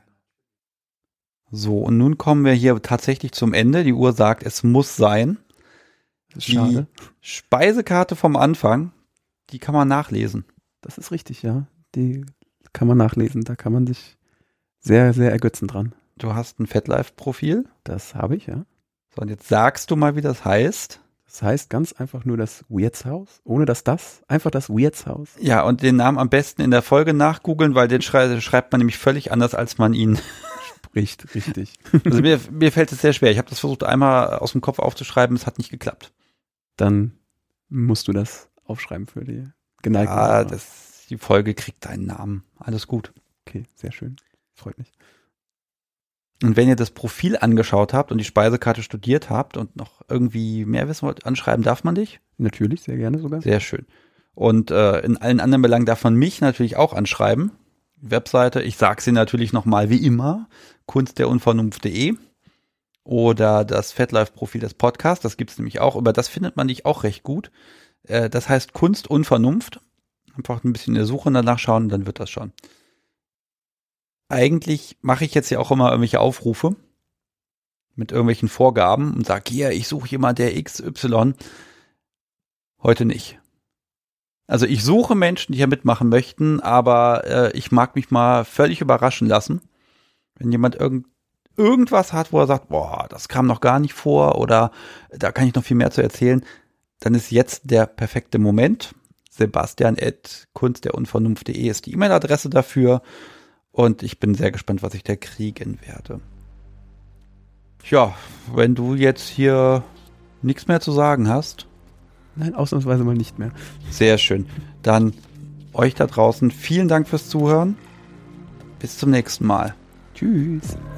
S1: So, und nun kommen wir hier tatsächlich zum Ende. Die Uhr sagt, es muss sein.
S2: Das ist schade.
S1: Die Speisekarte vom Anfang, die kann man nachlesen.
S2: Das ist richtig, ja. Die kann man nachlesen. Da kann man sich sehr, sehr ergötzen dran.
S1: Du hast ein FetLife-Profil.
S2: Das habe ich, ja.
S1: So, und jetzt sagst du mal, wie das heißt.
S2: Das heißt ganz einfach nur das Wirtshaus, ohne das, einfach das Wirtshaus.
S1: Ja, und den Namen am besten in der Folge nachgoogeln, weil den schreibt man nämlich völlig anders, als man ihn
S2: spricht. Richtig.
S1: Also mir fällt es sehr schwer. Ich habe das versucht, einmal aus dem Kopf aufzuschreiben, es hat nicht geklappt.
S2: Dann musst du das aufschreiben für die geneigten.
S1: Ja, die Folge kriegt einen Namen. Alles gut.
S2: Okay, sehr schön. Freut mich.
S1: Und wenn ihr das Profil angeschaut habt und die Speisekarte studiert habt und noch irgendwie mehr wissen wollt, anschreiben darf man dich?
S2: Natürlich, sehr gerne sogar.
S1: Sehr schön. Und in allen anderen Belangen darf man mich natürlich auch anschreiben. Webseite, ich sage sie natürlich nochmal wie immer, kunstderunvernunft.de oder das FetLife-Profil des Podcasts, das gibt's nämlich auch, über das findet man dich auch recht gut. Das heißt Kunst und Vernunft. Einfach ein bisschen in der Suche danach schauen, dann wird das schon. Eigentlich mache ich jetzt ja auch immer irgendwelche Aufrufe mit irgendwelchen Vorgaben und sage, hier, ich suche jemand, der XY. Heute nicht. Also ich suche Menschen, die hier mitmachen möchten, aber ich mag mich mal völlig überraschen lassen. Wenn jemand irgendwas hat, wo er sagt, boah, das kam noch gar nicht vor oder da kann ich noch viel mehr zu erzählen, dann ist jetzt der perfekte Moment. Sebastian@kunstderunvernunft.de ist die E-Mail-Adresse dafür und ich bin sehr gespannt, was ich da kriegen werde. Ja, wenn du jetzt hier nichts mehr zu sagen hast.
S2: Nein, ausnahmsweise mal nicht mehr.
S1: Sehr schön. Dann euch da draußen vielen Dank fürs Zuhören. Bis zum nächsten Mal.
S2: Tschüss.